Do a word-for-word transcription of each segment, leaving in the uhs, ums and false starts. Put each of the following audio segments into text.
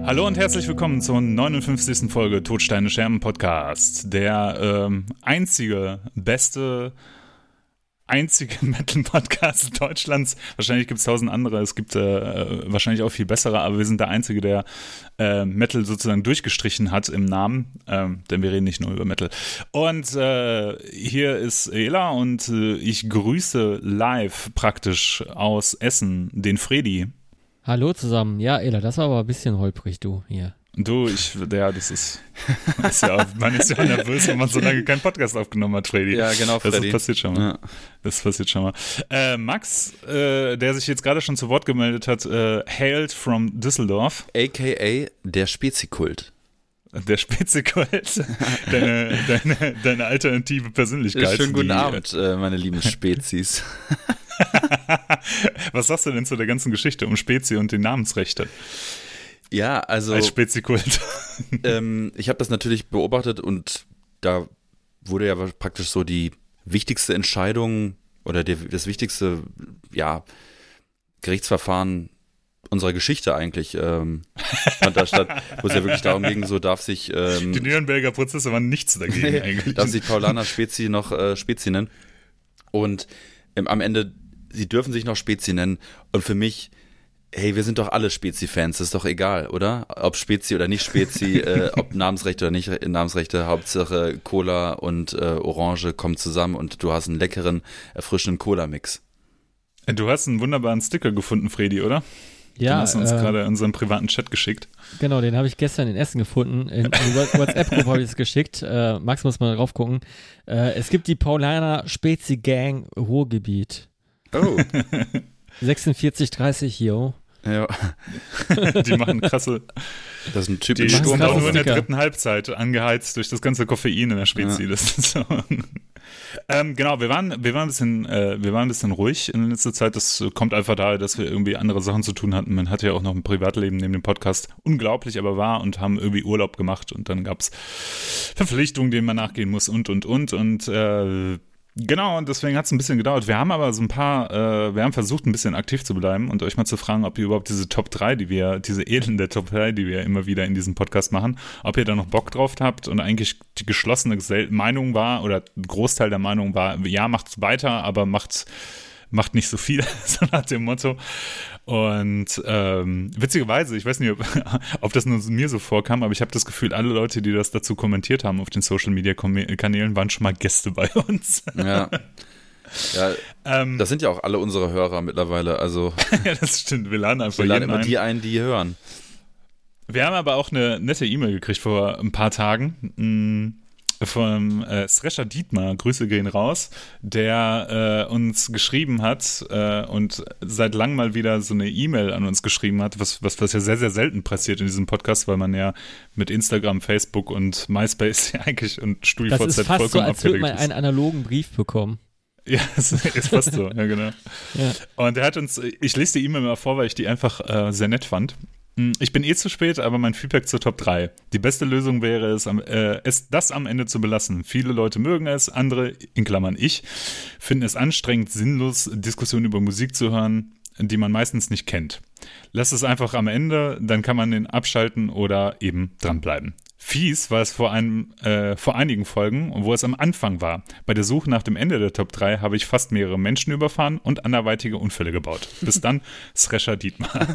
Hallo und herzlich willkommen zur neunundfünfzigsten Folge Todsteine Scherben Podcast. Der ähm, einzige, beste, einzige Metal-Podcast Deutschlands. Wahrscheinlich gibt es tausend andere, es gibt äh, wahrscheinlich auch viel bessere, aber wir sind der Einzige, der äh, Metal sozusagen durchgestrichen hat im Namen, ähm, denn wir reden nicht nur über Metal. Und äh, hier ist Ela und äh, ich grüße live praktisch aus Essen den Fredi. Hallo zusammen. Ja, Ela, das war aber ein bisschen holprig, du, hier. Du, ich, ja, das ist, ist ja, man ist ja nervös, wenn man so lange keinen Podcast aufgenommen hat, Freddy. Ja, genau, Freddy. Das passiert schon mal. Ja. Das passiert schon mal. Äh, Max, äh, der sich jetzt gerade schon zu Wort gemeldet hat, äh, hailed from Düsseldorf. A K A der Spezikult. Der Spezikult. deine, deine, deine alternative Persönlichkeit. Schönen guten die, Abend, äh, meine lieben Spezies. Was sagst du denn zu der ganzen Geschichte um Spezi und die Namensrechte? Ja, also als Spezikult. ähm, ich habe das natürlich beobachtet und da wurde ja praktisch so die wichtigste Entscheidung oder die, das wichtigste ja, Gerichtsverfahren unserer Geschichte eigentlich ähm, fand da statt, wo es ja wirklich darum ging, so darf sich ähm, die Nürnberger Prozesse waren nichts dagegen eigentlich. Darf sich Paulana Spezi noch äh, Spezi nennen und ähm, am Ende sie dürfen sich noch Spezi nennen und für mich, hey, wir sind doch alle Spezi-Fans, das ist doch egal, oder? Ob Spezi oder nicht Spezi, äh, ob Namensrechte oder nicht Namensrechte, Hauptsache Cola und äh, Orange kommen zusammen und du hast einen leckeren, erfrischenden Cola-Mix. Du hast einen wunderbaren Sticker gefunden, Fredi, oder? Ja. Den hast du uns äh, gerade in unserem privaten Chat geschickt. Genau, den habe ich gestern in Essen gefunden. In, in WhatsApp-Gruppe habe ich es geschickt. Äh, Max muss mal drauf gucken. Äh, es gibt die Paulaner Spezi-Gang Ruhrgebiet. Oh. sechsundvierzig dreißig, yo. Ja. Die machen krasse. Das ist ein Typ Die Sturm sind auch krasse nur in der Sticker. dritten Halbzeit angeheizt durch das ganze Koffein in der Spezi. Ja. Das ist so. ähm, genau, wir waren, wir waren ein bisschen, äh, wir waren ein bisschen ruhig in letzter Zeit. Das kommt einfach daher, dass wir irgendwie andere Sachen zu tun hatten. Man hatte ja auch noch ein Privatleben neben dem Podcast. Unglaublich aber wahr und haben irgendwie Urlaub gemacht und dann gab es Verpflichtungen, denen man nachgehen muss und und und und äh, genau, und deswegen hat es ein bisschen gedauert. Wir haben aber so ein paar, äh, wir haben versucht, ein bisschen aktiv zu bleiben und euch mal zu fragen, ob ihr überhaupt diese Top drei, die wir, diese elende Top drei, die wir immer wieder in diesem Podcast machen, ob ihr da noch Bock drauf habt und eigentlich die geschlossene Gesell- Meinung war oder ein Großteil der Meinung war, ja, macht's weiter, aber macht's macht nicht so viel, so nach dem Motto. Und ähm, witzigerweise, ich weiß nicht, ob, ob das nur mir so vorkam, aber ich habe das Gefühl, alle Leute, die das dazu kommentiert haben auf den Social-Media-Kanälen, waren schon mal Gäste bei uns. Ja, ja ähm, das sind ja auch alle unsere Hörer mittlerweile, also ja, das stimmt, wir laden einfach wir laden jeden immer ein. die ein, die hören. Wir haben aber auch eine nette E-Mail gekriegt vor ein paar Tagen, mh, vom äh, Srescher Dietmar, Grüße gehen raus, der äh, uns geschrieben hat äh, und seit langem mal wieder so eine E-Mail an uns geschrieben hat, was, was, was ja sehr, sehr selten passiert in diesem Podcast, weil man ja mit Instagram, Facebook und MySpace ja eigentlich und StudiVZ Das ist fast so, vollkommen als würde abgedeckt man ist. einen analogen Brief bekommen. Ja, es ist fast so, ja genau. Ja. Und er hat uns, ich lese die E-Mail mal vor, weil ich die einfach äh, sehr nett fand. Ich bin eh zu spät, aber mein Feedback zur Top drei. Die beste Lösung wäre es, äh, es, das am Ende zu belassen. Viele Leute mögen es, andere, in Klammern ich, finden es anstrengend, sinnlos, Diskussionen über Musik zu hören, die man meistens nicht kennt. Lass es einfach am Ende, dann kann man den abschalten oder eben dranbleiben. Fies war es vor, einem, äh, vor einigen Folgen, wo es am Anfang war. Bei der Suche nach dem Ende der Top drei habe ich fast mehrere Menschen überfahren und anderweitige Unfälle gebaut. Bis dann, Srescher Dietmar.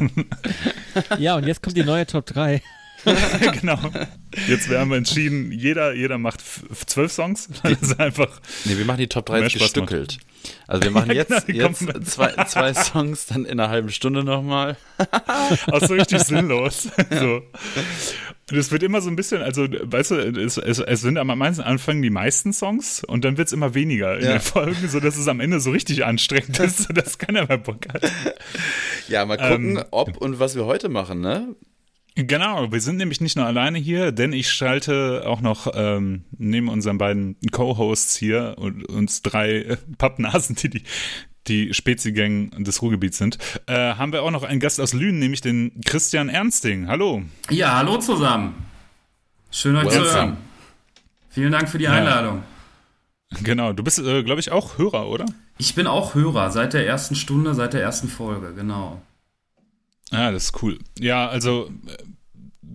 Ja, und jetzt kommt die neue Top drei. Genau. Jetzt haben wir entschieden, jeder, jeder macht f- zwölf Songs. Das ist einfach. Nee, wir machen die Top drei Mehr jetzt Spaß gestückelt. Also wir machen Ja, jetzt, genau, die jetzt kommen- zwei, zwei Songs, dann in einer halben Stunde nochmal. Auch so richtig sinnlos. So. Und es wird immer so ein bisschen, also, weißt du, es, es, es sind am meisten anfangen die meisten Songs und dann wird es immer weniger in Ja. den Folgen, sodass es am Ende so richtig anstrengend ist, sodass keiner mehr Bock hat. Ja, mal gucken, Ähm, ob und was wir heute machen, ne? Genau, wir sind nämlich nicht nur alleine hier, denn ich schalte auch noch ähm, neben unseren beiden Co-Hosts hier und uns drei äh, Pappnasen, die die, die Spezi-Gang des Ruhrgebiets sind, äh, haben wir auch noch einen Gast aus Lünen, nämlich den Christian Ernsting. Hallo. Ja, hallo zusammen. Schön euch zu Welcome. hören. Vielen Dank für die Ja. Einladung. Genau, du bist, äh, glaube ich, auch Hörer, oder? Ich bin auch Hörer seit der ersten Stunde, seit der ersten Folge, genau. Ah, das ist cool. Ja, also äh,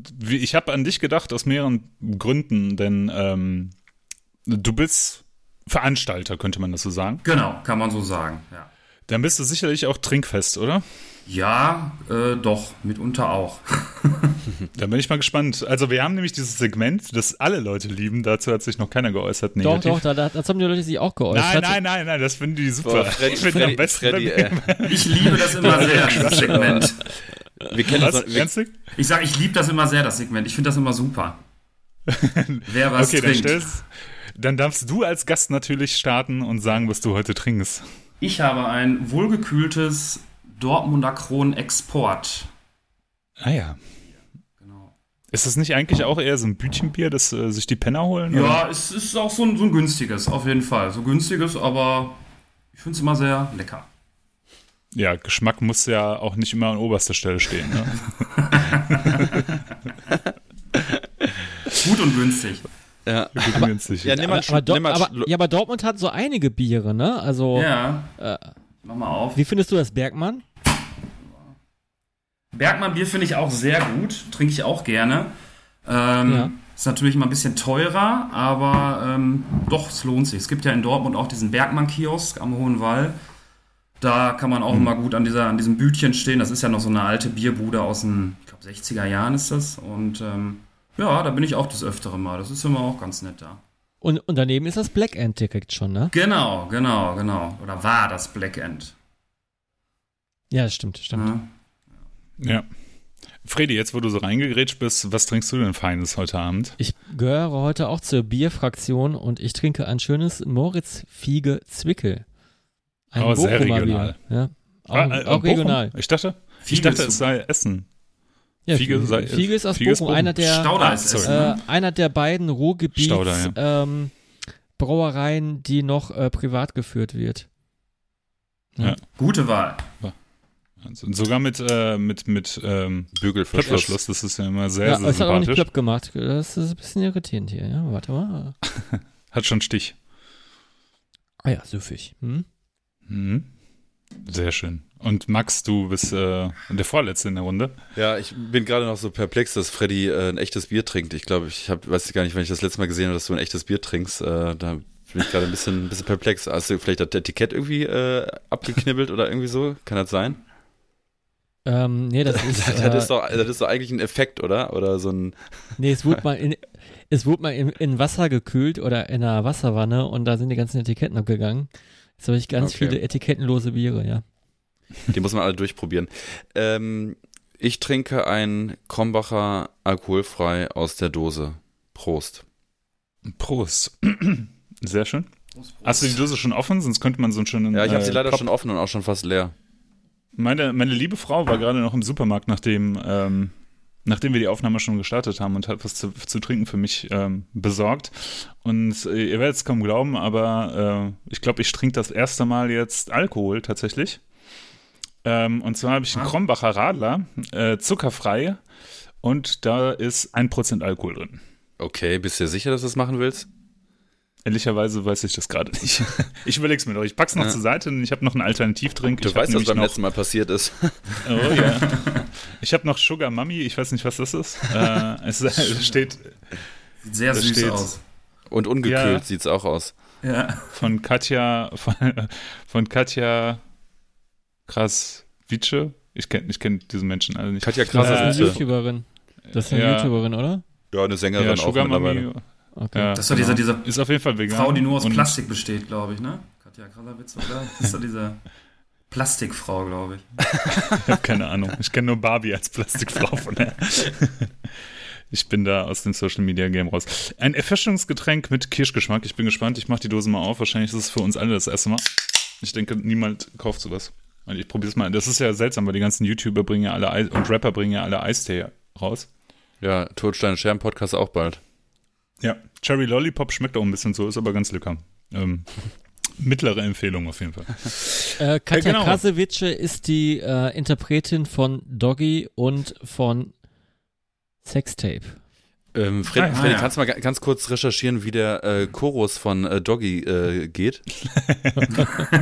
wie, ich habe an dich gedacht aus mehreren Gründen, denn ähm, du bist Veranstalter, könnte man das so sagen. Genau, kann man so sagen, ja. Dann bist du sicherlich auch trinkfest, oder? Ja, äh, doch, mitunter auch. Da bin ich mal gespannt. Also wir haben nämlich dieses Segment, das alle Leute lieben. Dazu hat sich noch keiner geäußert. Doch, Negativ. doch, da, da, das haben die Leute sich auch geäußert. Nein, nein, nein, nein, das finden die super. Boah, Freddy, ich finde Freddy, am besten, Freddy, wenn äh, Ich liebe das immer sehr, dieses Segment. wir kennen Was? das noch, wir, Ernstlich? Ich sage, ich liebe das immer sehr, das Segment. Ich finde das immer super. Wer was Okay, dann, trinkt. stellst, dann darfst du als Gast natürlich starten und sagen, was du heute trinkst. Ich habe ein wohlgekühltes Dortmunder Kron Export. Ah ja. Genau. Ist das nicht eigentlich auch eher so ein Bütchenbier, das äh, sich die Penner holen? Ja, oder? es ist auch so ein, so ein günstiges, auf jeden Fall. So günstiges, aber ich finde es immer sehr lecker. Ja, Geschmack muss ja auch nicht immer an oberster Stelle stehen. Ne? Gut und günstig. ja. Gut günstig. Ja, nimm mal, aber, aber, nimm mal aber, ja, aber Dortmund hat so einige Biere, ne? Also, Ja, äh, mach mal auf. wie findest du das Bergmann? Bergmann Bier finde ich auch sehr gut, trinke ich auch gerne. Ähm, Ja. Ist natürlich immer ein bisschen teurer, aber ähm, doch, es lohnt sich. Es gibt ja in Dortmund auch diesen Bergmann-Kiosk am Hohen Wall. Da kann man auch Mhm. immer gut an, dieser, an diesem Bütchen stehen. Das ist ja noch so eine alte Bierbude aus den, ich glaube, sechziger Jahren ist das. Und ähm, ja, da bin ich auch des Öfteren mal. Das ist immer auch ganz nett da. Und, und daneben ist das Black End direkt schon, ne? Genau, genau, genau. Oder war das Black End. Ja, das stimmt, stimmt. Ja. Ja. Fredi, jetzt wo du so reingegrätscht bist, was trinkst du denn Feines heute Abend? Ich gehöre heute auch zur Bierfraktion und ich trinke ein schönes Moritz Fiege Zwickel. Ein Aber sehr Bochumer regional. Bier. Ja, auch, Ah, äh, auch Bochum? regional. Ich dachte, ich Fiege dachte ist es sei Essen. Ja, Fiege Fiege, sei- Fiege ist aus Fiege ist Bochum, Bochum. einer der, Stauder Ah, ist sorry. Essen, äh, ne? einer der beiden Ruhrgebiets Stauder, ähm, Brauereien, die noch äh, privat geführt wird. Gute Wahl. Also, sogar mit, äh, mit, mit ähm, Bügelverschluss. Klöppelschluss, das ist ja immer sehr, Ja, sehr es hat auch nicht sympathisch. Plöpp gemacht. Das ist ein bisschen irritierend hier. Ja, warte mal. Hat schon Stich. Ah ja, süffig. Hm? Mhm. Sehr schön. Und Max, du bist äh, der Vorletzte in der Runde. Ja, ich bin gerade noch so perplex, dass Freddy äh, ein echtes Bier trinkt. Ich glaube, ich hab, weiß gar nicht, wenn ich das letzte Mal gesehen habe, dass du ein echtes Bier trinkst. Äh, da bin ich gerade ein bisschen, ein bisschen perplex. Hast du vielleicht das Etikett irgendwie äh, abgeknibbelt oder irgendwie so? Kann das sein? Ähm, nee, das ist. Das, äh, ist doch, das ist doch eigentlich ein Effekt, oder? Oder so ein. Nee, es wurde mal in, es wurde mal in, in Wasser gekühlt oder in einer Wasserwanne und da sind die ganzen Etiketten abgegangen. Jetzt habe ich ganz Okay. viele etikettenlose Biere, ja. Die muss man alle durchprobieren. Ähm, ich trinke ein Krombacher alkoholfrei aus der Dose. Prost. Prost. Sehr schön. Hast du die Dose schon offen? Sonst könnte man so einen schönen. Ja, ich habe sie äh, leider Pop- schon offen und auch schon fast leer. Meine, meine liebe Frau war gerade noch im Supermarkt, nachdem, ähm, nachdem wir die Aufnahme schon gestartet haben und hat was zu, zu trinken für mich ähm, besorgt. Und äh, ihr werdet es kaum glauben, aber äh, ich glaube, ich trinke das erste Mal jetzt Alkohol tatsächlich. Ähm, und zwar habe ich einen Ah. Krombacher Radler, äh, zuckerfrei, und da ist ein Prozent Alkohol drin. Okay, bist du dir sicher, dass du das machen willst? Ehrlicherweise weiß ich das gerade nicht. Ich überlege es mir doch. Ich pack's noch Ja. zur Seite und ich habe noch einen Alternativdrink. Du ich hab weißt, was nämlich beim noch, letzten Mal passiert ist. Oh ja. Ich habe noch Sugar Mummy, ich weiß nicht, was das ist. Äh, es, es steht Sieht sehr Da süß steht's. aus. Und ungekühlt Ja. sieht's auch aus. Ja. von Katja, von, von Katja Krasvice. Ich kenne ich kenn diese Menschen alle nicht. Katja Das ist eine Krasvice. Äh, YouTuberin. Das ist eine ja. YouTuberin, oder? Ja, eine Sängerin Ja, auch Sugar mittlerweile. Mummy. Okay. Ja, Das ist doch diese, diese ist auf jeden Fall vegan. Frau, die nur aus und Plastik besteht, glaube ich, ne? Katja Krasavitz, oder? Das ist doch diese Plastikfrau, glaube ich. Ich habe keine Ahnung. Ich kenne nur Barbie als Plastikfrau von der. Ich bin da aus dem Social Media Game raus. Ein Erfrischungsgetränk mit Kirschgeschmack. Ich bin gespannt. Ich mache die Dose mal auf. Wahrscheinlich ist es für uns alle das erste Mal. Ich denke, niemand kauft sowas. Und ich probiere es mal. Das ist ja seltsam, weil die ganzen YouTuber bringen ja alle Eis und Rapper bringen ja alle Eistee raus. Ja, Todstein Scherben Podcast auch bald. Ja, Cherry Lollipop schmeckt auch ein bisschen so, ist aber ganz lecker. Ähm, mittlere Empfehlung auf jeden Fall. Äh, Katja genau. Krasavitz ist die äh, Interpretin von Doggy und von Sextape. Ähm, Fred, Ah, ja. Freddy, Ah, ja. kannst du mal ga- ganz kurz recherchieren, wie der äh, Chorus von äh, Doggy äh, geht?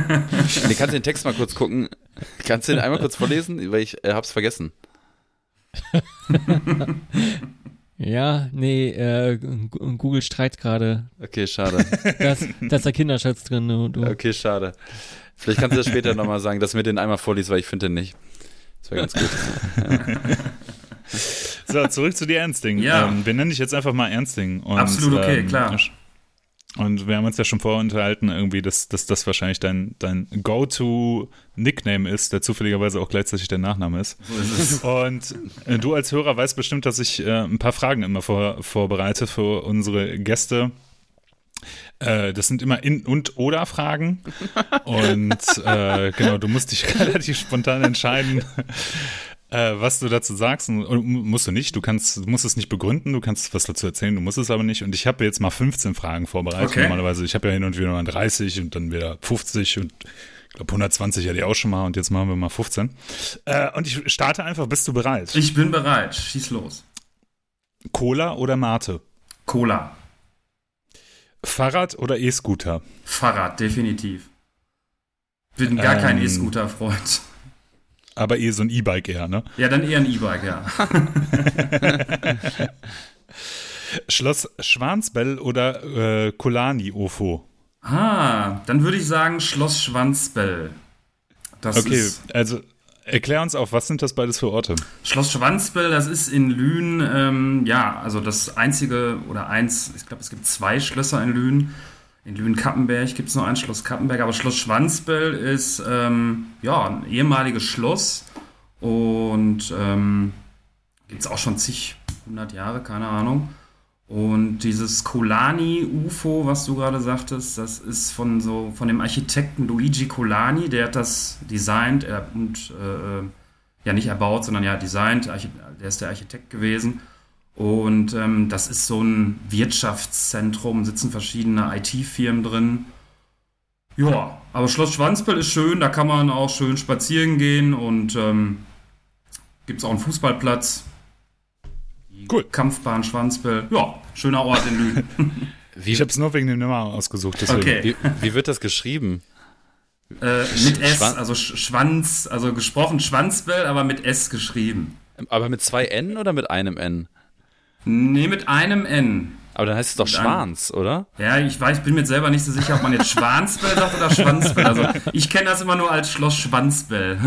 nee, kannst du den Text mal kurz gucken? Kannst du den einmal kurz vorlesen? Weil ich äh, hab's vergessen. Ja, nee, äh, Google streitet gerade. Okay, schade. Da ist, da ist der Kinderschatz drin. Du, du. Okay, schade. Vielleicht kannst du das später nochmal sagen, dass du mir den einmal vorliest, weil ich finde den nicht. Das wäre ganz gut. Ja. So, zurück zu dir, Ernsting. Ja. Ähm, wir nennen dich jetzt einfach mal Ernsting. Und, Absolut okay, ähm, klar. Und wir haben uns ja schon vorher unterhalten, irgendwie, dass, dass das wahrscheinlich dein, dein Go-To-Nickname ist, der zufälligerweise auch gleichzeitig dein Nachname ist. So ist es. Und äh, du als Hörer weißt bestimmt, dass ich äh, ein paar Fragen immer vor, vorbereite für unsere Gäste. Äh, das sind immer In- und Oder-Fragen. Und äh, genau, du musst dich relativ spontan entscheiden, Äh, was du dazu sagst. Und, und musst du nicht, du kannst, du musst es nicht begründen, du kannst was dazu erzählen, du musst es aber nicht. Und ich habe jetzt mal fünfzehn Fragen vorbereitet. Okay. Normalerweise, ich habe ja hin und wieder mal dreißig und dann wieder fünfzig und ich glaube hundertzwanzig hatte ich auch schon mal und jetzt machen wir mal fünfzehn. Äh, und ich starte einfach, bist du bereit? Ich bin bereit, schieß los. Cola oder Mate? Cola. Fahrrad oder E-Scooter? Fahrrad, definitiv. Bin gar Ähm, kein E-Scooter-Freund. Aber eh so ein E-Bike eher, ne? Ja, dann eher ein E-Bike, ja. Schloss Schwansbell oder äh, Kolani-Ofo? Ah, dann würde ich sagen Schloss Schwanzbell. Das Okay, ist also erklär uns auf, was sind das beides für Orte? Schloss Schwanzbell, das ist in Lünen, ähm, ja, also das einzige oder eins, ich glaube, es gibt zwei Schlösser in Lünen. In Lünen-Kappenberg gibt es noch ein Schloss Kappenberg, aber Schloss Schwanzbell ist ähm, ja, ein ehemaliges Schloss und ähm, gibt es auch schon zig, hundert Jahre, keine Ahnung. Und dieses Colani-U F O, was du gerade sagtest, das ist von so von dem Architekten Luigi Colani, der hat das designt er, und äh, ja nicht erbaut, sondern ja designt, der ist der Architekt gewesen. Und ähm, das ist so ein Wirtschaftszentrum, sitzen verschiedene I T-Firmen drin. Ja, aber Schloss Schwanzbell ist schön, da kann man auch schön spazieren gehen und ähm, gibt es auch einen Fußballplatz. Die Cool. Kampfbahn Schwanzbell. Ja, schöner Ort in Lünen. Wie, Ich habe es nur wegen dem Namen ausgesucht. Deswegen. Okay. wie, wie wird das geschrieben? Äh, mit S, Schwan- also Sch- Schwanz, also gesprochen Schwanzbell, aber mit S geschrieben. Aber mit zwei N oder mit einem N? Nee, mit einem N. Aber dann heißt es doch Mit einem- Schwanz, oder? Ja, ich weiß, ich bin mir jetzt selber nicht so sicher, ob man jetzt Schwanzbell sagt oder Schwanzbell. Also ich kenne das immer nur als Schloss Schwanzbell.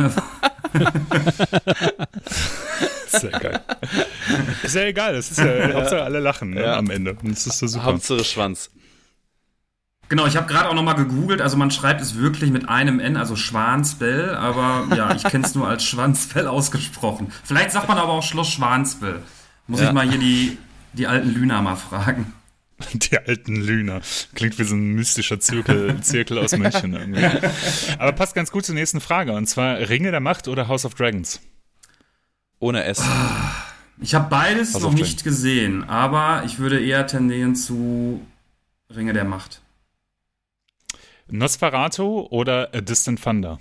Sehr geil. Ist ja egal, das ist ja, Hauptsache alle lachen ne, Ja. am Ende. Und das ist so super. Hauptsache Schwanz. Genau, ich habe gerade auch nochmal gegoogelt, also man schreibt es wirklich mit einem N, also Schwanzbell, aber ja, ich kenne es nur als Schwanzbell ausgesprochen. Vielleicht sagt man aber auch Schloss Schwanzbell. Muss Ja. ich mal hier die, die alten Lüner mal fragen. Die alten Lüner. Klingt wie so ein mystischer Zirkel, Zirkel aus München irgendwie. Aber passt ganz gut zur nächsten Frage. Und zwar Ringe der Macht oder House of Dragons? Ohne S. Ich habe beides House noch of nicht gesehen, aber ich würde eher tendieren zu Ringe der Macht. Nosferatu oder A Distant Thunder?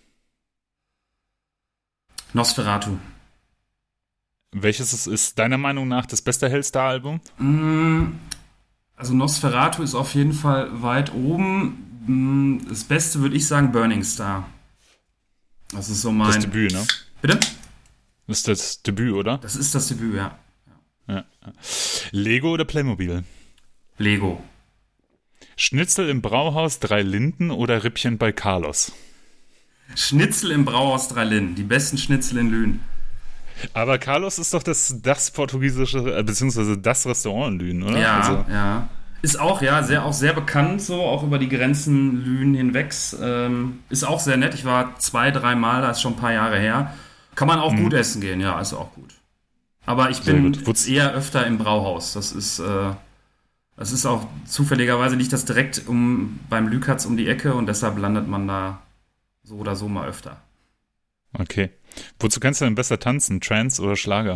Nosferatu. Welches ist, ist deiner Meinung nach das beste Hellstar-Album? Mm, Also Nosferatu ist auf jeden Fall weit oben. Mm, Das Beste würde ich sagen Burning Star. Das ist so mein... Das Debüt, ne? Bitte? Das ist das Debüt, oder? Das ist das Debüt, ja. Ja. Lego oder Playmobil? Lego. Schnitzel im Brauhaus Drei Linden oder Rippchen bei Carlos? Schnitzel im Brauhaus Drei Linden. Die besten Schnitzel in Lünen. Aber Carlos ist doch das, das portugiesische, äh, beziehungsweise das Restaurant in Lünen, oder? Ja, Also, ja. Ist auch, ja, sehr, auch sehr bekannt, so, auch über die Grenzen Lünen hinwegs. Ähm, ist auch sehr nett. Ich war zwei, drei Mal, das ist schon ein paar Jahre her. Kann man auch gut essen gehen, ja, ist auch gut. Aber ich Sehr bin gut. Wo's- eher öfter im Brauhaus. Das ist, äh, das ist auch zufälligerweise liegt das direkt um, beim Lükatz um die Ecke und deshalb landet man da so oder so mal öfter. okay. Wozu kannst du denn besser tanzen? Trance oder Schlager?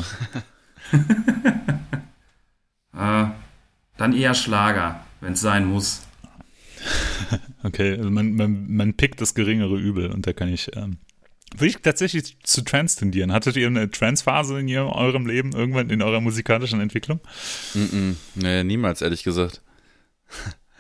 Äh, dann eher Schlager, wenn es sein muss. Okay, also man, man, man pickt das geringere Übel und da kann ich, ähm, würde ich tatsächlich zu Trance tendieren. Hattet ihr eine Trance-Phase in ihrem, eurem Leben, irgendwann in eurer musikalischen Entwicklung? Mm-mm. Nee, niemals, ehrlich gesagt.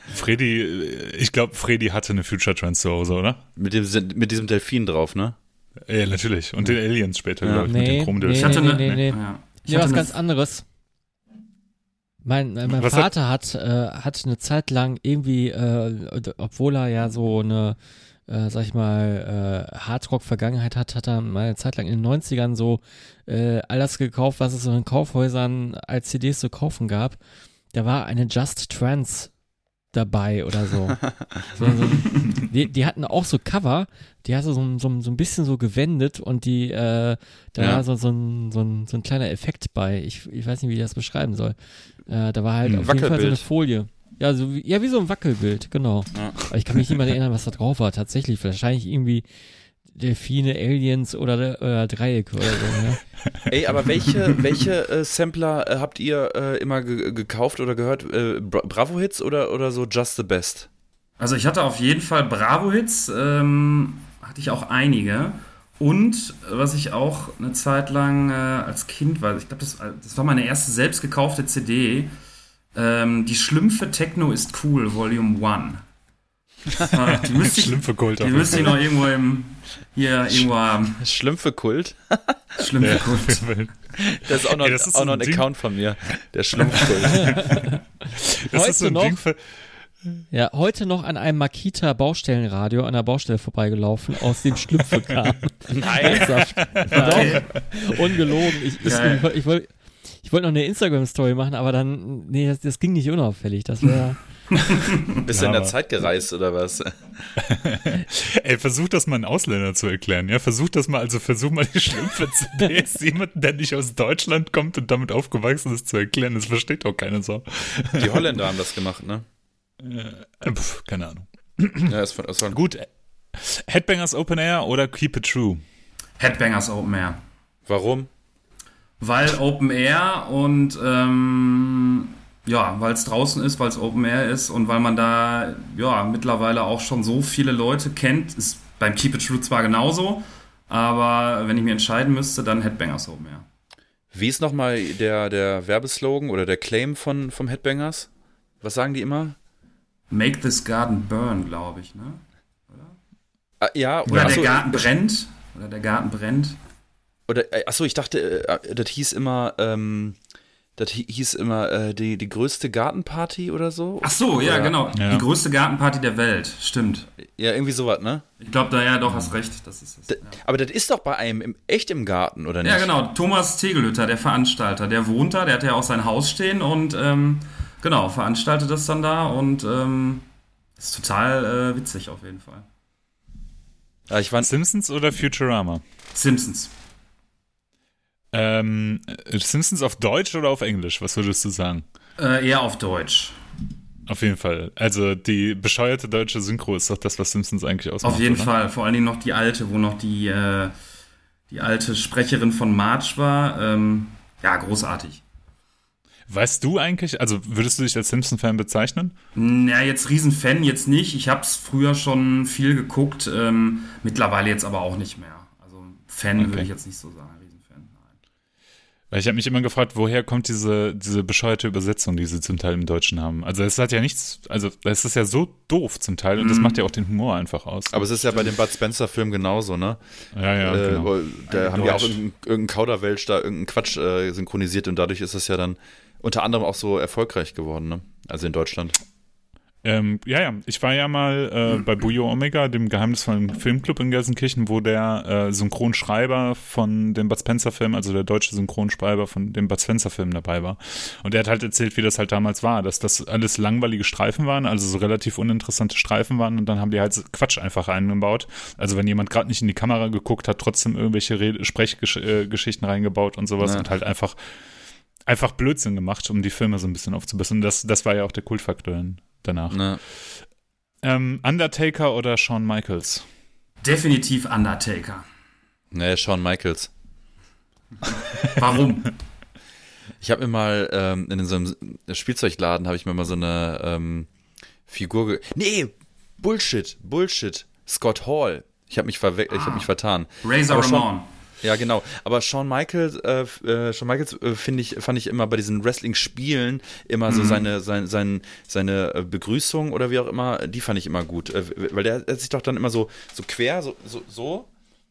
Freddy, ich glaube, Freddy hatte eine Future Trance zu Hause, oder? Mit, dem, mit diesem Delfin drauf, ne? Ja, natürlich. Und den Aliens später, Ja. glaube ich, mit Nee, den Chromdills. nee, Ich hatte nee, eine, nee, nee. Ja. Ich Ja, hatte was eine- ganz anderes. Mein, äh, mein Was Vater hat, äh, hat eine Zeit lang irgendwie, äh, obwohl er ja so eine, äh, sag ich mal, äh, Hardrock-Vergangenheit hat, hat er mal eine Zeit lang in den neunzigern so äh, alles gekauft, was es so in Kaufhäusern als C Ds zu kaufen gab. Da war eine Just Trance dabei oder so. so, so die, die hatten auch so Cover, die hatte so, so, so ein bisschen so gewendet und die, äh, da Ja. war so, so, ein, so, ein, so ein kleiner Effekt bei. Ich, ich weiß nicht, wie ich das beschreiben soll. Äh, da war halt Ein auf jeden Fall so eine Wackelbild. Folie. Ja, so wie, ja, wie so ein Wackelbild, genau. Ja. Aber ich kann mich nicht mehr erinnern, was da drauf war. Tatsächlich, wahrscheinlich irgendwie Delfine, Aliens oder, oder Dreiecke oder so. Ja. Ey, aber welche, welche äh, Sampler äh, habt ihr äh, immer ge gekauft oder gehört? Äh, Bra Bravo-Hits oder, oder so Just the Best? Also ich hatte auf jeden Fall Bravo-Hits, ähm, hatte ich auch einige. Und was ich auch eine Zeit lang äh, als Kind war, ich glaube, das, das war meine erste selbst gekaufte C D, ähm, Die Schlümpfe Techno ist cool, Volume eins. Ah, die müsste ich, Schlimm für Kult. die müsste ich noch irgendwo im, hier irgendwo haben. Schlümpfe-Kult? Schlümpfe Kult. Das ist auch noch, Ey, das ist auch so noch ein ein Ding. Account von mir. Der Schlumpfkult. Das ist so ein Heute Ding noch? für, Ja, heute noch an einem Makita-Baustellenradio an der Baustelle vorbeigelaufen, aus dem Schlüpfe kam. Nein. Ernsthaft. Okay. Doch, ungelogen. Ich, ich, Geil. ich, ich wollte ich wollt noch eine Instagram-Story machen, aber dann, nee, das, das ging nicht unauffällig. Das wäre, Bist du in der Aber- Zeit gereist oder was? ey, versuch das mal einen Ausländer zu erklären, ja? Versuch das mal, also versuch mal die Schlümpfe-C Ds jemanden, der nicht aus Deutschland kommt und damit aufgewachsen ist, zu erklären. Das versteht auch keiner so. Die Holländer haben das gemacht, ne? Äh, pf, keine Ahnung. Ja, ist von, ist von Gut, äh, Headbangers Open Air oder Keep It True? Headbangers Open Air. Warum? Weil Open Air und ähm, ja, weil es draußen ist, weil es Open Air ist und weil man da ja mittlerweile auch schon so viele Leute kennt, ist beim Keep It True zwar genauso, aber wenn ich mir entscheiden müsste, dann Headbangers Open Air. Wie ist nochmal der, der Werbeslogan oder der Claim von, vom Headbangers? Was sagen die immer? Make this garden burn, glaube ich, ne? Ah, ja, Oder achso, der Garten brennt. Oder der Garten brennt. Oder, äh, achso, ich dachte, äh, das hieß immer, ähm, das hi- hieß immer äh, die, die größte Gartenparty oder so. Ach so, ja, Oder- genau. Ja. Die größte Gartenparty der Welt, stimmt. Ja, irgendwie sowas, ne? Ich glaube, da ja doch hast recht. Das ist es. D- Ja. Aber das ist doch bei einem im, echt im Garten, oder nicht? Ja, genau. Thomas Tegelhütter, der Veranstalter, der wohnt da, der hat ja auch sein Haus stehen und ähm, genau, veranstaltet das dann da und ähm, ist total äh, witzig auf jeden Fall. Ja, ich war, Simpsons oder Futurama? Simpsons. Ähm, äh, Simpsons auf Deutsch oder auf Englisch? Was würdest du sagen? Äh, eher auf Deutsch. Auf jeden Fall. Also die bescheuerte deutsche Synchro ist doch das, was Simpsons eigentlich ausmacht. Auf jeden oder? Fall. Vor allen Dingen noch die alte, wo noch die, äh, die alte Sprecherin von Marge war. Ähm, ja, großartig. Weißt du eigentlich, also würdest du dich als Simpson-Fan bezeichnen? Ja, jetzt Riesenfan jetzt nicht. Ich habe es früher schon viel geguckt, ähm, mittlerweile jetzt aber auch nicht mehr. Also Fan Okay. würde ich jetzt nicht so sagen, Riesenfan. Nein. Weil ich habe mich immer gefragt, woher kommt diese, diese bescheuerte Übersetzung, die sie zum Teil im Deutschen haben. Also es hat ja nichts, also es ist ja so doof zum Teil und das Mhm. macht ja auch den Humor einfach aus. aber es ist ja bei dem Bud Spencer-Film genauso, ne? ja, ja, äh, genau. Da haben die auch Deutsch. irgendeinen irgendein Kauderwelsch da irgendeinen Quatsch äh, synchronisiert und dadurch ist es ja dann unter anderem auch so erfolgreich geworden, ne? Also in Deutschland. Ähm, ja, ja, ich war ja mal äh, bei Bujo Omega, dem geheimnisvollen Filmclub in Gelsenkirchen, wo der äh, Synchronschreiber von dem Bud Spencer-Film, also der deutsche Synchronschreiber von dem Bud Spencer-Film dabei war. Und er hat halt erzählt, wie das halt damals war, dass das alles langweilige Streifen waren, also so relativ uninteressante Streifen waren und dann haben die halt Quatsch einfach eingebaut. Also wenn jemand gerade nicht in die Kamera geguckt hat, trotzdem irgendwelche Red- Sprechgeschichten reingebaut und sowas Ja. und halt einfach einfach Blödsinn gemacht, um die Filme so ein bisschen aufzubessern. Das, das war ja auch der Kultfaktor danach. Ne? Ähm, Undertaker oder Shawn Michaels? Definitiv Undertaker. Ne, Shawn Michaels. Warum? Ich habe mir mal ähm, in so einem Spielzeugladen habe ich mir mal so eine ähm, Figur ge Nee, Bullshit, Bullshit. Scott Hall. Ich habe mich, verwe ich hab mich vertan. Razor Aber Shawn- Ramon. Ja, genau. Aber Shawn Michaels, äh, äh, Shawn Michaels äh, finde ich, fand ich immer bei diesen Wrestling-Spielen immer so seine, sein, sein, seine äh, Begrüßung oder wie auch immer, die fand ich immer gut. Äh, weil der hat sich doch dann immer so, so quer, so, so, so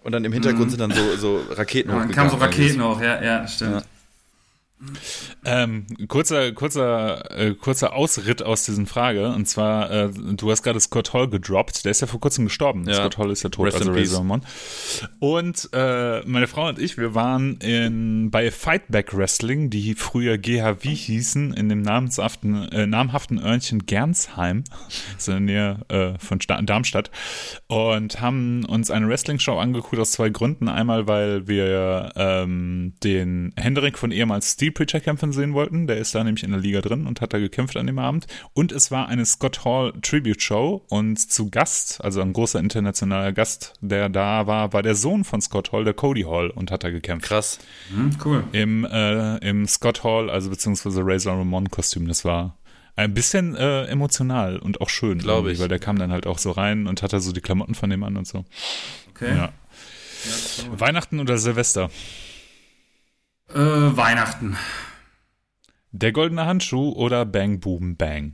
Und dann im Hintergrund mhm. sind dann so, so Raketen ja, dann kamen so Raketen hoch, ja, ja, stimmt. Ja. Ähm, kurzer, kurzer, äh, kurzer Ausritt aus diesen Frage. Und zwar, äh, du hast gerade Scott Hall gedroppt. Der ist ja vor kurzem gestorben. Ja. Scott Hall ist ja tot, Rest also Razor Ramon. Und äh, meine Frau und ich, wir waren in bei Fightback Wrestling, die früher G H W hießen, in dem namhaften, äh, namhaften Örtchen Gernsheim, das ist in der Nähe äh, von Sta- Darmstadt, und haben uns eine Wrestling-Show angeguckt aus zwei Gründen. Einmal, weil wir ähm, den Hendrik von ehemals Steel Preacher kämpfen sehen wollten. Der ist da nämlich in der Liga drin und hat da gekämpft an dem Abend. Und es war eine Scott Hall Tribute Show und zu Gast, also ein großer internationaler Gast, der da war, war der Sohn von Scott Hall, der Cody Hall, und hat da gekämpft. Krass. Mhm, cool. Im, äh, im Scott Hall, also beziehungsweise Razor Ramon Kostüm. Das war ein bisschen äh, emotional und auch schön, glaube ich. Weil der kam dann halt auch so rein und hatte so die Klamotten von dem an und so. Okay. Ja. Ja, cool. Weihnachten oder Silvester? Äh, Weihnachten. Der goldene Handschuh oder Bang Boom Bang?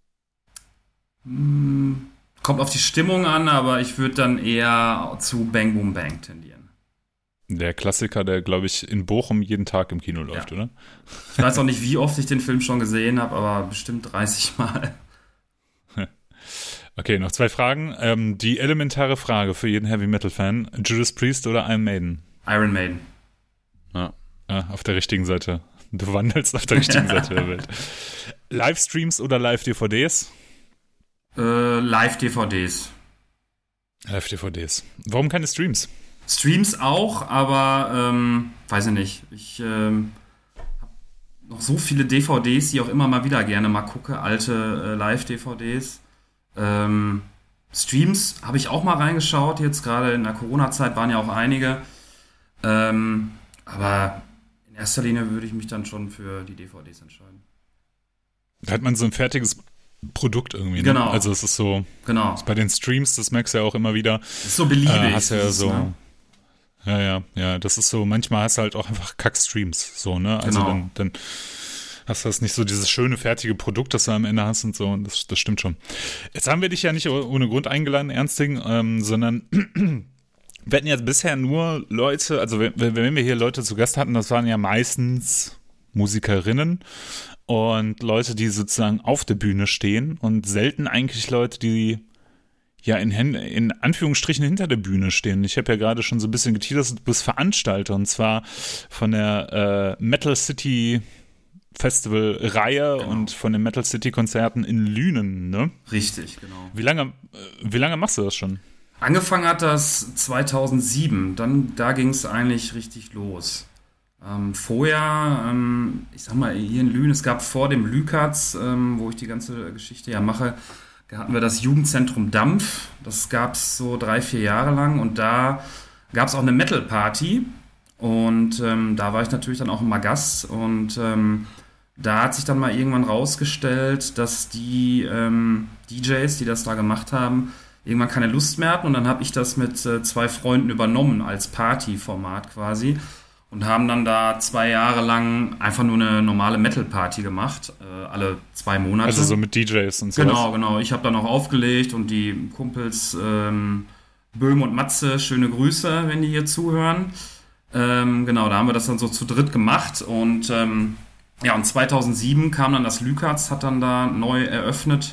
Hm, kommt auf die Stimmung an, aber ich würde dann eher zu Bang Boom Bang tendieren. Der Klassiker, der, glaube ich, in Bochum jeden Tag im Kino läuft, ja. oder? Ich weiß auch nicht, wie oft ich den Film schon gesehen habe, aber bestimmt dreißig Mal. Okay, noch zwei Fragen. Ähm, die elementare Frage für jeden Heavy-Metal-Fan. Judas Priest oder Iron Maiden? Iron Maiden. Ja. Ah, auf der richtigen Seite. Du wandelst auf der richtigen Seite der Welt. Livestreams oder Live-D V Ds? Äh, Live-D V Ds. Live-D V Ds. Warum keine Streams? Streams auch, aber ähm, weiß ich nicht. Ich ähm, habe noch so viele D V Ds, die ich auch immer mal wieder gerne mal gucke. Alte äh, Live-D V Ds. Ähm, Streams habe ich auch mal reingeschaut. Jetzt gerade in der Corona-Zeit waren ja auch einige. Ähm, aber in erster Linie würde ich mich dann schon für die D V Ds entscheiden. Da hat man so ein fertiges Produkt irgendwie. Ne? Genau. Also es ist so, genau. Bei den Streams, das merkst du ja auch immer wieder. Das ist so beliebig. Äh, hast ja ist, so, ne? ja, ja, ja, das ist so, manchmal hast du halt auch einfach Kack-Streams, so, ne? Also genau. dann, dann hast du das nicht so dieses schöne, fertige Produkt, das du am Ende hast und so, und das, das stimmt schon. Jetzt haben wir dich ja nicht ohne Grund eingeladen, Ernstding, ähm, sondern wir hatten ja bisher nur Leute, also wenn, wenn wir hier Leute zu Gast hatten, das waren ja meistens Musikerinnen und Leute, die sozusagen auf der Bühne stehen und selten eigentlich Leute, die ja in, in Anführungsstrichen hinter der Bühne stehen. Ich habe ja gerade schon so ein bisschen geteasert, du bist Veranstalter, und zwar von der äh, Metal City Festival-Reihe, genau, und von den Metal City Konzerten in Lünen, ne? Richtig, genau. Wie lange, wie lange machst du das schon? Angefangen hat das zweitausendsieben, dann, da ging es eigentlich richtig los. Ähm, vorher, ähm, ich sag mal, hier in Lünen, es gab vor dem Lükatz, ähm, wo ich die ganze Geschichte ja mache, da hatten wir das Jugendzentrum Dampf, das gab es so drei, vier Jahre lang, und da gab es auch eine Metal-Party, und ähm, da war ich natürlich dann auch immer Gast, und ähm, da hat sich dann mal irgendwann rausgestellt, dass die ähm, D Js, die das da gemacht haben, irgendwann keine Lust mehr hatten, und dann habe ich das mit äh, zwei Freunden übernommen als Partyformat quasi und haben dann da zwei Jahre lang einfach nur eine normale Metal-Party gemacht, äh, alle zwei Monate. Also so mit D Js und so. Genau, genau. Ich habe dann auch aufgelegt, und die Kumpels ähm, Böhm und Matze, schöne Grüße, wenn die hier zuhören. Ähm, genau, da haben wir das dann so zu dritt gemacht, und ähm, ja, und zweitausendsieben kam dann das Lükatz, hat dann da neu eröffnet,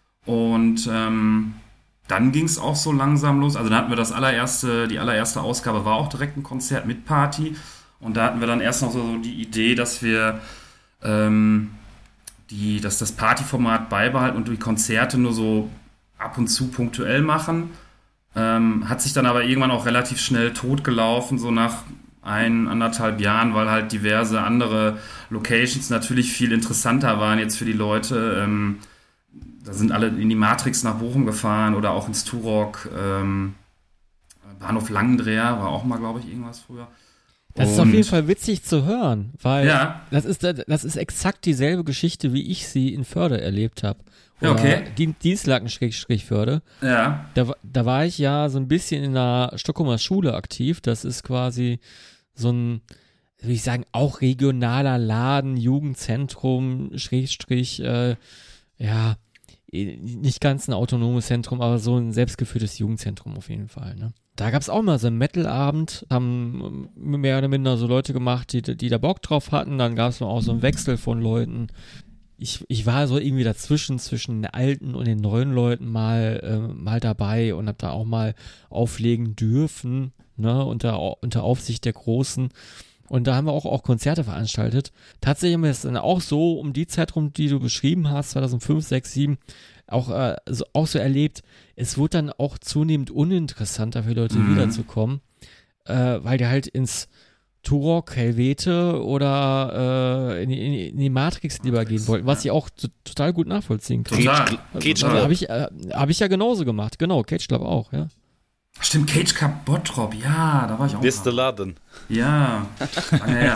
und ähm, dann ging es auch so langsam los. Also da hatten wir das allererste, die allererste Ausgabe war auch direkt ein Konzert mit Party, und da hatten wir dann erst noch so die Idee, dass wir ähm, die, dass das Partyformat beibehalten und die Konzerte nur so ab und zu punktuell machen. Ähm, hat sich dann aber irgendwann auch relativ schnell totgelaufen, so nach ein, anderthalb Jahren, weil halt diverse andere Locations natürlich viel interessanter waren jetzt für die Leute. Ähm, da sind alle in die Matrix nach Bochum gefahren oder auch ins Turok. Ähm, Bahnhof Langendreher war auch mal, glaube ich, irgendwas früher. Das ist auf jeden Fall witzig zu hören, weil ja. das ist das ist exakt dieselbe Geschichte, wie ich sie in Förde erlebt habe. Ja, okay. Dienstlaken-Förde. Ja. Da, da war ich ja so ein bisschen in der Stockholmer Schule aktiv. Das ist quasi so ein, würde ich sagen, auch regionaler Laden, Jugendzentrum, Schrägstrich, äh, ja, nicht ganz ein autonomes Zentrum, aber so ein selbstgeführtes Jugendzentrum auf jeden Fall, ne? da gab es auch mal so einen Metal-Abend, haben mehr oder minder so Leute gemacht, die, die da Bock drauf hatten. Dann gab es auch so einen Wechsel von Leuten. Ich, ich war so irgendwie dazwischen, zwischen den alten und den neuen Leuten mal, äh, mal dabei und hab da auch mal auflegen dürfen, ne, unter, unter Aufsicht der Großen. Und da haben wir auch, auch Konzerte veranstaltet. Tatsächlich haben wir es dann auch so um die Zeit rum, die du beschrieben hast, zweitausendfünf, sechs, sieben, auch, äh, so, auch so erlebt. Es wurde dann auch zunehmend uninteressanter für Leute mhm. wiederzukommen, äh, weil die halt ins Turok, Helvete oder äh, in, in, in die Matrix lieber gehen wollten, was ich auch t- total gut nachvollziehen kann. Total. Also, also, habe ich, äh, hab ich ja genauso gemacht. Genau, Cage Club auch, ja. Stimmt, Cage Club Bottrop, ja, da war ich auch. Bist du Laden? Ja, lange her.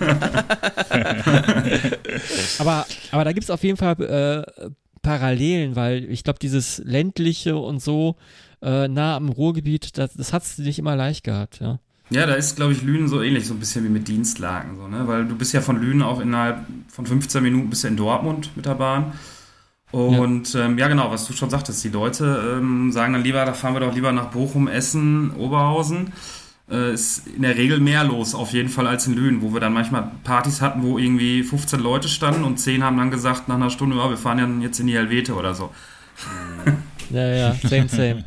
aber, aber da gibt es auf jeden Fall äh, Parallelen, weil ich glaube, dieses ländliche und so äh, nah am Ruhrgebiet, das, das hat es nicht immer leicht gehabt, ja. Ja, da ist, glaube ich, Lünen so ähnlich, so ein bisschen wie mit Dienstlagen, so, ne? Weil du bist ja von Lünen auch innerhalb von fünfzehn Minuten bist du in Dortmund mit der Bahn. Und ja, ähm, ja genau, was du schon sagtest, die Leute ähm, sagen dann lieber, da fahren wir doch lieber nach Bochum, Essen, Oberhausen. Äh, ist in der Regel mehr los, auf jeden Fall als in Lünen, wo wir dann manchmal Partys hatten, wo irgendwie fünfzehn Leute standen und zehn haben dann gesagt nach einer Stunde, ja, wir fahren ja jetzt in die Helvete oder so. Ja, ja, same, same.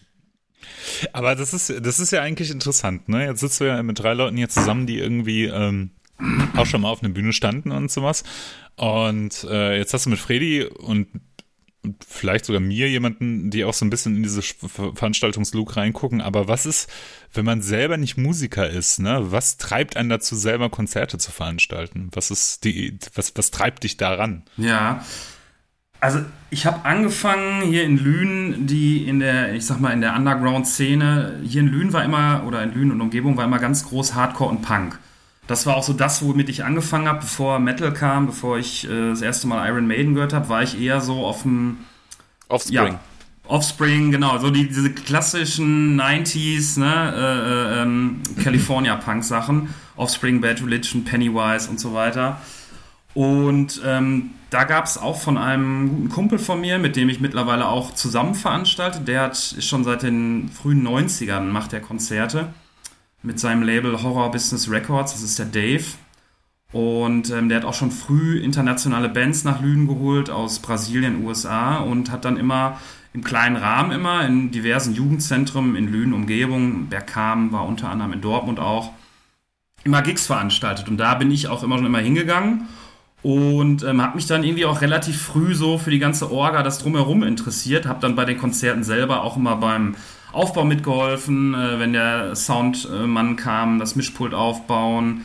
Aber das ist, das ist ja eigentlich interessant, ne? Jetzt sitzt du ja mit drei Leuten hier zusammen, die irgendwie ähm, auch schon mal auf einer Bühne standen und sowas. Und äh, jetzt hast du mit Fredi und, und vielleicht sogar mir jemanden, die auch so ein bisschen in diese Ver- Veranstaltungslook reingucken. Aber was ist, wenn man selber nicht Musiker ist, ne? Was treibt einen dazu, selber Konzerte zu veranstalten? Was ist die, was, was treibt dich daran? Ja, also ich habe angefangen hier in Lünen, die in der, ich sag mal, in der Underground-Szene, hier in Lünen war immer, oder in Lünen und Umgebung war immer ganz groß Hardcore und Punk. Das war auch so das, womit ich angefangen habe, bevor Metal kam, bevor ich äh, das erste Mal Iron Maiden gehört habe, war ich eher so auf dem Offspring. Ja, Offspring, genau, so die, diese klassischen neunziger, ne, äh, ähm, California-Punk-Sachen, Offspring, Bad Religion, Pennywise und so weiter. Und ähm, da gab es auch von einem guten Kumpel von mir, mit dem ich mittlerweile auch zusammen veranstalte, der hat, ist schon seit den frühen neunzigern, macht er Konzerte mit seinem Label Horror Business Records, das ist der Dave. Und ähm, der hat auch schon früh internationale Bands nach Lünen geholt, aus Brasilien, U S A, und hat dann immer im kleinen Rahmen immer in diversen Jugendzentren in Lünen Umgebung, Bergkamen war unter anderem in Dortmund auch, immer Gigs veranstaltet. Und da bin ich auch immer schon immer hingegangen und ähm, habe mich dann irgendwie auch relativ früh so für die ganze Orga, das Drumherum interessiert, habe dann bei den Konzerten selber auch immer beim Aufbau mitgeholfen, äh, wenn der Soundmann kam, das Mischpult aufbauen,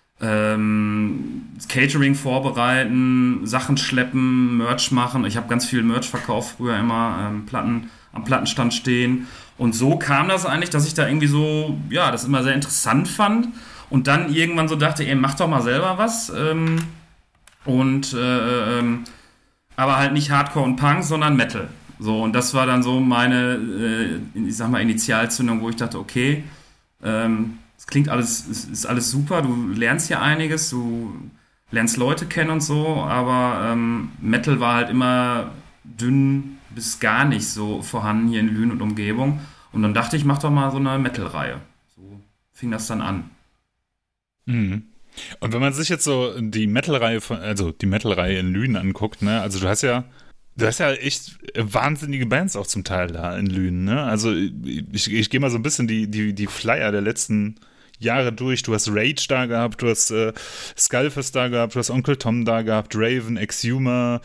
ähm, Catering vorbereiten, Sachen schleppen, Merch machen. Ich habe ganz viel Merch verkauft früher immer, ähm, Platten am Plattenstand stehen. Und so kam das eigentlich, dass ich da irgendwie so, ja, das immer sehr interessant fand und dann irgendwann so dachte, ey, mach doch mal selber was. Ähm, und äh, ähm, aber halt nicht Hardcore und Punk, sondern Metal. So, und das war dann so meine, äh, ich sag mal, Initialzündung, wo ich dachte, okay, ähm, es klingt alles, es ist alles super, du lernst hier einiges, du lernst Leute kennen und so, aber ähm, Metal war halt immer dünn bis gar nicht so vorhanden hier in Lünen und Umgebung. Und dann dachte ich, mach doch mal so eine Metal-Reihe. So fing das dann an. Mhm. Und wenn man sich jetzt so die Metal-Reihe von, also die Metal-Reihe in Lünen anguckt, ne, also du hast ja Du hast ja echt wahnsinnige Bands auch zum Teil da in Lünen, ne? Also ich, ich gehe mal so ein bisschen die, die, die Flyer der letzten Jahre durch. Du hast Rage da gehabt, du hast äh, Skullfest da gehabt, du hast Onkel Tom da gehabt, Raven, Exhumer,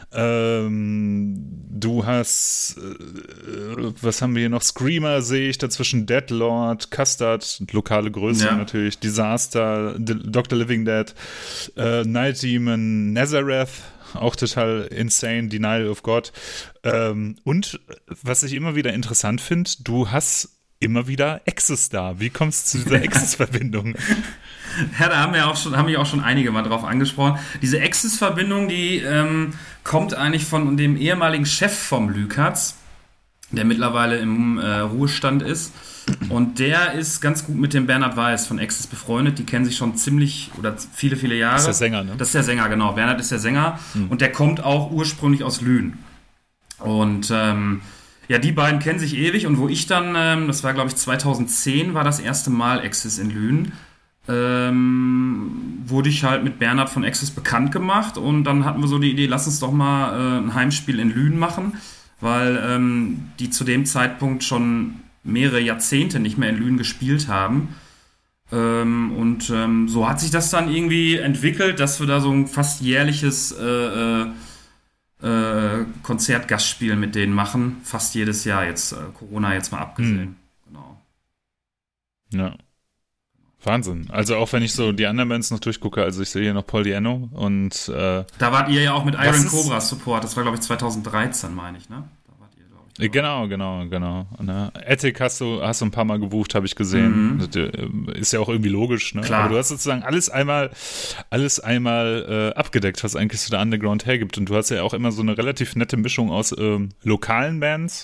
ähm, du hast, äh, was haben wir hier noch? Screamer sehe ich dazwischen, Deadlord, Custard, lokale Größe ja. natürlich, Disaster, Doktor Living Dead, äh, Night Demon, Nazareth, auch total insane, Denial of God. Ähm, und was ich immer wieder interessant finde, du hast immer wieder Exes da. Wie kommst du zu dieser Exes-Verbindung? Ja, da haben wir auch schon, haben mich auch schon einige mal drauf angesprochen. Diese Exes-Verbindung, die ähm, kommt eigentlich von dem ehemaligen Chef vom Lükatz, der mittlerweile im äh, Ruhestand ist. Und der ist ganz gut mit dem Bernhard Weiß von Exes befreundet. Die kennen sich schon ziemlich oder viele, viele Jahre. Das ist der Sänger, ne? Das ist der Sänger, genau. Bernhard ist der Sänger. Hm. Und der kommt auch ursprünglich aus Lünen. Und ähm, Ja, die beiden kennen sich ewig und wo ich dann, ähm, das war glaube ich zweitausendzehn, war das erste Mal Axis in Lünen, ähm, wurde ich halt mit Bernhard von Axis bekannt gemacht und dann hatten wir so die Idee, lass uns doch mal äh, ein Heimspiel in Lünen machen, weil ähm, die zu dem Zeitpunkt schon mehrere Jahrzehnte nicht mehr in Lünen gespielt haben. Ähm, und ähm, so hat sich das dann irgendwie entwickelt, dass wir da so ein fast jährliches äh, äh, Äh, Konzertgastspielen mit denen machen, fast jedes Jahr jetzt, äh, Corona jetzt mal abgesehen. Hm. Genau. Ja. Wahnsinn. Also auch wenn ich so die anderen Bands noch durchgucke, also ich sehe hier noch Paul Di'Anno und äh, da wart ihr ja auch mit Iron ist, Cobra Support, das war glaube ich zweitauzdreizehn, meine ich, ne? Da wart ihr, glaube ich. Genau, genau, genau. Ne? Attic hast du, hast du ein paar Mal gebucht, habe ich gesehen. Mhm. Ist ja auch irgendwie logisch, ne? Klar. Aber du hast sozusagen alles einmal, alles einmal äh, abgedeckt, was eigentlich so der Underground hergibt. Und du hast ja auch immer so eine relativ nette Mischung aus ähm, lokalen Bands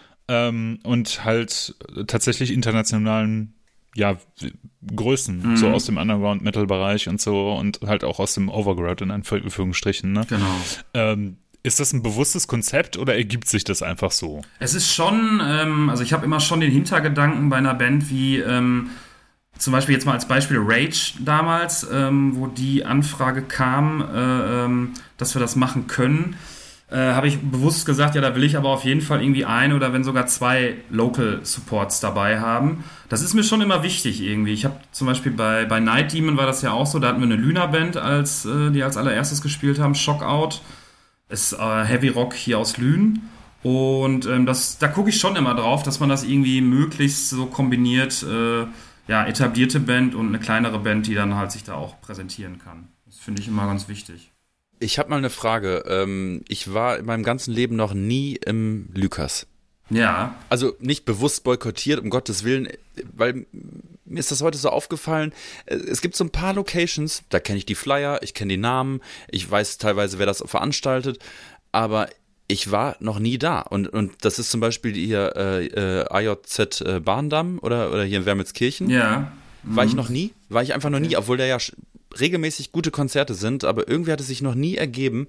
ähm, und halt tatsächlich internationalen, ja, Größen, mhm. so aus dem Underground-Metal-Bereich und so und halt auch aus dem Overground in Anführungsstrichen, ne? Genau. Ähm, Ist das ein bewusstes Konzept oder ergibt sich das einfach so? Es ist schon, ähm, also ich habe immer schon den Hintergedanken bei einer Band wie ähm, zum Beispiel jetzt mal als Beispiel Rage damals, ähm, wo die Anfrage kam, äh, ähm, dass wir das machen können, äh, habe ich bewusst gesagt, ja, da will ich aber auf jeden Fall irgendwie ein oder wenn sogar zwei Local Supports dabei haben. Das ist mir schon immer wichtig irgendwie. Ich habe zum Beispiel bei, bei Night Demon war das ja auch so, da hatten wir eine Lüner Band, als, äh, die als allererstes gespielt haben, Shockout. Ist äh, Heavy Rock hier aus Lünen und ähm, das, da gucke ich schon immer drauf, dass man das irgendwie möglichst so kombiniert, äh, ja, etablierte Band und eine kleinere Band, die dann halt sich da auch präsentieren kann. Das finde ich immer ganz wichtig. Ich habe mal eine Frage. Ähm, ich war in meinem ganzen Leben noch nie im Lykas. Ja. Also nicht bewusst boykottiert, um Gottes Willen, weil mir ist das heute so aufgefallen. Es gibt so ein paar Locations, da kenne ich die Flyer, ich kenne die Namen, ich weiß teilweise, wer das veranstaltet, aber ich war noch nie da. Und, und das ist zum Beispiel hier äh, äh, A J Z äh, Bahndamm oder, oder hier in Wermelskirchen. Ja. Mhm. War ich noch nie, war ich einfach noch nie, obwohl da ja regelmäßig gute Konzerte sind, aber irgendwie hat es sich noch nie ergeben.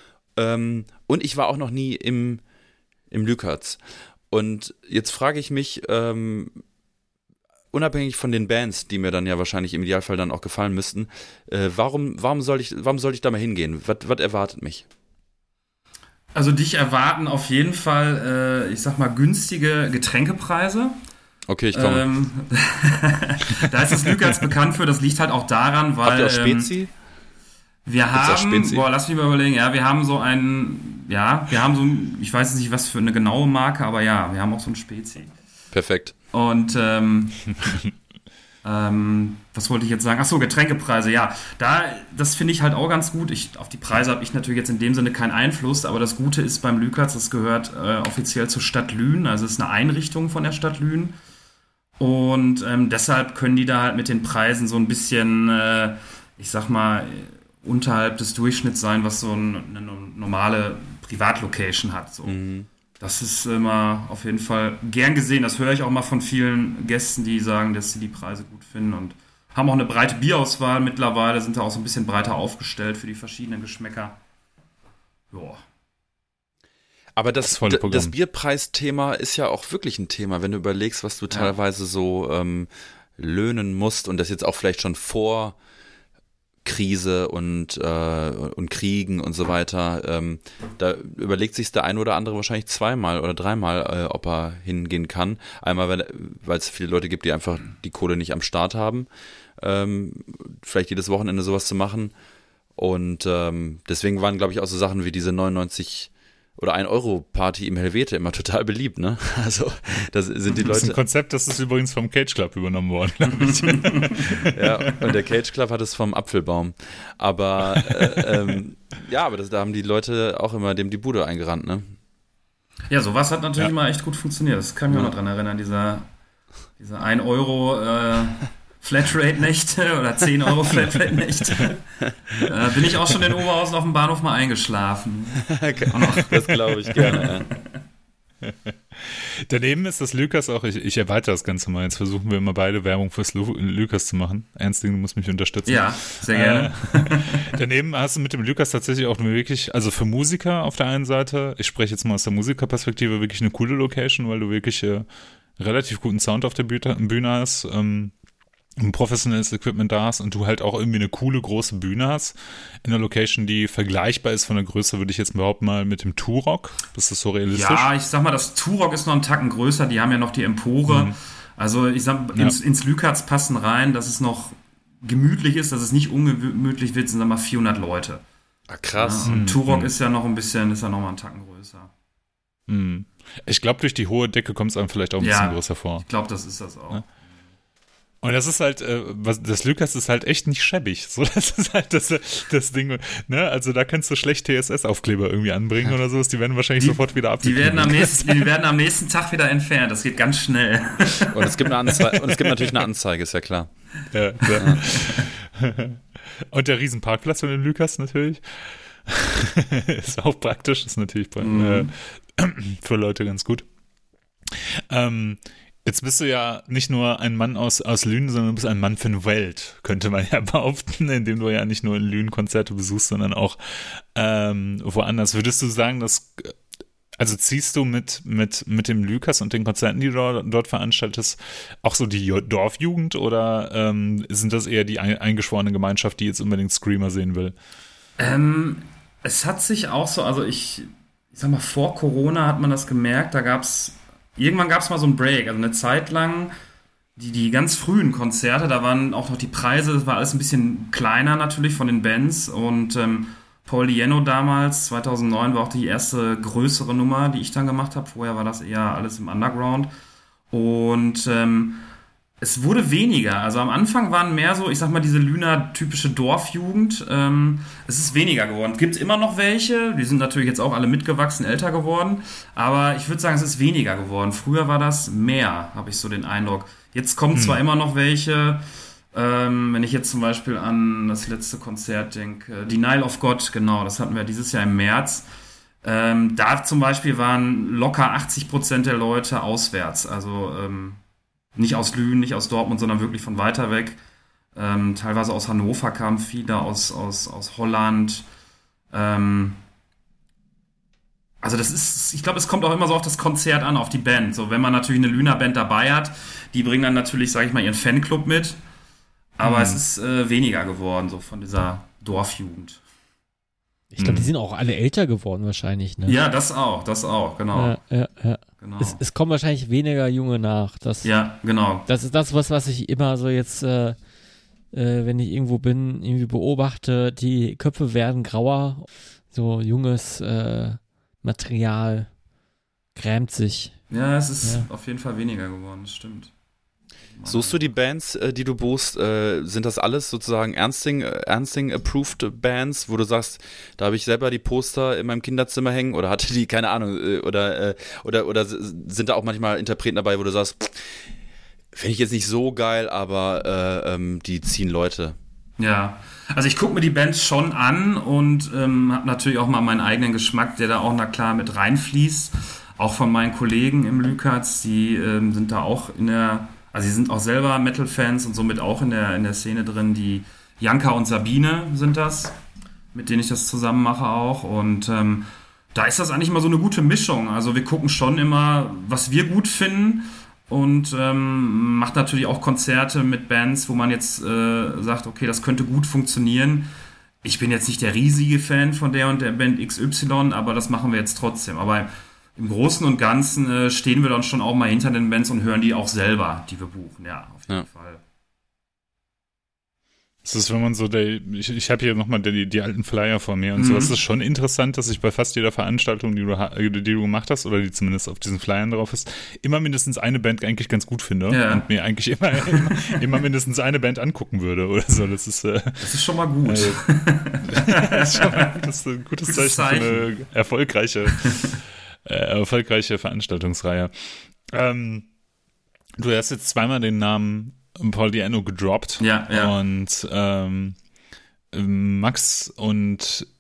Ähm, und ich war auch noch nie im, im Lykas. Und jetzt frage ich mich, ähm, unabhängig von den Bands, die mir dann ja wahrscheinlich im Idealfall dann auch gefallen müssten, äh, warum, warum, soll ich, warum soll ich da mal hingehen? Was, was erwartet mich? Also dich erwarten auf jeden Fall, äh, ich sag mal, günstige Getränkepreise. Okay, ich komme. Ähm, da ist das Lykas bekannt für, das liegt halt auch daran, weil... Habt ihr auch Spezi? Ähm, Wir haben, boah, lass mich mal überlegen, ja, wir haben so einen, ja, wir haben so ein, ich weiß nicht, was für eine genaue Marke, aber ja, wir haben auch so ein Spezi. Perfekt. Und, ähm, ähm, was wollte ich jetzt sagen? Achso, Getränkepreise, ja. Da, das finde ich halt auch ganz gut. Ich, auf die Preise habe ich natürlich jetzt in dem Sinne keinen Einfluss, aber das Gute ist beim Lykas, das gehört äh, offiziell zur Stadt Lünen, also es ist eine Einrichtung von der Stadt Lünen. Und ähm, deshalb können die da halt mit den Preisen so ein bisschen, äh, ich sag mal, unterhalb des Durchschnitts sein, was so eine normale Privatlocation hat. So. Mhm. Das ist immer auf jeden Fall gern gesehen. Das höre ich auch mal von vielen Gästen, die sagen, dass sie die Preise gut finden und haben auch eine breite Bierauswahl mittlerweile, sind da auch so ein bisschen breiter aufgestellt für die verschiedenen Geschmäcker. Joa. Aber das, das, das Bierpreisthema ist ja auch wirklich ein Thema, wenn du überlegst, was du teilweise ja. so ähm, löhnen musst und das jetzt auch vielleicht schon vor Krise und, äh, und Kriegen und so weiter, ähm, da überlegt sich der ein oder andere wahrscheinlich zweimal oder dreimal, äh, ob er hingehen kann. Einmal, weil es viele Leute gibt, die einfach die Kohle nicht am Start haben, ähm, vielleicht jedes Wochenende sowas zu machen. Und ähm, deswegen waren, glaube ich, auch so Sachen wie diese neunundneunzig oder ein Euro Party im Helvete immer total beliebt, ne? Also, das sind die Leute. Das ist ein Konzept, das ist übrigens vom Cage Club übernommen worden, glaube ich. Ja, und der Cage Club hat es vom Apfelbaum. Aber, äh, ähm, ja, aber das, da haben die Leute auch immer dem die Bude eingerannt, ne? Ja, sowas hat natürlich ja. mal echt gut funktioniert. Das kann ich mich ja. auch noch dran erinnern, dieser, dieser ein Euro äh, Flatrate-Nächte oder zehn Euro Flatrate-Nächte. Da bin ich auch schon in Oberhausen auf dem Bahnhof mal eingeschlafen. Das glaube ich gerne, ja. Daneben ist das Lukas auch, ich, ich erweitere das Ganze mal, jetzt versuchen wir immer beide Werbung fürs Lu- Lukas zu machen. Ernstling, du musst mich unterstützen. Ja, sehr gerne. Äh, daneben hast du mit dem Lukas tatsächlich auch wirklich, also für Musiker auf der einen Seite, ich spreche jetzt mal aus der Musikerperspektive, wirklich eine coole Location, weil du wirklich äh, relativ guten Sound auf der Bühne, Bühne hast, ähm, ein professionelles Equipment da hast und du halt auch irgendwie eine coole große Bühne hast in einer Location, die vergleichbar ist von der Größe, würde ich jetzt behaupten mal mit dem Turok. Ist das so realistisch? Ja, ich sag mal, das Turok ist noch einen Tacken größer, die haben ja noch die Empore. Mhm. Also ich sag, ins, ja. ins Lükatz passen rein, dass es noch gemütlich ist, dass es nicht ungemütlich wird, sind dann mal vierhundert Leute. Ah, krass. Ja, und mhm. Turok ist ja noch ein bisschen, ist ja noch mal einen Tacken größer. Mhm. Ich glaube, durch die hohe Decke kommt es einem vielleicht auch ein ja, bisschen größer vor. Ich glaube, das ist das auch. Ja. Und das ist halt, äh, was, das Lukas ist halt echt nicht schäbig. So, das ist halt das, das Ding, ne? Also da kannst du schlecht T S S-Aufkleber irgendwie anbringen oder sowas, die werden wahrscheinlich die, sofort wieder die werden, am nächsten, die werden am nächsten Tag wieder entfernt, das geht ganz schnell. Und es gibt, eine Anzeige, und es gibt natürlich eine Anzeige, ist ja klar. Ja, ja. Und der Riesenparkplatz von dem Lukas natürlich. Ist auch praktisch, ist natürlich bei, mhm. äh, für Leute ganz gut. Ähm, Jetzt bist du ja nicht nur ein Mann aus, aus Lünen, sondern du bist ein Mann für eine Welt, könnte man ja behaupten, indem du ja nicht nur in Lünen Konzerte besuchst, sondern auch ähm, woanders. Würdest du sagen, dass, also ziehst du mit, mit, mit dem Lukas und den Konzerten, die du dort, dort veranstaltest, auch so die Dorfjugend oder ähm, sind das eher die eingeschworene Gemeinschaft, die jetzt unbedingt Screamer sehen will? Ähm, es hat sich auch so, also ich, ich sag mal, vor Corona hat man das gemerkt, da gab's Irgendwann gab es mal so einen Break, also eine Zeit lang, die, die ganz frühen Konzerte, da waren auch noch die Preise, das war alles ein bisschen kleiner natürlich von den Bands und ähm, Paul Di'Anno damals, zweitausendneun, war auch die erste größere Nummer, die ich dann gemacht habe. Vorher war das eher alles im Underground und ähm, es wurde weniger, also am Anfang waren mehr so, ich sag mal, diese Lüner typische Dorfjugend, ähm, es ist weniger geworden. Es gibt immer noch welche, die sind natürlich jetzt auch alle mitgewachsen, älter geworden, aber ich würde sagen, es ist weniger geworden. Früher war das mehr, habe ich so den Eindruck. Jetzt kommen hm. zwar immer noch welche, ähm, wenn ich jetzt zum Beispiel an das letzte Konzert denke, Denial of God, genau, das hatten wir dieses Jahr im März, ähm, da zum Beispiel waren locker achtzig Prozent der Leute auswärts, also ähm, nicht aus Lünen, nicht aus Dortmund, sondern wirklich von weiter weg. Ähm, teilweise aus Hannover kamen viele, aus, aus, aus Holland. Ähm, also das ist, ich glaube, es kommt auch immer so auf das Konzert an, auf die Band. So, wenn man natürlich eine Lüner Band dabei hat, die bringen dann natürlich, sage ich mal, ihren Fanclub mit. Aber mhm. es ist äh, weniger geworden, so von dieser Dorfjugend. Ich glaube, die sind auch alle älter geworden wahrscheinlich, ne? Ja, das auch, das auch, genau. Ja, ja, ja. Genau. Es, es kommen wahrscheinlich weniger Junge nach. Das, ja, genau. Das ist das, was, was ich immer so jetzt, äh, äh, wenn ich irgendwo bin, irgendwie beobachte, die Köpfe werden grauer, so junges äh, Material grämt sich. Ja, es ist ja. auf jeden Fall weniger geworden, das stimmt. Suchst du die Bands, die du buchst, sind das alles sozusagen Ernsting, Ernsting-approved Bands, wo du sagst, da habe ich selber die Poster in meinem Kinderzimmer hängen oder hatte die, keine Ahnung, oder, oder, oder sind da auch manchmal Interpreten dabei, wo du sagst, finde ich jetzt nicht so geil, aber äh, ähm, die ziehen Leute. Ja, also ich gucke mir die Bands schon an und ähm, habe natürlich auch mal meinen eigenen Geschmack, der da auch na klar mit reinfließt. Auch von meinen Kollegen im Lükatz, die ähm, sind da auch in der, also sie sind auch selber Metal-Fans und somit auch in der, in der Szene drin. Die Janka und Sabine sind das, mit denen ich das zusammen mache auch. Und ähm, da ist das eigentlich immer so eine gute Mischung. Also wir gucken schon immer, was wir gut finden und ähm, macht natürlich auch Konzerte mit Bands, wo man jetzt äh, sagt, okay, das könnte gut funktionieren. Ich bin jetzt nicht der riesige Fan von der und der Band X Y, aber das machen wir jetzt trotzdem. Aber im Großen und Ganzen äh, stehen wir dann schon auch mal hinter den Bands und hören die auch selber, die wir buchen. Ja, auf jeden ja. Fall. Das ist, wenn man so, der, ich, ich habe hier nochmal die, die alten Flyer vor mir und Mhm. so. Es ist schon interessant, dass ich bei fast jeder Veranstaltung, die du, die du gemacht hast oder die zumindest auf diesen Flyern drauf ist, immer mindestens eine Band eigentlich ganz gut finde Ja. und mir eigentlich immer, immer, immer mindestens eine Band angucken würde oder so. Das ist, äh, Das ist schon mal gut. Äh, das ist schon mal ein gutes, ein gutes, Gutes Zeichen, für eine erfolgreiche, äh, erfolgreiche Veranstaltungsreihe. Ähm, du hast jetzt zweimal den Namen Paul Di'Anno gedroppt. Ja, ja. Und ähm, Max und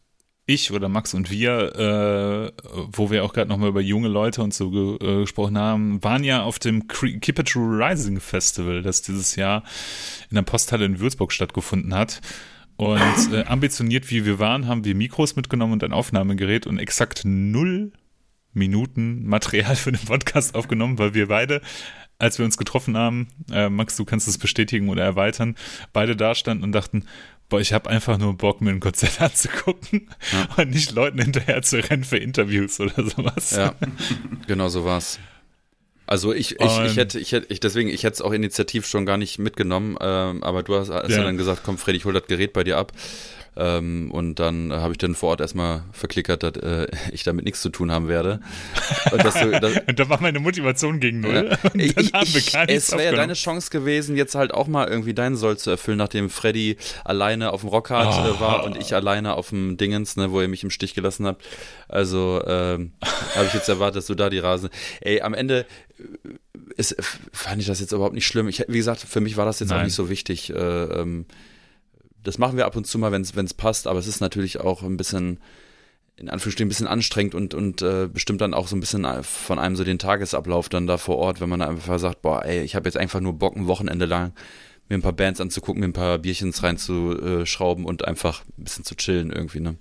ich oder Max und wir, äh, wo wir auch gerade nochmal über junge Leute und so ge äh, gesprochen haben, waren ja auf dem Keep It True Rising Festival, das dieses Jahr in der Posthalle in Würzburg stattgefunden hat. Und äh, ambitioniert wie wir waren, haben wir Mikros mitgenommen und ein Aufnahmegerät und exakt null Minuten Material für den Podcast aufgenommen, weil wir beide, als wir uns getroffen haben, äh, Max, du kannst es bestätigen oder erweitern, beide da standen und dachten, boah, ich habe einfach nur Bock, mir ein Konzert anzugucken ja. und nicht Leuten hinterher zu rennen für Interviews oder sowas. Ja, genau so war's. Also ich, ich, ich hätte, ich hätte, ich deswegen, ich hätte es auch initiativ schon gar nicht mitgenommen, ähm, aber du hast, hast ja. dann gesagt, komm Freddy, ich hol das Gerät bei dir ab. Ähm, und dann äh, habe ich dann vor Ort erstmal verklickert, dass äh, ich damit nichts zu tun haben werde. Und, dass du, dass, und da war meine Motivation gegen null. Ja. Und ich, ich, ich, es wäre ja deine Chance gewesen, jetzt halt auch mal irgendwie deinen Soll zu erfüllen, nachdem Freddy alleine auf dem Rockhard oh. äh, war und ich alleine auf dem Dingens, ne, wo ihr mich im Stich gelassen habt. Also ähm, habe ich jetzt erwartet, dass du da die Rasen. Ey, am Ende ist, fand ich das jetzt überhaupt nicht schlimm. Ich, wie gesagt, für mich war das jetzt Nein. auch nicht so wichtig. Äh, ähm, Das machen wir ab und zu mal, wenn es passt, aber es ist natürlich auch ein bisschen, in Anführungsstrichen, ein bisschen anstrengend und, und äh, bestimmt dann auch so ein bisschen von einem so den Tagesablauf dann da vor Ort, wenn man einfach sagt, boah, ey, ich habe jetzt einfach nur Bock, ein Wochenende lang mir ein paar Bands anzugucken, mir ein paar Bierchens reinzuschrauben und einfach ein bisschen zu chillen irgendwie, ne?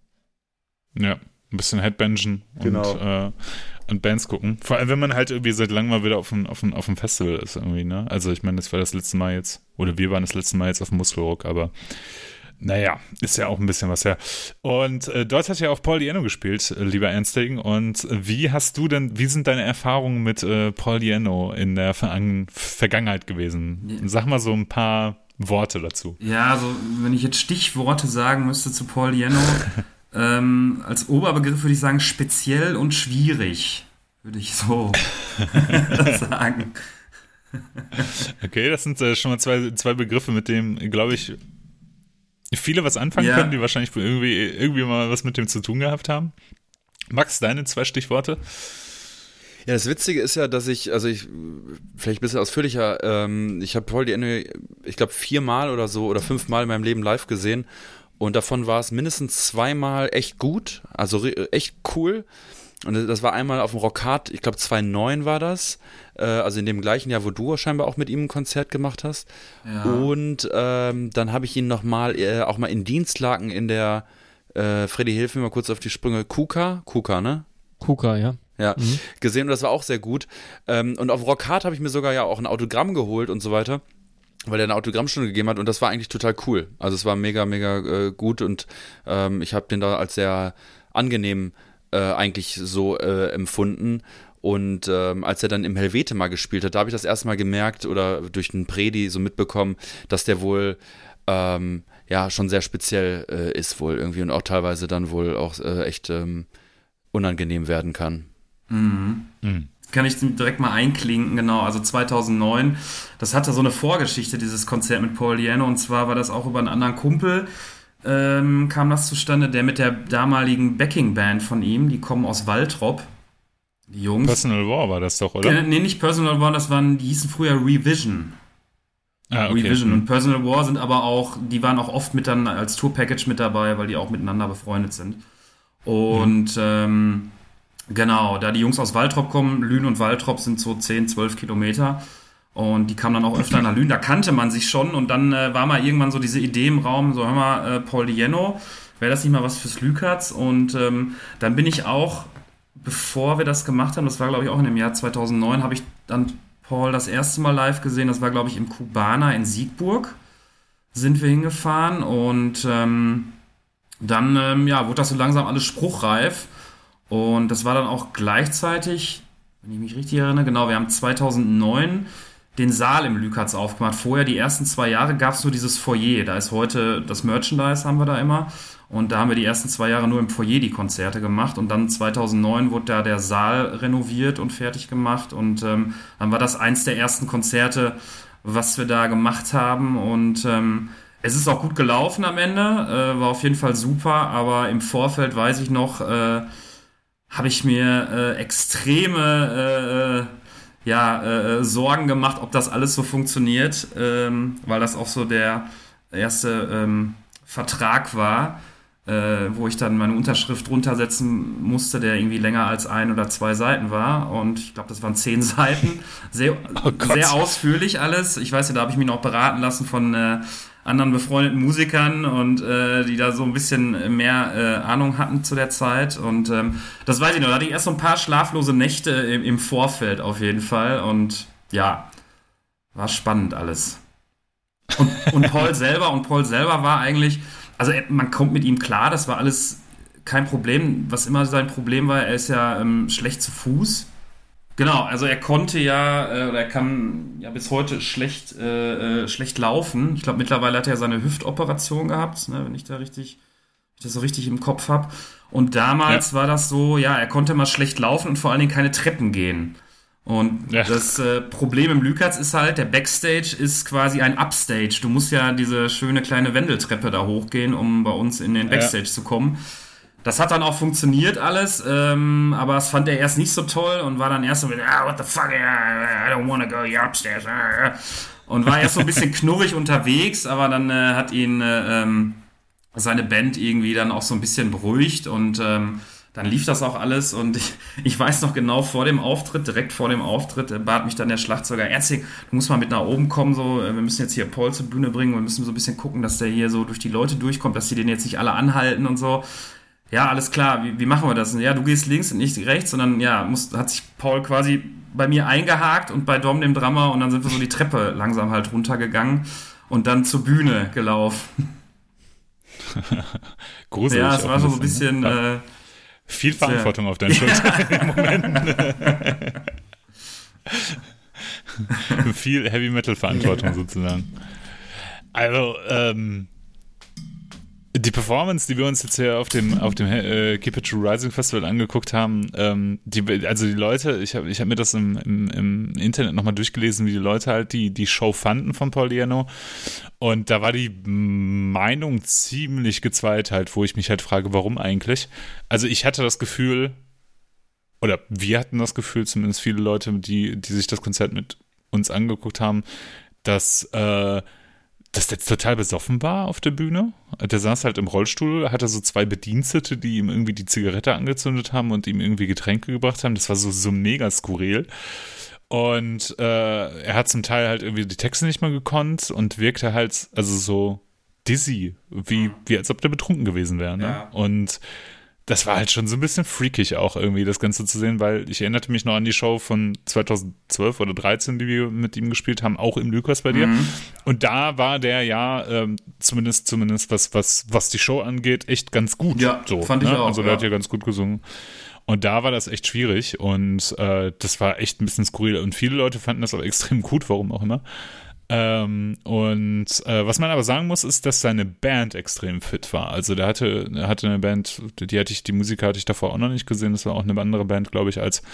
Ja, ein bisschen Headbangen genau. und, äh, und Bands gucken. Vor allem, wenn man halt irgendwie seit langem mal wieder auf dem auf auf Festival ist irgendwie, ne? Also ich meine, das war das letzte Mal jetzt, oder wir waren das letzte Mal jetzt auf dem Muskelrock, aber naja, ist ja auch ein bisschen was her. Und äh, dort hat ja auch Paul Di'Anno gespielt, äh, lieber Ernstling. Und wie hast du denn, wie sind deine Erfahrungen mit äh, Paul Di'Anno in der Ver Vergangenheit gewesen? Ja. Sag mal so ein paar Worte dazu. Ja, also wenn ich jetzt Stichworte sagen müsste zu Paul Di'Anno, ähm, als Oberbegriff würde ich sagen speziell und schwierig, würde ich so sagen. Okay, das sind äh, schon mal zwei, zwei Begriffe, mit denen, glaube ich, viele was anfangen ja. können, die wahrscheinlich irgendwie, irgendwie mal was mit dem zu tun gehabt haben. Max, deine zwei Stichworte? Ja, das Witzige ist ja, dass ich, also ich, vielleicht ein bisschen ausführlicher, ähm, ich habe Paul Di'Anno, ich glaube, viermal oder so oder fünfmal in meinem Leben live gesehen und davon war es mindestens zweimal echt gut, also echt cool. Und das war einmal auf dem Rockhard, ich glaube zweitausendneun war das, äh, also in dem gleichen Jahr, wo du scheinbar auch mit ihm ein Konzert gemacht hast. Ja. Und ähm, dann habe ich ihn nochmal, äh, auch mal in Dienstlaken in der, äh, Freddy, hilf mir mal kurz auf die Sprünge, Kuka, Kuka, ne? Kuka, ja. Ja, mhm. gesehen und das war auch sehr gut. Ähm, und auf Rockhard habe ich mir sogar ja auch ein Autogramm geholt und so weiter, weil er eine Autogrammstunde gegeben hat und das war eigentlich total cool. Also es war mega, mega äh, gut und ähm, ich habe den da als sehr angenehm Äh, eigentlich so äh, empfunden und ähm, als er dann im Helvete mal gespielt hat, da habe ich das erste Mal gemerkt oder durch den Predi so mitbekommen, dass der wohl ähm, ja schon sehr speziell äh, ist wohl irgendwie und auch teilweise dann wohl auch äh, echt ähm, unangenehm werden kann. Mhm. Mhm. Kann ich direkt mal einklinken, genau, also zweitausendneun, das hatte so eine Vorgeschichte, dieses Konzert mit Paul Di'Anno, und zwar war das auch über einen anderen Kumpel, Ähm, kam das zustande, der mit der damaligen Backing-Band von ihm, die kommen aus Waltrop, die Jungs. Personal War war das doch, oder? Äh, nee, nicht Personal War, das waren, die hießen früher Revision. Ah, okay. Revision mhm. und Personal War sind aber auch, die waren auch oft mit dann als Tour-Package mit dabei, weil die auch miteinander befreundet sind. Und mhm. ähm, genau, da die Jungs aus Waltrop kommen, Lünen und Waltrop sind so zehn, zwölf Kilometer. Und die kamen dann auch öfter nach Lünen, da kannte man sich schon und dann äh, war mal irgendwann so diese Idee im Raum, so hör mal, äh, Paul Di'Anno, wäre das nicht mal was fürs Lükertz? Und ähm, dann bin ich auch, bevor wir das gemacht haben, das war glaube ich auch in dem Jahr zweitausendneun, habe ich dann Paul das erste Mal live gesehen, das war glaube ich im Kubaner in Siegburg, sind wir hingefahren und ähm, dann ähm, ja, wurde das so langsam alles spruchreif und das war dann auch gleichzeitig, wenn ich mich richtig erinnere, genau, wir haben zweitausendneun den Saal im Lükertz aufgemacht. Vorher, die ersten zwei Jahre, gab es nur dieses Foyer. Da ist heute das Merchandise, haben wir da immer. Und da haben wir die ersten zwei Jahre nur im Foyer die Konzerte gemacht. Und dann zweitausendneun wurde da der Saal renoviert und fertig gemacht. Und ähm, dann war das eins der ersten Konzerte, was wir da gemacht haben. Und ähm, es ist auch gut gelaufen am Ende. Äh, war auf jeden Fall super. Aber im Vorfeld, weiß ich noch, äh, habe ich mir äh, extreme... Äh, ja, äh, Sorgen gemacht, ob das alles so funktioniert, ähm, weil das auch so der erste ähm, Vertrag war. äh, wo ich dann meine Unterschrift runtersetzen musste, der irgendwie länger als ein oder zwei Seiten war. Und ich glaube, das waren zehn Seiten. Sehr, oh sehr ausführlich alles. Ich weiß ja, da habe ich mich noch beraten lassen von äh, anderen befreundeten Musikern und äh, die da so ein bisschen mehr äh, Ahnung hatten zu der Zeit. Und ähm, das weiß ich noch. Da hatte ich erst so ein paar schlaflose Nächte im, im Vorfeld auf jeden Fall. Und ja, war spannend alles. Und, und Paul selber, und Paul selber war eigentlich, also man kommt mit ihm klar, das war alles kein Problem. Was immer sein Problem war, er ist ja ähm, schlecht zu Fuß. Genau, also er konnte ja, äh, oder er kann ja bis heute schlecht, äh, äh, schlecht laufen. Ich glaube, mittlerweile hat er seine Hüftoperation gehabt, ne, wenn ich da richtig, wenn ich das so richtig im Kopf habe. Und damals ja. war das so, ja, er konnte mal schlecht laufen und vor allen Dingen keine Treppen gehen. Und ja. das äh, Problem im Lükertz ist halt, der Backstage ist quasi ein Upstage. Du musst ja diese schöne kleine Wendeltreppe da hochgehen, um bei uns in den Backstage ja. zu kommen. Das hat dann auch funktioniert alles, ähm, aber das fand er erst nicht so toll und war dann erst so, ah, what the fuck, I don't wanna go here upstairs. Und war erst so ein bisschen knurrig unterwegs, aber dann äh, hat ihn äh, ähm, seine Band irgendwie dann auch so ein bisschen beruhigt und ähm, dann lief das auch alles und ich, ich weiß noch genau, vor dem Auftritt, direkt vor dem Auftritt, äh, bat mich dann der Schlagzeuger, Erzig, du musst mal mit nach oben kommen, so, äh, wir müssen jetzt hier Paul zur Bühne bringen, wir müssen so ein bisschen gucken, dass der hier so durch die Leute durchkommt, dass die den jetzt nicht alle anhalten und so. Ja, alles klar, wie, wie machen wir das? Ja, du gehst links und nicht rechts, sondern ja, muss, hat sich Paul quasi bei mir eingehakt und bei Dom, dem Drummer, und dann sind wir so die Treppe langsam halt runtergegangen und dann zur Bühne gelaufen. Gruselig. Ja, es war schon so ein bisschen... Ne? Äh, Viel Verantwortung ja. auf deinen Schultern im Moment. Viel Heavy-Metal-Verantwortung ja. sozusagen. Also, ähm, die Performance, die wir uns jetzt hier auf dem, auf dem äh, Keep It True Rising Festival angeguckt haben, ähm, die, also die Leute, ich habe ich hab mir das im, im, im Internet nochmal durchgelesen, wie die Leute halt die, die Show fanden von Paul Di'Anno. Und da war die Meinung ziemlich gezweiteilt, wo ich mich halt frage, warum eigentlich? Also ich hatte das Gefühl, oder wir hatten das Gefühl, zumindest viele Leute, die, die sich das Konzert mit uns angeguckt haben, dass äh, dass der total besoffen war auf der Bühne. Der saß halt im Rollstuhl, hatte so zwei Bedienstete, die ihm irgendwie die Zigarette angezündet haben und ihm irgendwie Getränke gebracht haben. Das war so, so mega skurril. Und äh, er hat zum Teil halt irgendwie die Texte nicht mehr gekonnt und wirkte halt also so dizzy, wie, wie als ob der betrunken gewesen wäre. Ne? Ja. Und das war halt schon so ein bisschen freakig auch irgendwie, das Ganze zu sehen, weil ich erinnerte mich noch an die Show von zweitausendzwölf oder dreizehn, die wir mit ihm gespielt haben, auch im Lükertz bei dir. Mhm. Und da war der ja, ähm, zumindest zumindest was, was, was die Show angeht, echt ganz gut. Ja, so, fand ich ne? auch. Also der ja. hat ja ganz gut gesungen. Und da war das echt schwierig und äh, das war echt ein bisschen skurril. Und viele Leute fanden das aber extrem gut, warum auch immer. Ähm, und äh, was man aber sagen muss, ist, dass seine Band extrem fit war. Also der hatte, der hatte eine Band, die hatte ich, die Musiker hatte ich davor auch noch nicht gesehen. Das war auch eine andere Band, glaube ich, als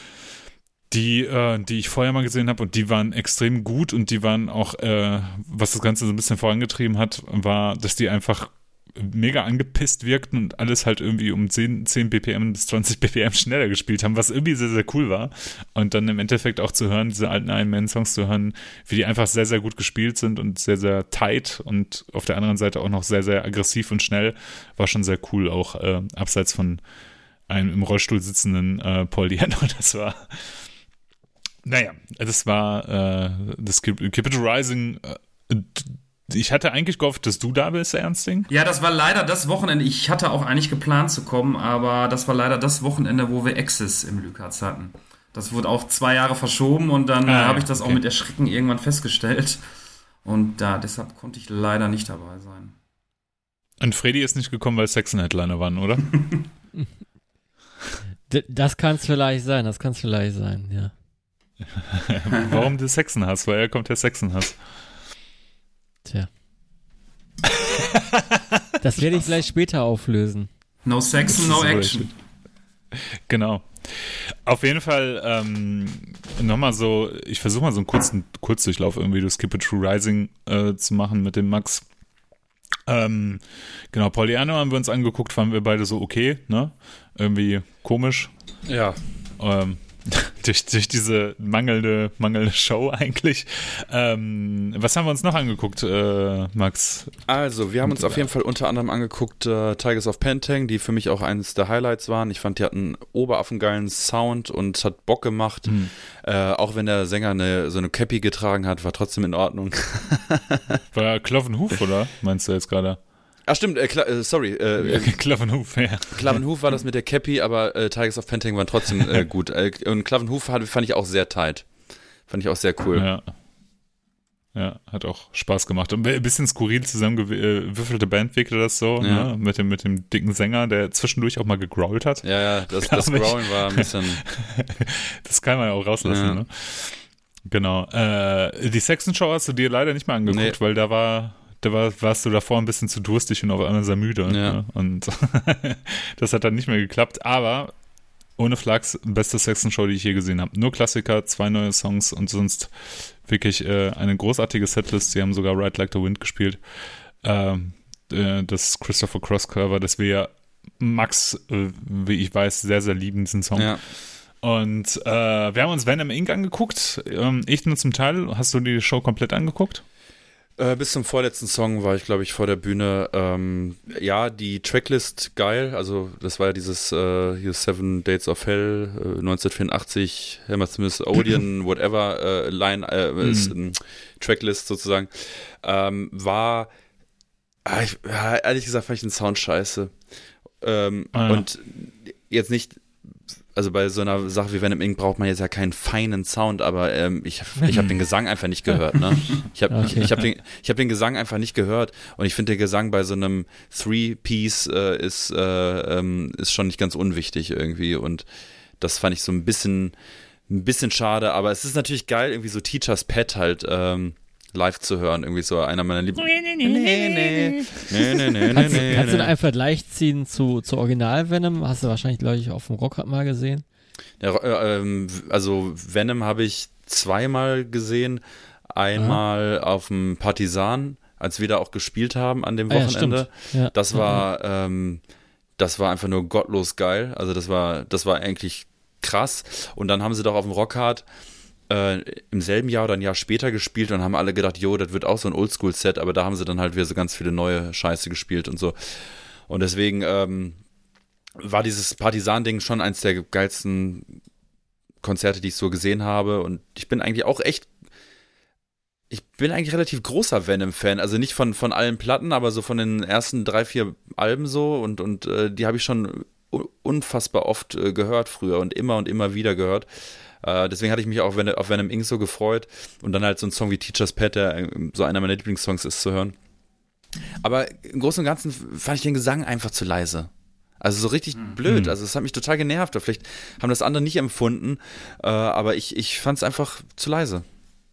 die, äh, die ich vorher mal gesehen habe. Und die waren extrem gut und die waren auch, äh, was das Ganze so ein bisschen vorangetrieben hat, war, dass die einfach mega angepisst wirkten und alles halt irgendwie um zehn, zehn B P M bis zwanzig B P M schneller gespielt haben, was irgendwie sehr, sehr cool war. Und dann im Endeffekt auch zu hören, diese alten Iron-Man-Songs zu hören, wie die einfach sehr, sehr gut gespielt sind und sehr, sehr tight und auf der anderen Seite auch noch sehr, sehr aggressiv und schnell, war schon sehr cool, auch äh, abseits von einem im Rollstuhl sitzenden äh, Paul Di'Anno. Das war, naja, das war äh, das Keep It Rising äh, Ich hatte eigentlich gehofft, dass du da bist, Ernsting. Ja, das war leider das Wochenende. Ich hatte auch eigentlich geplant zu kommen, aber das war leider das Wochenende, wo wir Axis im Lükertz hatten. Das wurde auch zwei Jahre verschoben und dann ah, habe ich das okay. auch mit Erschrecken irgendwann festgestellt. Und da, deshalb konnte ich leider nicht dabei sein. Und Freddy ist nicht gekommen, weil Saxon-Headliner waren, oder? D- das kann es vielleicht sein, das kann es vielleicht sein, ja. Warum der Saxon-Hass? Weil er kommt der Saxon-Hass. Tja. Das werde ich vielleicht später auflösen. No Saxon, no Action. Genau. Auf jeden Fall ähm, nochmal so, ich versuche mal so einen kurzen Kurzdurchlauf irgendwie durch Keep It True Rising äh, zu machen mit dem Max. Ähm, genau, Paul Di'Anno haben wir uns angeguckt, fanden wir beide so okay, ne? Irgendwie komisch. Ja. Ähm, durch, durch diese mangelnde, mangelnde Show eigentlich. Ähm, was haben wir uns noch angeguckt, äh, Max? Also, wir haben uns auf jeden Fall unter anderem angeguckt äh, Tigers of Pantang, die für mich auch eines der Highlights waren. Ich fand, die hatten oberaffengeilen Sound und es hat Bock gemacht. Mhm. Äh, auch wenn der Sänger eine, so eine Cappy getragen hat, war trotzdem in Ordnung. War Cloven Hoof, oder? Meinst du jetzt gerade? Ach stimmt, äh, äh, sorry. Äh, Cloven Hoof, ja. Cloven Hoof war das mit der Cappy, aber äh, Tigers of Pantang waren trotzdem äh, gut. Äh, und Cloven Hoof fand, fand ich auch sehr tight. Fand ich auch sehr cool. Ja. Ja, hat auch Spaß gemacht. Und ein bisschen skurril zusammengewürfelte Band wirkte das so, ja. ne? Mit dem, mit dem dicken Sänger, der zwischendurch auch mal gegrowlt hat. Ja, ja, das, das Growlen war ein bisschen... Das kann man ja auch rauslassen, ja. ne? Genau. Äh, die Saxon-Show hast du dir leider nicht mehr angeguckt, nee. weil da war... Da war, warst du davor ein bisschen zu durstig und auf einmal sehr müde. Ja. Ne? Und das hat dann nicht mehr geklappt. Aber ohne Flachs, beste Saxon-Show, die ich je gesehen habe. Nur Klassiker, zwei neue Songs und sonst wirklich äh, eine großartige Setlist. Sie haben sogar Ride Like the Wind gespielt. Ähm, äh, das Christopher Cross-Cover, das wir ja Max, äh, wie ich weiß, sehr, sehr lieben, diesen Song. Ja. Und äh, wir haben uns Venom Incorporated angeguckt. Ähm, ich nur zum Teil. Hast du die Show komplett angeguckt? Äh, bis zum vorletzten Song war ich, glaube ich, vor der Bühne. Ähm, ja, die Tracklist geil. Also das war ja dieses äh, hier Seven Dates of Hell, äh, neunzehnhundertvierundachtzig, Hammersmith Odeon, whatever, äh, Line, äh, mhm. ist, ähm, Tracklist sozusagen. Ähm, war, äh, ich, ja, ehrlich gesagt, fand ich den Sound scheiße. Ähm, ah, ja. Und jetzt nicht... Also bei so einer Sache wie Venom Incorporated braucht man jetzt ja keinen feinen Sound, aber ähm, ich, ich habe den Gesang einfach nicht gehört. Ne? Ich habe okay. ich, ich hab den, ich hab den Gesang einfach nicht gehört und ich finde, der Gesang bei so einem Three-Piece äh, ist, äh, ähm, ist schon nicht ganz unwichtig irgendwie und das fand ich so ein bisschen, ein bisschen schade, aber es ist natürlich geil, irgendwie so Teacher's Pet halt ähm, live zu hören, irgendwie so einer meiner Lieblings... Nee, nee, nee. Nee, nee, nee, kannst, nee, kannst nee. du da einen Vergleich ziehen zu, zu Original Venom? Hast du wahrscheinlich, glaube ich, auf dem Rockrad mal gesehen. Ja, ähm, also Venom habe ich zweimal gesehen. Einmal Aha. auf dem Partisan, als wir da auch gespielt haben an dem Wochenende. Ah, ja, das war ähm, das war einfach nur gottlos geil. Also das war, das war eigentlich krass. Und dann haben sie doch auf dem Rockhard im selben Jahr oder ein Jahr später gespielt und haben alle gedacht, jo, das wird auch so ein Oldschool-Set, aber da haben sie dann halt wieder so ganz viele neue Scheiße gespielt und so. Und deswegen ähm, war dieses Partisan-Ding schon eins der geilsten Konzerte, die ich so gesehen habe und ich bin eigentlich auch echt, ich bin eigentlich relativ großer Venom-Fan, also nicht von, von allen Platten, aber so von den ersten drei, vier Alben so und, und äh, die habe ich schon unfassbar oft äh, gehört früher und immer und immer wieder gehört. Uh, deswegen hatte ich mich auch auf Venom, auf Venom Incorporated so gefreut und dann halt so ein Song wie Teacher's Pet, der so einer meiner Lieblingssongs ist, zu hören. Aber im Großen und Ganzen fand ich den Gesang einfach zu leise. Also so richtig mhm. blöd. Also es hat mich total genervt. Vielleicht haben das andere nicht empfunden, uh, aber ich, ich fand es einfach zu leise.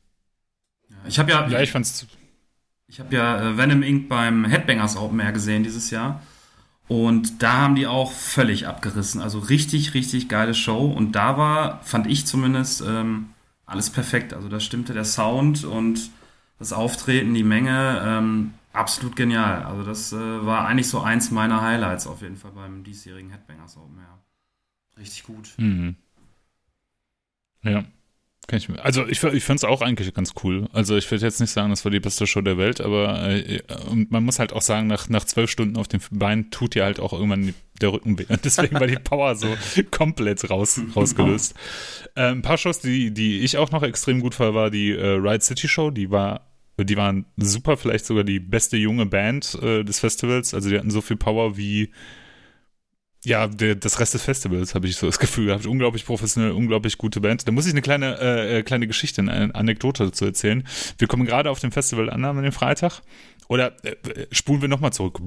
Ich habe ja, ja, ich fand's. Ich habe ja Venom Incorporated beim Headbangers Open Air gesehen dieses Jahr. Und da haben die auch völlig abgerissen. Also richtig, richtig geile Show. Und da war, fand ich zumindest, ähm, alles perfekt. Also da stimmte der Sound und das Auftreten, die Menge, ähm, absolut genial. Also das äh, war eigentlich so eins meiner Highlights auf jeden Fall beim diesjährigen Headbangers Open Air. Richtig gut. Mhm. Ja. Ich, also ich, ich fand es auch eigentlich ganz cool. Also ich würde jetzt nicht sagen, das war die beste Show der Welt, aber äh, und man muss halt auch sagen, nach, nach zwölf Stunden auf dem Bein tut ja halt auch irgendwann der Rücken weh. Und deswegen war die Power so komplett raus, rausgelöst. Äh, ein paar Shows, die, die ich auch noch extrem gut fand, war die äh, Ride City Show. Die war, die waren super, vielleicht sogar die beste junge Band äh, des Festivals. Also die hatten so viel Power wie ja, der, das Rest des Festivals, habe ich so das Gefühl gehabt. Unglaublich professionell, unglaublich gute Band. Da muss ich eine kleine, äh, kleine Geschichte, eine Anekdote dazu erzählen. Wir kommen gerade auf dem Festival an, an dem Freitag. Oder äh, spulen wir nochmal zurück.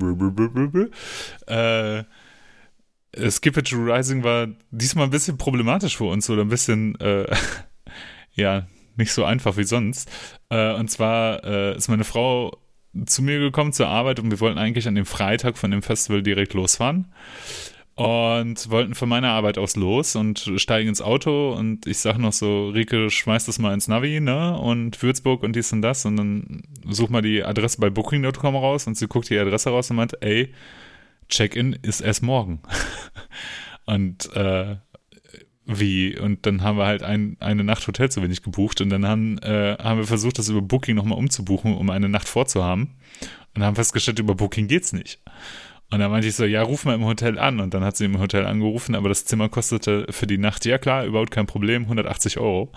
Äh, Skip It to Rising war diesmal ein bisschen problematisch für uns oder ein bisschen, äh, ja, nicht so einfach wie sonst. Äh, und zwar äh, ist meine Frau zu mir gekommen zur Arbeit und wir wollten eigentlich an dem Freitag von dem Festival direkt losfahren. Und wollten von meiner Arbeit aus los und steigen ins Auto und ich sag noch so, Rike, schmeiß das mal ins Navi, ne, und Würzburg und dies und das und dann such mal die Adresse bei Booking Punkt com raus und sie guckt die Adresse raus und meint, ey, Check-in ist erst morgen. Und äh, wie? Und dann haben wir halt ein, eine Nacht Hotel zu wenig gebucht und dann haben, äh, haben wir versucht, das über Booking nochmal umzubuchen, um eine Nacht vorzuhaben und haben festgestellt, über Booking geht's nicht. Und dann meinte ich so, ja, ruf mal im Hotel an. Und dann hat sie im Hotel angerufen, aber das Zimmer kostete für die Nacht, ja klar, überhaupt kein Problem, hundertachtzig Euro.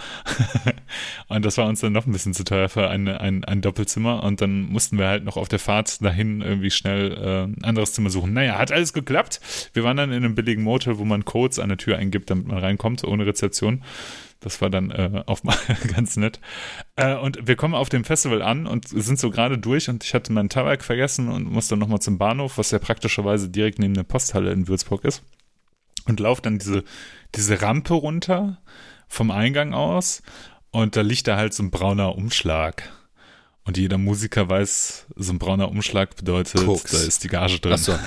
Und das war uns dann noch ein bisschen zu teuer für ein, ein, ein Doppelzimmer. Und dann mussten wir halt noch auf der Fahrt dahin irgendwie schnell äh, ein anderes Zimmer suchen. Naja, hat alles geklappt. Wir waren dann in einem billigen Motel, wo man Codes an der Tür eingibt, damit man reinkommt, ohne Rezeption. Das war dann äh, auch mal ganz nett. Äh, und wir kommen auf dem Festival an und sind so gerade durch und ich hatte meinen Tabak vergessen und musste dann nochmal zum Bahnhof, was ja praktischerweise direkt neben der Posthalle in Würzburg ist. Und laufe dann diese, diese Rampe runter vom Eingang aus und da liegt da halt so ein brauner Umschlag. Und jeder Musiker weiß, so ein brauner Umschlag bedeutet, Koks. Da ist die Gage drin. Ach so.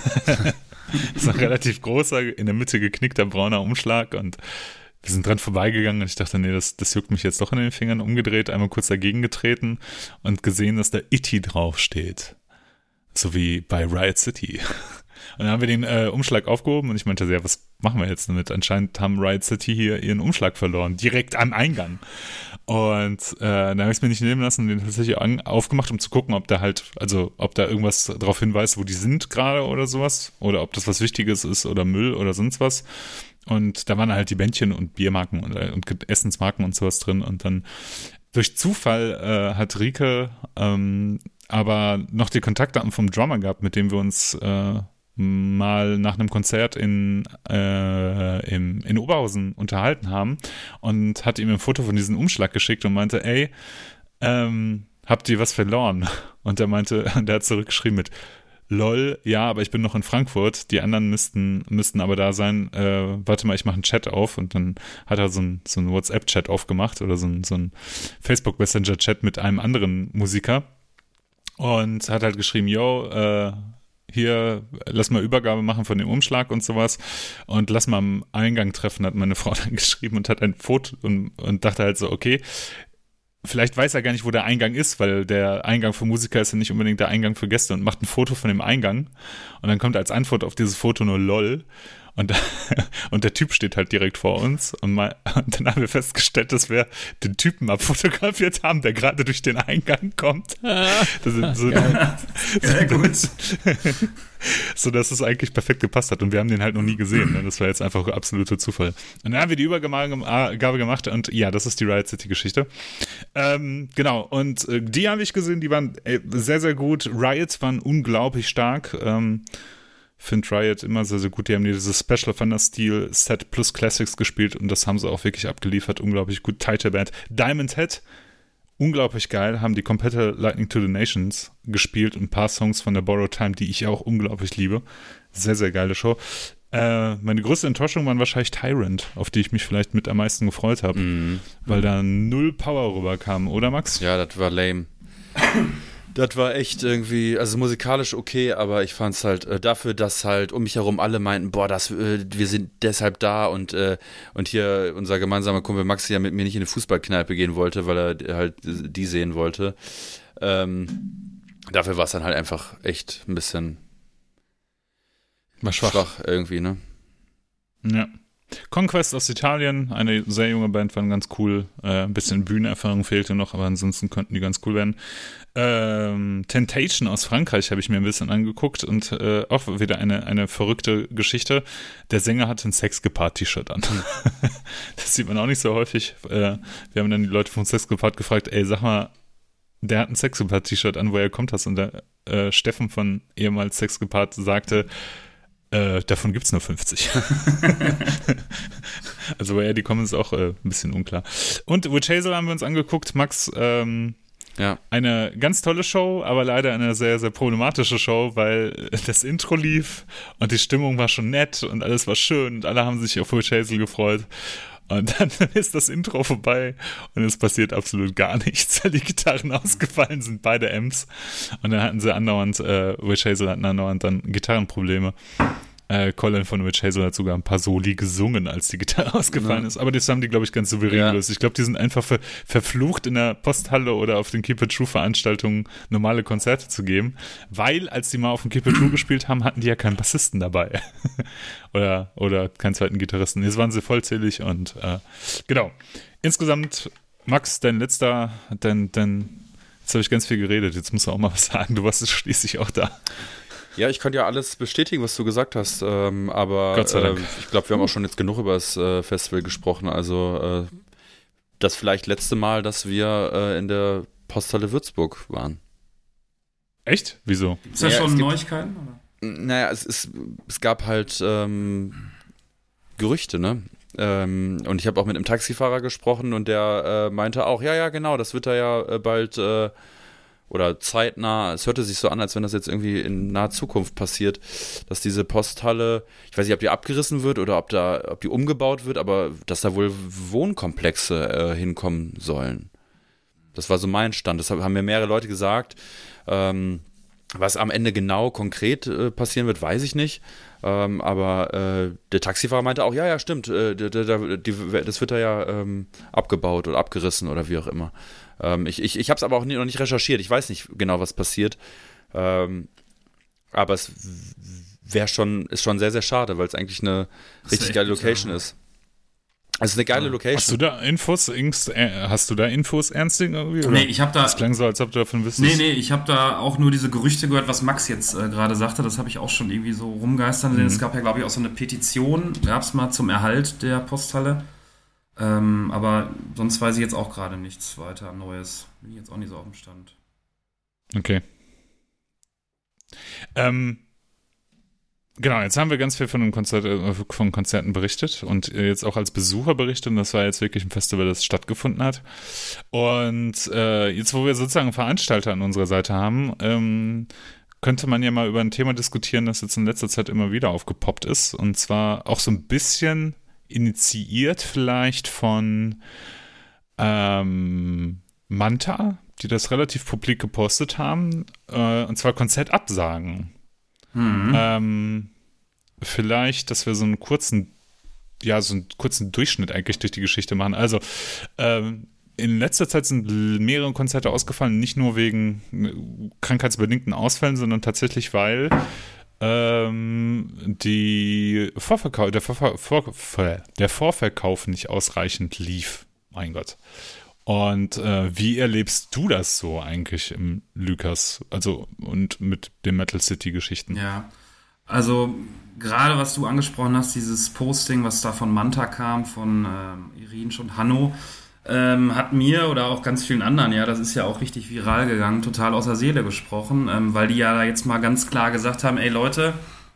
Das ist ein relativ großer, in der Mitte geknickter brauner Umschlag und wir sind dran vorbeigegangen und ich dachte, nee, das, das juckt mich jetzt doch in den Fingern, umgedreht, einmal kurz dagegen getreten und gesehen, dass da Itty draufsteht. So wie bei Riot City. Und dann haben wir den äh, Umschlag aufgehoben und ich meinte, ja, was machen wir jetzt damit? Anscheinend haben Riot City hier ihren Umschlag verloren, direkt am Eingang. Und äh, dann habe ich es mir nicht nehmen lassen und den tatsächlich an, aufgemacht, um zu gucken, ob da halt, also ob da irgendwas darauf hinweist, wo die sind gerade oder sowas. Oder ob das was Wichtiges ist oder Müll oder sonst was. Und da waren halt die Bändchen und Biermarken und, und Essensmarken und sowas drin. Und dann durch Zufall äh, hat Rike ähm, aber noch die Kontaktdaten vom Drummer gehabt, mit dem wir uns äh, mal nach einem Konzert in, äh, im, in Oberhausen unterhalten haben und hat ihm ein Foto von diesem Umschlag geschickt und meinte, ey, ähm, habt ihr was verloren? Und er meinte, der hat zurückgeschrieben mit lol, ja, aber ich bin noch in Frankfurt, die anderen müssten, müssten aber da sein, äh, warte mal, ich mache einen Chat auf und dann hat er so einen so einen WhatsApp-Chat aufgemacht oder so einen so einen Facebook-Messenger-Chat mit einem anderen Musiker und hat halt geschrieben, yo, äh, hier, lass mal Übergabe machen von dem Umschlag und sowas und lass mal am Eingang treffen, hat meine Frau dann geschrieben und hat ein Foto und, und dachte halt so, okay, vielleicht weiß er gar nicht, wo der Eingang ist, weil der Eingang für Musiker ist ja nicht unbedingt der Eingang für Gäste und macht ein Foto von dem Eingang und dann kommt als Antwort auf dieses Foto nur lol und, und der Typ steht halt direkt vor uns und, mal, und dann haben wir festgestellt, dass wir den Typen abfotografiert haben, der gerade durch den Eingang kommt. Das ist so, ja, sehr gut. So, dass es eigentlich perfekt gepasst hat und wir haben den halt noch nie gesehen. Ne? Das war jetzt einfach absoluter Zufall. Und dann haben wir die Übergabe gemacht und ja, das ist die Riot City Geschichte. Ähm, genau, und äh, die habe ich gesehen, die waren ey, sehr, sehr gut. Riots waren unglaublich stark. Ähm, finde Riot immer sehr, sehr gut. Die haben dieses Special Thunder Steel Set plus Classics gespielt und das haben sie auch wirklich abgeliefert. Unglaublich gut. Tighte Band. Diamond Head, unglaublich geil, haben die komplette Lightning to the Nations gespielt und ein paar Songs von der Borrowed Time, die ich auch unglaublich liebe. Sehr, sehr geile Show. Äh, meine größte Enttäuschung waren wahrscheinlich Tyrant, auf die ich mich vielleicht mit am meisten gefreut habe, mm. weil da null Power rüberkam, oder Max? Ja, das war lame. Das war echt irgendwie, also musikalisch okay, aber ich fand's halt äh, dafür, dass halt um mich herum alle meinten, boah, das, äh, wir sind deshalb da und äh, und hier unser gemeinsamer Kumpel Maxi ja mit mir nicht in eine Fußballkneipe gehen wollte, weil er halt die sehen wollte. Ähm, dafür war es dann halt einfach echt ein bisschen war schwach. schwach irgendwie, ne? Ja. Conquest aus Italien, eine sehr junge Band, waren ganz cool. Äh, ein bisschen Bühnenerfahrung fehlte noch, aber ansonsten könnten die ganz cool werden. Ähm, Temptation aus Frankreich habe ich mir ein bisschen angeguckt und äh, auch wieder eine, eine verrückte Geschichte. Der Sänger hatte ein Sex-Gepaart-T-Shirt an. Das sieht man auch nicht so häufig. Äh, wir haben dann die Leute vom Sex-Gepaart gefragt, ey, sag mal, der hat ein Sex-Gepaart-T-Shirt an, woher kommt das? Und der äh, Steffen von ehemals Sex-Gepaart sagte, Äh, davon gibt's nur fünfzig. Also woher die kommen, ist auch äh, ein bisschen unklar. Und Witch Hazel haben wir uns angeguckt, Max. Ähm, ja. Eine ganz tolle Show, aber leider eine sehr, sehr problematische Show, weil das Intro lief und die Stimmung war schon nett und alles war schön und alle haben sich auf Witch Hazel gefreut. Und dann ist das Intro vorbei und es passiert absolut gar nichts, weil die Gitarren ausgefallen sind, beide Amps. Und dann hatten sie andauernd, äh, Witch Hazel hatten andauernd dann Gitarrenprobleme. äh, Colin von Witch Hazel hat sogar ein paar Soli gesungen, als die Gitarre ausgefallen ja. ist. Aber das haben die, glaube ich, ganz souverän ja. gelöst. Ich glaube, die sind einfach ver- verflucht, in der Posthalle oder auf den Keep It True Veranstaltungen normale Konzerte zu geben. Weil, als die mal auf dem Keep It True gespielt haben, hatten die ja keinen Bassisten dabei. oder, oder keinen zweiten Gitarristen. Jetzt waren sie vollzählig und äh, genau. Insgesamt, Max, dein letzter, dein, dein, jetzt habe ich ganz viel geredet, jetzt musst du auch mal was sagen, du warst schließlich auch da. Ja, ich kann ja alles bestätigen, was du gesagt hast, ähm, aber Gott sei Dank. Äh, ich glaube, wir haben auch schon jetzt genug über das äh, Festival gesprochen, also äh, das vielleicht letzte Mal, dass wir äh, in der Posthalle Würzburg waren. Echt? Wieso? Ist da ja, schon gibt, Neuigkeiten? Oder? Naja, es, es, es gab halt ähm, Gerüchte, ne? Ähm, und ich habe auch mit einem Taxifahrer gesprochen und der äh, meinte auch, ja, ja, genau, das wird da ja äh, bald äh, oder zeitnah, es hörte sich so an, als wenn das jetzt irgendwie in naher Zukunft passiert, dass diese Posthalle, ich weiß nicht, ob die abgerissen wird oder ob da, ob die umgebaut wird, aber dass da wohl Wohnkomplexe äh, hinkommen sollen. Das war so mein Stand, das haben mir mehrere Leute gesagt. Ähm, was am Ende genau konkret äh, passieren wird, weiß ich nicht. Ähm, aber äh, der Taxifahrer meinte auch, ja, ja, stimmt, äh, d- d- die, das wird da ja ähm, abgebaut oder abgerissen oder wie auch immer. Ähm, ich ich, ich habe es aber auch nie, noch nicht recherchiert, ich weiß nicht genau, was passiert. Ähm, aber es wäre schon, ist schon sehr, sehr schade, weil es eigentlich eine richtig geile Location ist. Es ist eine geile Location. Hast du da Infos, Inks, äh, hast du da Infos, Ernstling irgendwie? Oder? Nee, ich habe da... Das klang so, als ob du davon wüsstest. Nee, nee, ich habe da auch nur diese Gerüchte gehört, was Max jetzt äh, gerade sagte. Das habe ich auch schon irgendwie so rumgeistern sehen. Mhm. Es gab ja, glaube ich, auch so eine Petition, gab es mal zum Erhalt der Posthalle. Ähm, aber sonst weiß ich jetzt auch gerade nichts weiter Neues. Bin ich jetzt auch nicht so auf dem Stand. Okay. Ähm... Genau, jetzt haben wir ganz viel von, einem Konzert, von Konzerten berichtet und jetzt auch als Besucher berichtet und das war jetzt wirklich ein Festival, das stattgefunden hat. Und äh, jetzt, wo wir sozusagen Veranstalter an unserer Seite haben, ähm, könnte man ja mal über ein Thema diskutieren, das jetzt in letzter Zeit immer wieder aufgepoppt ist und zwar auch so ein bisschen initiiert vielleicht von ähm, Manta, die das relativ publik gepostet haben, äh, und zwar Konzertabsagen. Mhm. Ähm, vielleicht, dass wir so einen kurzen, ja, so einen kurzen Durchschnitt eigentlich durch die Geschichte machen. Also, ähm, in letzter Zeit sind mehrere Konzerte ausgefallen, nicht nur wegen krankheitsbedingten Ausfällen, sondern tatsächlich, weil ähm, die Vorverkauf, der, Vorver- Vor- der Vorverkauf nicht ausreichend lief. Mein Gott. Und äh, wie erlebst du das so eigentlich im Lykas, also und mit den Metal City-Geschichten? Ja, also gerade was du angesprochen hast, dieses Posting, was da von Manta kam, von ähm, Irinsch und Hanno, ähm, hat mir oder auch ganz vielen anderen, ja, das ist ja auch richtig viral gegangen, total aus der Seele gesprochen, ähm, weil die ja jetzt mal ganz klar gesagt haben, ey Leute,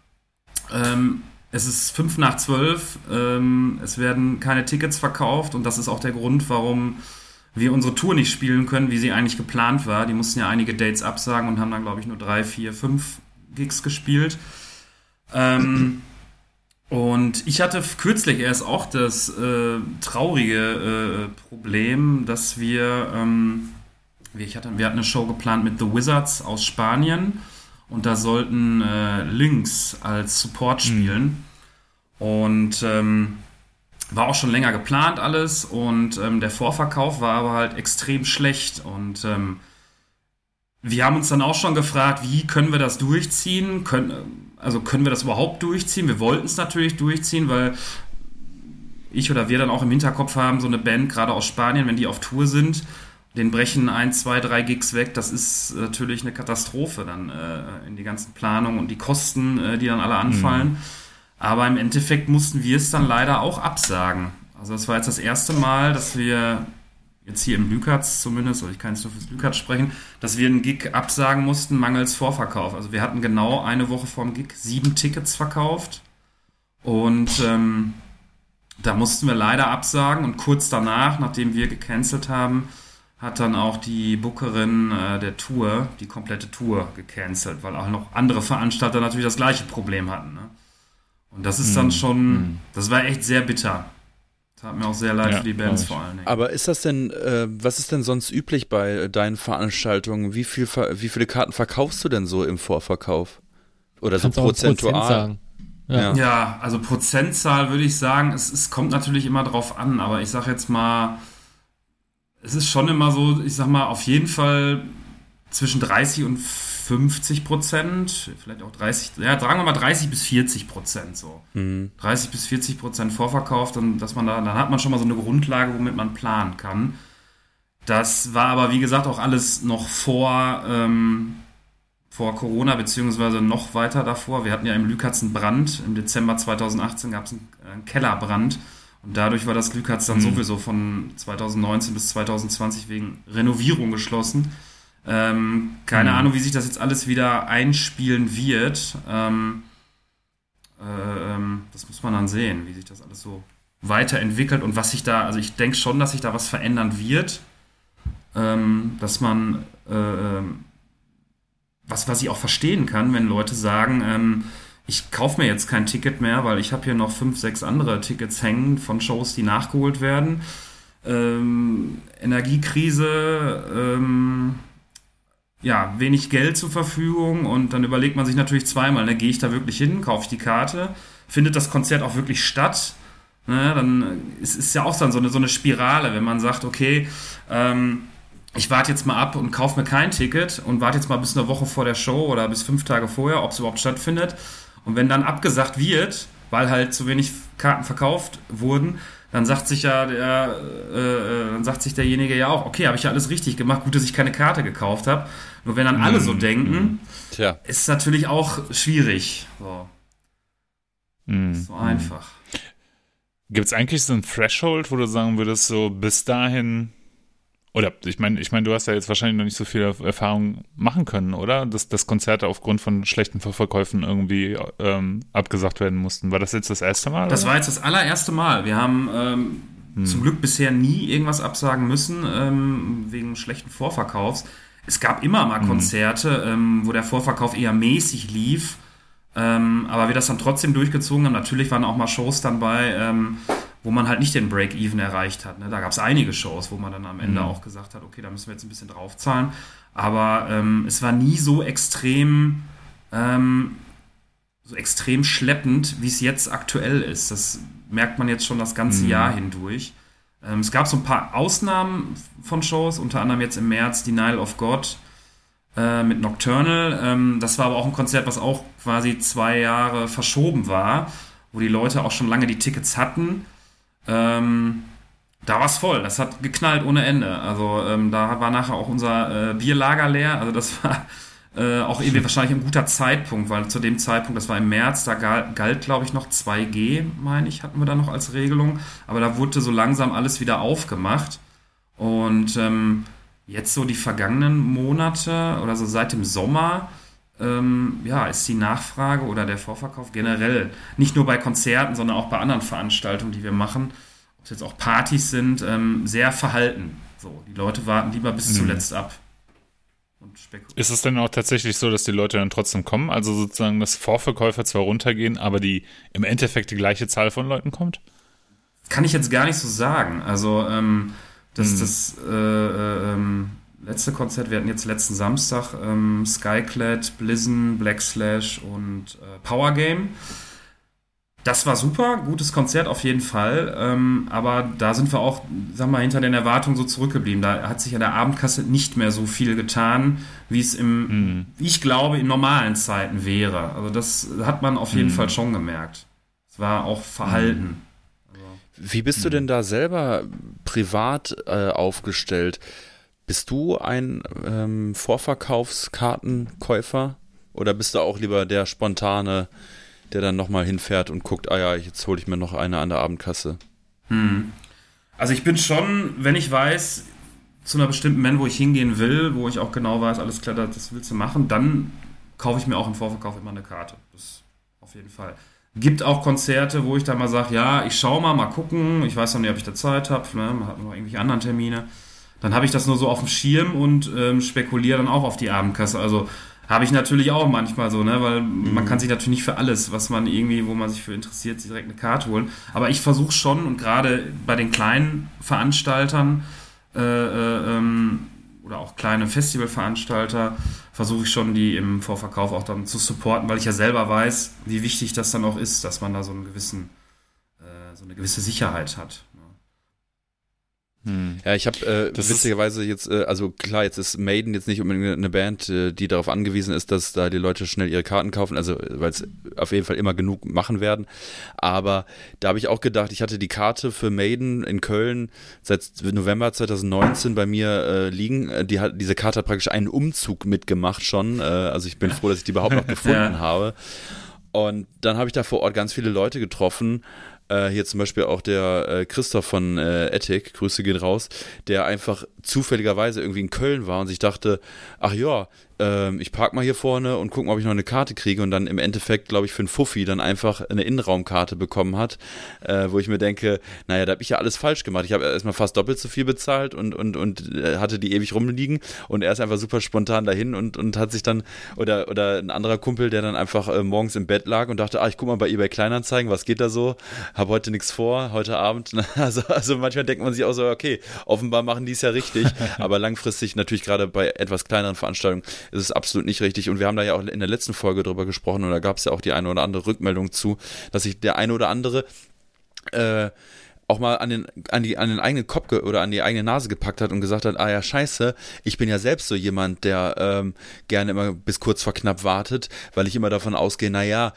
ähm, es ist fünf nach zwölf, ähm, es werden keine Tickets verkauft und das ist auch der Grund, warum wir unsere Tour nicht spielen können, wie sie eigentlich geplant war. Die mussten ja einige Dates absagen und haben dann, glaube ich, nur drei, vier, fünf Gigs gespielt. Ähm, und ich hatte kürzlich erst auch das äh, traurige äh, Problem, dass wir, ähm, ich hatte, wir hatten eine Show geplant mit The Wizards aus Spanien und da sollten äh, Lynx als Support spielen. Mhm. Und ähm, war auch schon länger geplant alles und ähm, der Vorverkauf war aber halt extrem schlecht und ähm, wir haben uns dann auch schon gefragt, wie können wir das durchziehen? Können, also können wir das überhaupt durchziehen? Wir wollten es natürlich durchziehen, weil ich oder wir dann auch im Hinterkopf haben, so eine Band, gerade aus Spanien, wenn die auf Tour sind, den brechen ein, zwei, drei Gigs weg, das ist natürlich eine Katastrophe dann äh, in die ganzen Planungen und die Kosten, äh, die dann alle anfallen. Mhm. Aber im Endeffekt mussten wir es dann leider auch absagen. Also das war jetzt das erste Mal, dass wir jetzt hier im Lükatz zumindest, oder ich kann jetzt nur fürs Lükatz sprechen, dass wir einen Gig absagen mussten, mangels Vorverkauf. Also wir hatten genau eine Woche vorm Gig sieben Tickets verkauft und ähm, da mussten wir leider absagen und kurz danach, nachdem wir gecancelt haben, hat dann auch die Bookerin äh, der Tour, die komplette Tour gecancelt, weil auch noch andere Veranstalter natürlich das gleiche Problem hatten, ne? Und das ist dann schon, das war echt sehr bitter. Das hat mir auch sehr leid ja, für die Bands vor allen Dingen. Aber ist das denn, äh, was ist denn sonst üblich bei deinen Veranstaltungen? Wie, viel, wie viele Karten verkaufst du denn so im Vorverkauf? Oder so Kannst prozentual? Auch Prozent sagen. Ja. Ja, also Prozentzahl würde ich sagen, es, es kommt natürlich immer drauf an, aber ich sag jetzt mal, es ist schon immer so, ich sag mal, auf jeden Fall zwischen dreißig und fünfzig Prozent, vielleicht auch dreißig, ja, sagen wir mal dreißig bis vierzig Prozent so. Mhm. dreißig bis vierzig Prozent Vorverkauf, dann, dass man da, dann hat man schon mal so eine Grundlage, womit man planen kann. Das war aber, wie gesagt, auch alles noch vor, ähm, vor Corona, beziehungsweise noch weiter davor. Wir hatten ja im Lükatz einen Brand. Im Dezember zweitausendachtzehn gab es einen, einen Kellerbrand. Und dadurch war das Lükatz dann mhm. sowieso von zweitausendneunzehn bis zweitausendzwanzig wegen Renovierung geschlossen. Ähm, keine mhm. Ahnung, wie sich das jetzt alles wieder einspielen wird. Ähm, äh, ähm, das muss man dann sehen, wie sich das alles so weiterentwickelt und was sich da, also ich denke schon, dass sich da was verändern wird. Ähm, dass man äh, was, was ich auch verstehen kann, wenn Leute sagen, ähm, ich kaufe mir jetzt kein Ticket mehr, weil ich habe hier noch fünf, sechs andere Tickets hängen von Shows, die nachgeholt werden. Ähm, Energiekrise, ähm, ja, wenig Geld zur Verfügung und dann überlegt man sich natürlich zweimal, ne, gehe ich da wirklich hin, kaufe ich die Karte, findet das Konzert auch wirklich statt? Ne, dann ist es ja auch dann so eine, so eine Spirale, wenn man sagt, okay, ähm, ich warte jetzt mal ab und kaufe mir kein Ticket und warte jetzt mal bis eine Woche vor der Show oder bis fünf Tage vorher, ob es überhaupt stattfindet. Und wenn dann abgesagt wird, weil halt zu wenig Karten verkauft wurden, dann sagt sich ja der, äh, dann sagt sich derjenige ja auch, okay, habe ich ja alles richtig gemacht, gut, dass ich keine Karte gekauft habe. Nur wenn dann alle so denken, Tja. ist es natürlich auch schwierig. So, Mhm. so einfach. Gibt es eigentlich so ein Threshold, wo du sagen würdest, so bis dahin, oder ich meine, ich meine, du hast ja jetzt wahrscheinlich noch nicht so viel Erfahrung machen können, oder? Dass, dass Konzerte aufgrund von schlechten Verkäufen irgendwie ähm, abgesagt werden mussten. War das jetzt das erste Mal? Das oder? war jetzt das allererste Mal. Wir haben ähm, hm. zum Glück bisher nie irgendwas absagen müssen, ähm, wegen schlechten Vorverkaufs. Es gab immer mal Konzerte, hm. ähm, wo der Vorverkauf eher mäßig lief, ähm, aber wir das dann trotzdem durchgezogen haben. Natürlich waren auch mal Shows dann bei, ähm, wo man halt nicht den Break-Even erreicht hat. Ne? Da gab es einige Shows, wo man dann am Ende mhm. auch gesagt hat, okay, da müssen wir jetzt ein bisschen draufzahlen. Aber ähm, es war nie so extrem, ähm, so extrem schleppend, wie es jetzt aktuell ist. Das merkt man jetzt schon das ganze mhm. Jahr hindurch. Ähm, es gab so ein paar Ausnahmen von Shows, unter anderem jetzt im März Denial of God äh, mit Nocturnal. Ähm, das war aber auch ein Konzert, was auch quasi zwei Jahre verschoben war, wo die Leute auch schon lange die Tickets hatten. Ähm, da war es voll, das hat geknallt ohne Ende. Also ähm, da war nachher auch unser äh, Bierlager leer. Also das war äh, auch irgendwie wahrscheinlich ein guter Zeitpunkt, weil zu dem Zeitpunkt, das war im März, da galt, galt glaube ich noch zwei G, meine ich, hatten wir da noch als Regelung. Aber da wurde so langsam alles wieder aufgemacht. Und ähm, jetzt so die vergangenen Monate oder so seit dem Sommer, ähm, ja, ist die Nachfrage oder der Vorverkauf generell, nicht nur bei Konzerten, sondern auch bei anderen Veranstaltungen, die wir machen, ob es jetzt auch Partys sind, ähm, sehr verhalten. So, die Leute warten lieber bis mhm. zuletzt ab. Und spekulieren. Ist es denn auch tatsächlich so, dass die Leute dann trotzdem kommen? Also sozusagen, dass Vorverkäufer zwar runtergehen, aber die im Endeffekt die gleiche Zahl von Leuten kommt? Kann ich jetzt gar nicht so sagen. Also, ähm, das, mhm. das, äh, äh, ähm, letzte Konzert, wir hatten jetzt letzten Samstag ähm, Skyclad, Blizzard, Black Slash und äh, Power Game. Das war super, gutes Konzert auf jeden Fall, ähm, aber da sind wir auch, sag mal, hinter den Erwartungen so zurückgeblieben. Da hat sich an der Abendkasse nicht mehr so viel getan, wie es im, mhm. ich glaube, in normalen Zeiten wäre. Also das hat man auf jeden mhm. Fall schon gemerkt. Es war auch Verhalten. Mhm. Wie bist du denn da selber privat äh, aufgestellt? Bist du ein ähm, Vorverkaufskartenkäufer oder bist du auch lieber der Spontane, der dann nochmal hinfährt und guckt, ah ja, jetzt hole ich mir noch eine an der Abendkasse? Hm. Also ich bin schon, wenn ich weiß, zu einer bestimmten Band, wo ich hingehen will, wo ich auch genau weiß, alles klar, das willst du machen, dann kaufe ich mir auch im Vorverkauf immer eine Karte. Das auf jeden Fall. Gibt auch Konzerte, wo ich dann mal sage, ja, ich schau mal, mal gucken, ich weiß noch nicht, ob ich da Zeit habe, ne? Man hat noch irgendwelche anderen Termine. Dann habe ich das nur so auf dem Schirm und ähm, spekuliere dann auch auf die Abendkasse. Also habe ich natürlich auch manchmal so, ne, weil mhm. man kann sich natürlich nicht für alles, was man irgendwie, wo man sich für interessiert, direkt eine Karte holen. Aber ich versuche schon, und gerade bei den kleinen Veranstaltern äh, äh, ähm, oder auch kleine Festivalveranstalter, versuche ich schon, die im Vorverkauf auch dann zu supporten, weil ich ja selber weiß, wie wichtig das dann auch ist, dass man da so einen gewissen, äh, so eine gewisse Sicherheit hat. Hm. Ja, ich habe äh, witzigerweise jetzt, äh, also klar, jetzt ist Maiden jetzt nicht unbedingt eine Band, äh, die darauf angewiesen ist, dass da die Leute schnell ihre Karten kaufen, also weil es auf jeden Fall immer genug machen werden, aber da habe ich auch gedacht, ich hatte die Karte für Maiden in Köln seit November zwanzig neunzehn bei mir äh, liegen, die hat, diese Karte hat praktisch einen Umzug mitgemacht schon, äh, also ich bin froh, dass ich die überhaupt noch gefunden ja. habe, und dann habe ich da vor Ort ganz viele Leute getroffen. Hier zum Beispiel auch der äh, Christoph von äh, Ethic, Grüße gehen raus, der einfach zufälligerweise irgendwie in Köln war und sich dachte, ach ja, ähm, ich park mal hier vorne und guck mal, ob ich noch eine Karte kriege, und dann im Endeffekt, glaube ich, für einen Fuffi dann einfach eine Innenraumkarte bekommen hat, äh, wo ich mir denke, naja, da habe ich ja alles falsch gemacht. Ich habe erstmal fast doppelt so viel bezahlt und, und, und äh, hatte die ewig rumliegen, und er ist einfach super spontan dahin und, und hat sich dann, oder, oder ein anderer Kumpel, der dann einfach äh, morgens im Bett lag und dachte, ah, ich guck mal bei eBay Kleinanzeigen, was geht da so? Habe heute nichts vor, heute Abend. Also, also manchmal denkt man sich auch so, okay, offenbar machen die es ja richtig, aber langfristig natürlich gerade bei etwas kleineren Veranstaltungen ist es absolut nicht richtig, und wir haben da ja auch in der letzten Folge drüber gesprochen, und da gab es ja auch die eine oder andere Rückmeldung zu, dass sich der eine oder andere äh, auch mal an den, an, die, an den eigenen Kopf ge- oder an die eigene Nase gepackt hat und gesagt hat, ah ja, scheiße, ich bin ja selbst so jemand, der ähm, gerne immer bis kurz vor knapp wartet, weil ich immer davon ausgehe, naja,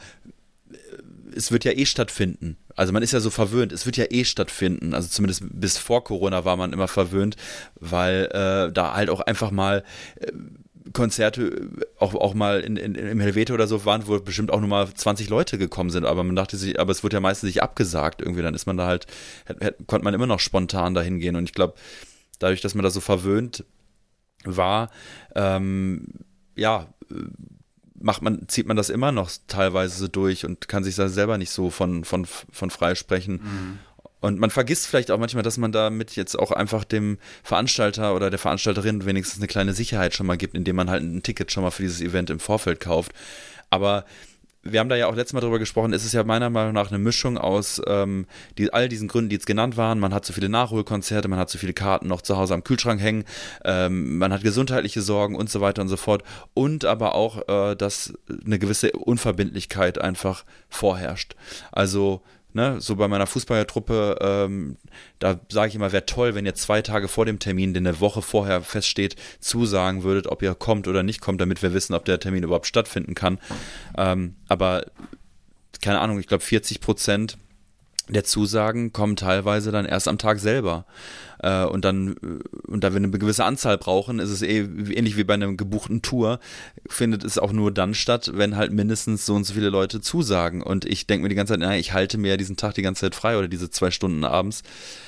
es wird ja eh stattfinden. Also man ist ja so verwöhnt, es wird ja eh stattfinden. Also zumindest bis vor Corona war man immer verwöhnt, weil äh, da halt auch einfach mal äh, Konzerte auch, auch mal in, in, im Helvete oder so waren, wo bestimmt auch nur mal zwanzig Leute gekommen sind, aber man dachte sich, aber es wird ja meistens nicht abgesagt irgendwie, dann ist man da halt, hätte, konnte man immer noch spontan dahin gehen, und ich glaube, dadurch, dass man da so verwöhnt war, ähm, ja, macht man, zieht man das immer noch teilweise so durch und kann sich da selber nicht so von, von, von freisprechen. Mhm. Und man vergisst vielleicht auch manchmal, dass man damit jetzt auch einfach dem Veranstalter oder der Veranstalterin wenigstens eine kleine Sicherheit schon mal gibt, indem man halt ein Ticket schon mal für dieses Event im Vorfeld kauft. Aber wir haben da ja auch letztes Mal drüber gesprochen, es ist ja meiner Meinung nach eine Mischung aus ähm, die, all diesen Gründen, die jetzt genannt waren. Man hat so viele Nachholkonzerte, man hat so viele Karten noch zu Hause am Kühlschrank hängen, ähm, man hat gesundheitliche Sorgen und so weiter und so fort. Und aber auch, äh, dass eine gewisse Unverbindlichkeit einfach vorherrscht. Also Ne, so bei meiner Fußballertruppe, ähm, da sage ich immer, wäre toll, wenn ihr zwei Tage vor dem Termin, den eine Woche vorher feststeht, zusagen würdet, ob ihr kommt oder nicht kommt, damit wir wissen, ob der Termin überhaupt stattfinden kann. Ähm, aber keine Ahnung, ich glaube vierzig Prozent der Zusagen kommen teilweise dann erst am Tag selber. Äh, und dann, und da wir eine gewisse Anzahl brauchen, ist es eh ähnlich wie bei einer gebuchten Tour, findet es auch nur dann statt, wenn halt mindestens so und so viele Leute zusagen. Und ich denke mir die ganze Zeit, naja, ich halte mir ja diesen Tag die ganze Zeit frei oder diese zwei Stunden abends.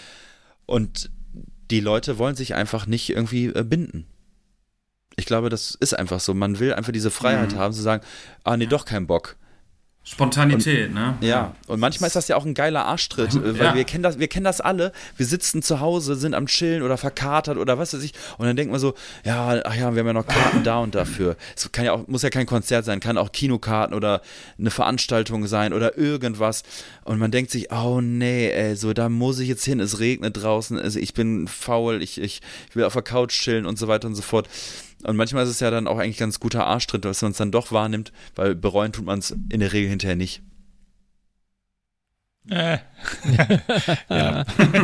Und die Leute wollen sich einfach nicht irgendwie äh, binden. Ich glaube, das ist einfach so. Man will einfach diese Freiheit mhm. haben, zu sagen, ah nee, doch kein Bock. Spontanität, und, ne? Ja, und manchmal ist das ja auch ein geiler Arschtritt, weil ja. wir kennen das, wir kennen das alle. Wir sitzen zu Hause, sind am Chillen oder verkatert oder was weiß ich, und dann denkt man so, ja, ach ja, wir haben ja noch Karten da und dafür. Es kann ja auch, muss ja kein Konzert sein, kann auch Kinokarten oder eine Veranstaltung sein oder irgendwas. Und man denkt sich, oh nee, ey, so da muss ich jetzt hin. Es regnet draußen, also ich bin faul, ich, ich, ich will auf der Couch chillen und so weiter und so fort. Und manchmal ist es ja dann auch eigentlich ganz guter Arschtritt, dass man es dann doch wahrnimmt, weil bereuen tut man es in der Regel hinterher nicht. Äh. ja.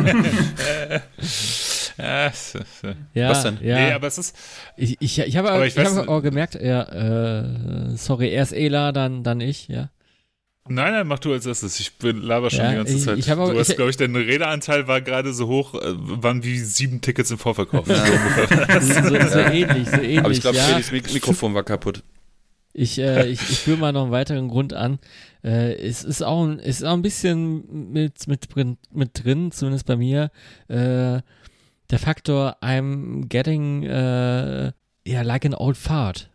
äh. ja. Was denn? Ja. Nee, aber es ist. Ich, ich, ich habe aber ich ich weiß, hab auch gemerkt, ja, äh, sorry, erst Ela, dann, dann ich, ja. Nein, nein, mach du als erstes. Ich bin laber schon ja, die ganze ich, Zeit. Ich auch, du hast, ich, glaube ich, dein Redeanteil war gerade so hoch, äh, waren wie sieben Tickets im Vorverkauf. Ja. so, so ähnlich, so ähnlich. Aber ich glaube, ja. Fredis Mik- Mikrofon war kaputt. Ich, äh, ich, ich führe mal noch einen weiteren Grund an. Äh, es ist auch, es ist auch ein bisschen mit, mit, mit drin, zumindest bei mir, äh, der Faktor I'm getting äh, yeah, like an old fart.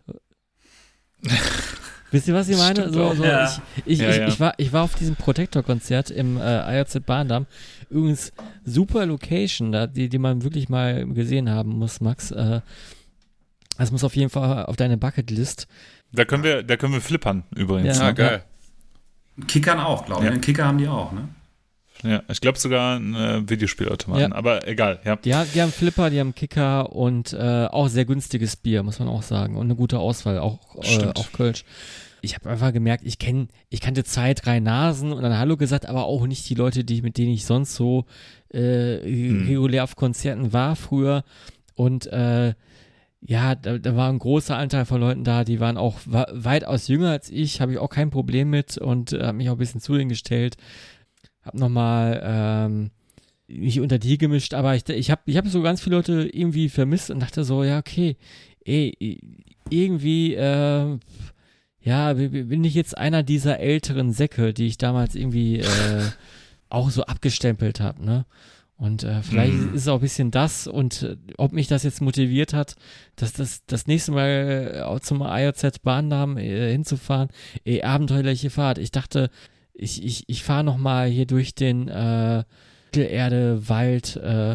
Wisst ihr, was ich meine? So, so, ja. ich, ich, ja, ich, ja. ich, war, ich war auf diesem Protector-Konzert im äh, I J Z Bahndamm. Übrigens super Location, da, die, die man wirklich mal gesehen haben muss, Max. Äh, das muss auf jeden Fall auf deine Bucketlist. Da können wir, da können wir flippern übrigens. Ja, ah, geil. Kickern auch, glaube ich. Ja. Kicker haben die auch, ne? Ja, ich glaube sogar ein äh, Videospielautomaten, Ja. aber egal, ja. Die, haben- die haben Flipper, die haben Kicker und äh, auch sehr günstiges Bier, muss man auch sagen. Und eine gute Auswahl, auch, äh, Stimmt. auch Kölsch. Ich habe einfach gemerkt, ich kenne, ich kannte zwei, drei Nasen und dann Hallo gesagt, aber auch nicht die Leute, die, mit denen ich sonst so äh, Hm. regulär auf Konzerten war früher. Und äh, ja, da, da war ein großer Anteil von Leuten da, die waren auch wa- weitaus jünger als ich, habe ich auch kein Problem mit und äh, habe mich auch ein bisschen zu denen gestellt. Hab nochmal ähm, nicht unter die gemischt, aber ich, ich habe ich hab so ganz viele Leute irgendwie vermisst und dachte so, ja, okay, ey, irgendwie, äh, ja, bin ich jetzt einer dieser älteren Säcke, die ich damals irgendwie äh, auch so abgestempelt habe, ne? Und äh, vielleicht Mhm. ist es auch ein bisschen das und äh, ob mich das jetzt motiviert hat, dass das das nächste Mal äh, auch zum I O Z-Bahndamm äh, hinzufahren, ey, abenteuerliche Fahrt. Ich dachte, ich, ich, ich fahre nochmal hier durch den äh, Mittelerde, Wald, äh, äh,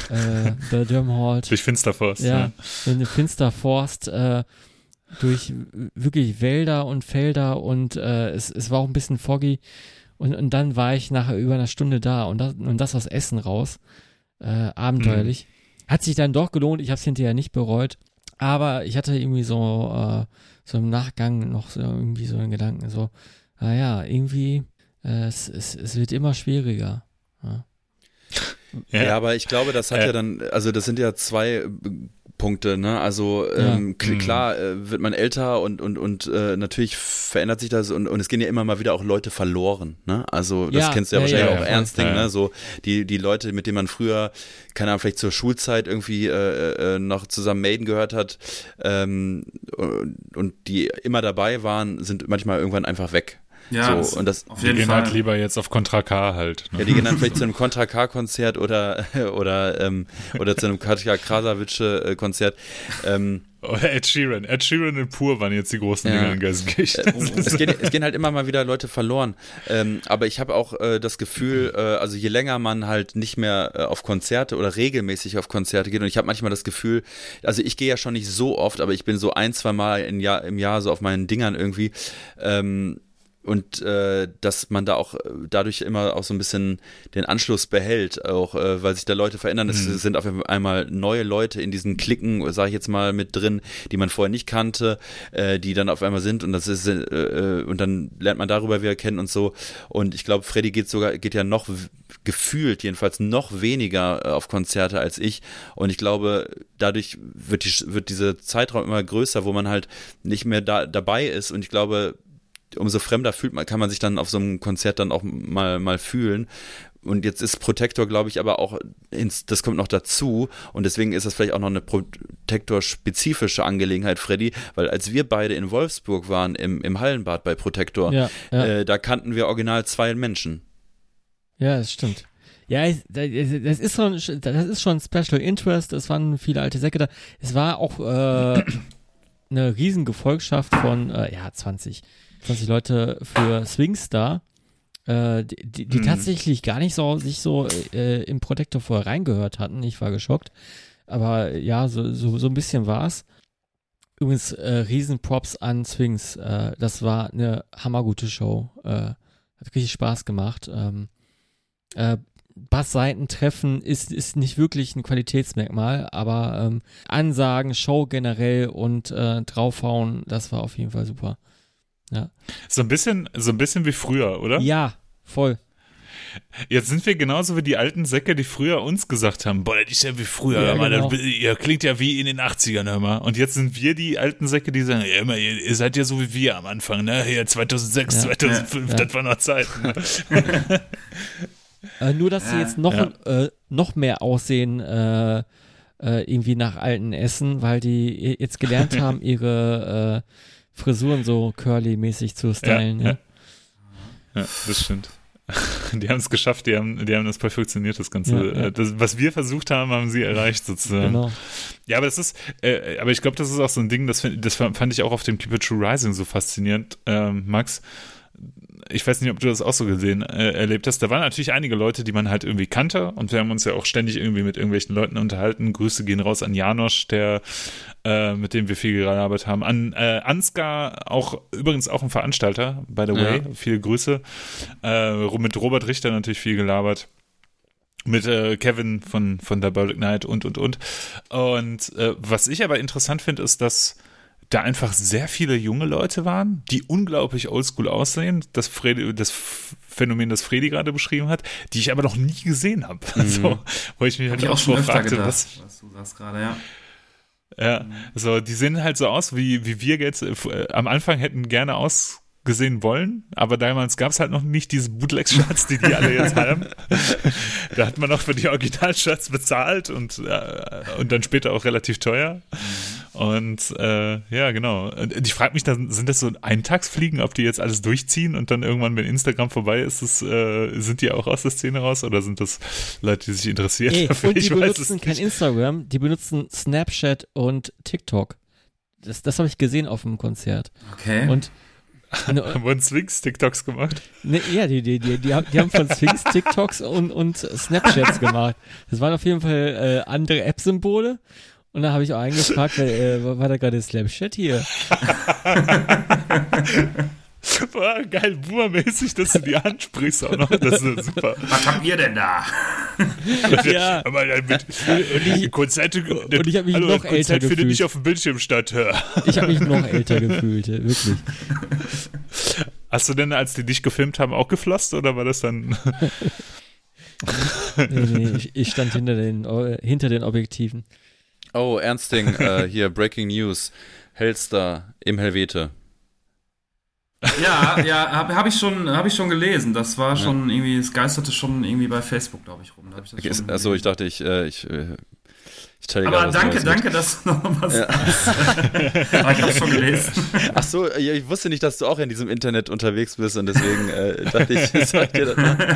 der Dürmholt. Durch Finsterforst. Ja, in eine Finsterforst, äh, durch wirklich Wälder und Felder und äh, es, es war auch ein bisschen foggy und, und dann war ich nachher über eine Stunde da und das, und das aus Essen raus. Äh, abenteuerlich. Hat sich dann doch gelohnt, ich habe es hinterher nicht bereut, aber ich hatte irgendwie so, äh, so im Nachgang noch so irgendwie so einen Gedanken, so, naja, irgendwie, äh, es, es, es wird immer schwieriger. Ja. Ja, Ja. aber ich glaube, das hat Äh. ja dann, also das sind ja zwei äh, Punkte, ne? Also ähm, Ja. kl- Mhm. klar äh, wird man älter und und und äh, natürlich verändert sich das und und es gehen ja immer mal wieder auch Leute verloren, ne? Also das Ja, kennst du ja, ja, wahrscheinlich ja, auch ja, ernst, voll. Ding, Ja, ja. ne? So die die Leute, mit denen man früher, keine Ahnung, vielleicht zur Schulzeit irgendwie äh, äh, noch zusammen Maiden gehört hat ähm, und, und die immer dabei waren, sind manchmal irgendwann einfach weg. Ja, so, das, und das, auf Die jeden gehen Fall. halt lieber jetzt auf Contra K halt. Ne? ja, die gehen dann vielleicht zu einem Contra K-Konzert oder oder ähm, oder zu einem Katja Krasavice-Konzert. Ähm, Oder Ed Sheeran. Ed Sheeran und Pur waren jetzt die großen Ja. Dinge in Gelsenkirchen. es, gehen, es gehen halt immer mal wieder Leute verloren. Ähm, aber ich habe auch äh, das Gefühl, äh, also je länger man halt nicht mehr äh, auf Konzerte oder regelmäßig auf Konzerte geht, und ich habe manchmal das Gefühl, also ich gehe ja schon nicht so oft, aber ich bin so ein, zwei Mal im Jahr, im Jahr so auf meinen Dingern irgendwie. Ähm, Und äh, dass man da auch äh, dadurch immer auch so ein bisschen den Anschluss behält, auch äh, weil sich da Leute verändern. Es Mhm. sind auf einmal neue Leute in diesen Klicken, sage ich jetzt mal, mit drin, die man vorher nicht kannte, äh, die dann auf einmal sind und das ist äh, äh, und dann lernt man darüber wieder kennen und so. Und ich glaube, Freddy geht sogar geht ja noch w- gefühlt jedenfalls noch weniger äh, auf Konzerte als ich. Und ich glaube, dadurch wird die wird dieser Zeitraum immer größer, wo man halt nicht mehr da dabei ist. Und ich glaube, umso fremder fühlt man, kann man sich dann auf so einem Konzert dann auch mal, mal fühlen. Und jetzt ist Protector, glaube ich, aber auch, ins, das kommt noch dazu. Und deswegen ist das vielleicht auch noch eine Protector-spezifische Angelegenheit, Freddy, weil als wir beide in Wolfsburg waren, im, im Hallenbad bei Protector, Ja, ja. äh, da kannten wir original zwei Menschen. Ja, das stimmt. Ja, es- das ist schon, das ist schon Special Interest. Es waren viele alte Säcke da. Es war auch äh, eine riesen Gefolgschaft von äh, ja zwanzig, zwanzig Leute für Swingstar, äh, die, die, die Mhm. tatsächlich gar nicht so sich so äh, im Protector vorher reingehört hatten. Ich war geschockt, aber ja, so so, so ein bisschen war's. Übrigens äh, riesen Props an Swings. Äh, das war eine hammergute Show. Äh, hat richtig Spaß gemacht. Ähm, äh, Bassseitentreffen ist, ist nicht wirklich ein Qualitätsmerkmal, aber ähm, Ansagen, Show generell und äh, draufhauen, das war auf jeden Fall super. So ein bisschen, so ein bisschen wie früher, oder? Ja, voll. Jetzt sind wir genauso wie die alten Säcke, die früher uns gesagt haben, boah, das ist ja wie früher, Ja, hör mal, genau. das, ihr klingt ja wie in den achtzigern, hör mal. Und jetzt sind wir die alten Säcke, die sagen, ja, immer, ihr, ihr seid ja so wie wir am Anfang, ne? Hier zweitausendsechs, Ja. zweitausendfünf, Ja. das war noch Zeit. Ne? Äh, nur, dass sie Ja, jetzt noch, ja. äh, noch mehr aussehen, äh, äh, irgendwie nach alten Essen, weil die jetzt gelernt haben, ihre äh, Frisuren so curly-mäßig zu stylen. Ja, Ja, ja. Ja, das stimmt. Die haben es geschafft, die haben, die haben das perfektioniert, das Ganze. Ja, ja. Äh, Das, was wir versucht haben, haben sie erreicht, sozusagen. Genau. Ja, aber das ist, äh, aber ich glaube, das ist auch so ein Ding, das, find- das fand ich auch auf dem Keep It True Rising so faszinierend, ähm, Max. ich weiß nicht, ob du das auch so gesehen äh, erlebt hast, da waren natürlich einige Leute, die man halt irgendwie kannte und wir haben uns ja auch ständig irgendwie mit irgendwelchen Leuten unterhalten. Grüße gehen raus an Janosch, der äh, mit dem wir viel gearbeitet haben. An äh, Ansgar, auch übrigens auch ein Veranstalter, by the way, ja. Viele Grüße. Äh, mit Robert Richter natürlich viel gelabert. Mit äh, Kevin von, von der Diabolic Night und, und, und. Und äh, was ich aber interessant finde, ist, dass da einfach sehr viele junge Leute waren, die unglaublich oldschool aussehen. Das, Fredi, das Phänomen, das Fredi gerade beschrieben hat, die ich aber noch nie gesehen habe. Mhm. So, wo ich mich hab halt ich auch schon fragte, gedacht, was, was du sagst gerade, ja. Ja, mhm. So, die sehen halt so aus, wie, wie wir jetzt äh, am Anfang hätten gerne aus gesehen wollen, aber damals gab es halt noch nicht diese Bootleg-Shirts, die die alle jetzt haben. Da hat man noch für die Original-Shirts bezahlt und, äh, und dann später auch relativ teuer. Mhm. Und äh, ja, genau. Und ich frage mich, dann, sind das so Eintagsfliegen, ob die jetzt alles durchziehen und dann irgendwann, wenn Instagram vorbei ist, das, äh, sind die auch aus der Szene raus oder sind das Leute, die sich interessieren? Ey, dafür? Und die ich benutzen kein Instagram, die benutzen Snapchat und TikTok. Das, das habe ich gesehen auf dem Konzert. Okay. Und haben wir Sphinx TikToks gemacht? Ne, ja, die, die, die, die, haben, die haben von Sphinx TikToks und, und Snapchats gemacht. Das waren auf jeden Fall äh, andere App-Symbole. Und da habe ich auch eingefragt, äh, war da gerade Snapchat hier? Boah, geil, boomermäßig, dass du die ansprichst auch noch. Das ist super. Was habt ihr denn da? Ja. Aber mit, und ich, Konzerte, und ich habe mich hallo, noch älter Konzert gefühlt. findet nicht auf dem Bildschirm statt. Ich habe mich noch älter gefühlt, wirklich. Hast du denn, als die dich gefilmt haben, auch geflosst oder war das dann... nee, nee, ich, ich stand hinter den, äh, hinter den Objektiven. Oh, Ernsting, äh, hier, Breaking News. Hellstar im Helvete. Ja, ja, habe hab ich, schon, hab ich schon gelesen. Das war schon ja. irgendwie, es geisterte schon irgendwie bei Facebook, glaube ich, rum. Da hab ich das okay, schon achso, ich dachte, ich, äh, ich, äh, ich teile Aber gerade danke, Neues danke, mit. dass du noch was ja. sagst. Aber ich habe schon gelesen. Achso, ja, ich wusste nicht, dass du auch in diesem Internet unterwegs bist und deswegen äh, dachte ich, sag dir das mal.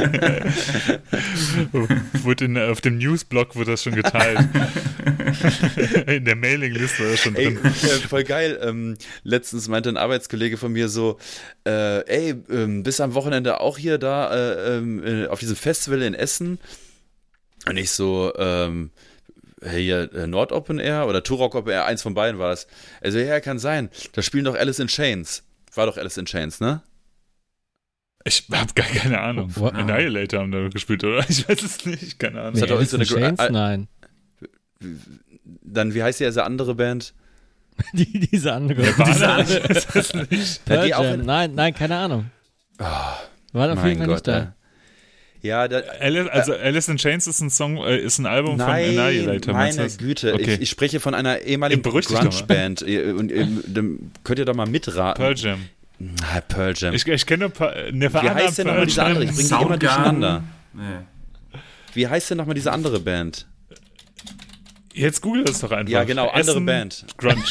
Wurde in, auf dem Newsblog wurde das schon geteilt. In der Mailingliste war das schon drin. Ey, äh, voll geil. Ähm, letztens meinte ein Arbeitskollege von mir so, äh, ey, ähm, bist am Wochenende auch hier da äh, äh, auf diesem Festival in Essen? Und ich so, ähm, hey, hier äh, Nord Open Air oder Turok Open Air, eins von beiden war es. Also ja, kann sein. Da spielen doch Alice in Chains. War doch Alice in Chains, ne? Ich hab gar keine Ahnung. Wow. Annihilator haben da gespielt, oder? Ich weiß es nicht, keine Ahnung. Nee, Das hat doch Alice in so eine Chains? Nein. Dann, wie heißt die diese andere Band? Die, diese andere. Ja, diese war andere. das das nicht? Pearl die auch Jam. in- Nein, nein, keine Ahnung. Oh, War auf mein jeden Fall Gott, nicht da. ey. Ja, da, Alice, also Alice in Chains ist ein Song, äh, ist ein Album nein, von Annihilator. meinst du meine das? Güte. Okay. Ich, ich spreche von einer ehemaligen Beruhig dich doch mal. Grunge-Band. Ihr- Und ihr- dann könnt ihr doch mal mitraten. Pearl Jam. Ah, Pearl Jam. Ich, ich kenne pa- Wie Nirvana, heißt denn nochmal Pearl diese andere? Ich Jam. bring die immer Soundgarden. durcheinander. Nee. Wie heißt denn nochmal diese andere Band? Jetzt google das doch einfach. Ja, genau, andere Essen, Band. Grunge.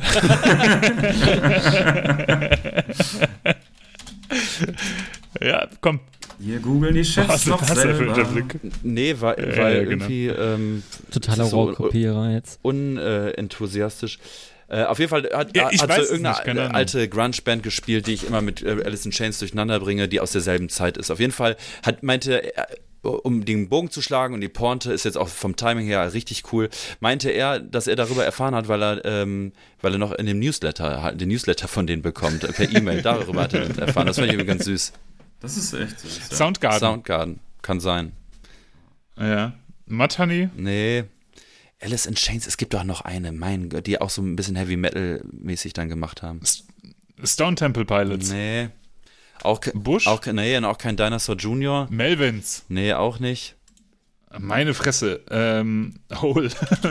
Ja, komm. Hier googeln die Chefs Was noch ist das denn für ein selber. Blick? Nee, weil, Ja, weil ja, genau. irgendwie ähm, Totaler so Raubkopierer jetzt. unenthusiastisch. Äh, auf jeden Fall hat, Ja, ich hat weiß so es irgendeine nicht, keine Ahnung. alte Grunge-Band gespielt, die ich immer mit äh, Alice in Chains durcheinander bringe, die aus derselben Zeit ist. Auf jeden Fall hat, meinte er, um den Bogen zu schlagen, und die Pointe ist jetzt auch vom Timing her richtig cool, meinte er, dass er darüber erfahren hat, weil er, ähm, weil er noch in dem Newsletter, den Newsletter von denen bekommt, per E-Mail, darüber hat er erfahren. Das fand ich irgendwie ganz süß. Das ist echt süß. Ja. Soundgarden. Soundgarden, kann sein. Ja. Mudhoney. Nee. Alice in Chains, es gibt doch noch eine, mein Gott, die auch so ein bisschen Heavy Metal-mäßig dann gemacht haben. Stone Temple Pilots. Nee. Auch, ke- Bush. auch, ke- nee, und auch kein Dinosaur Junior. Melvins. Nee, auch nicht. Meine Fresse. Ähm, Hole.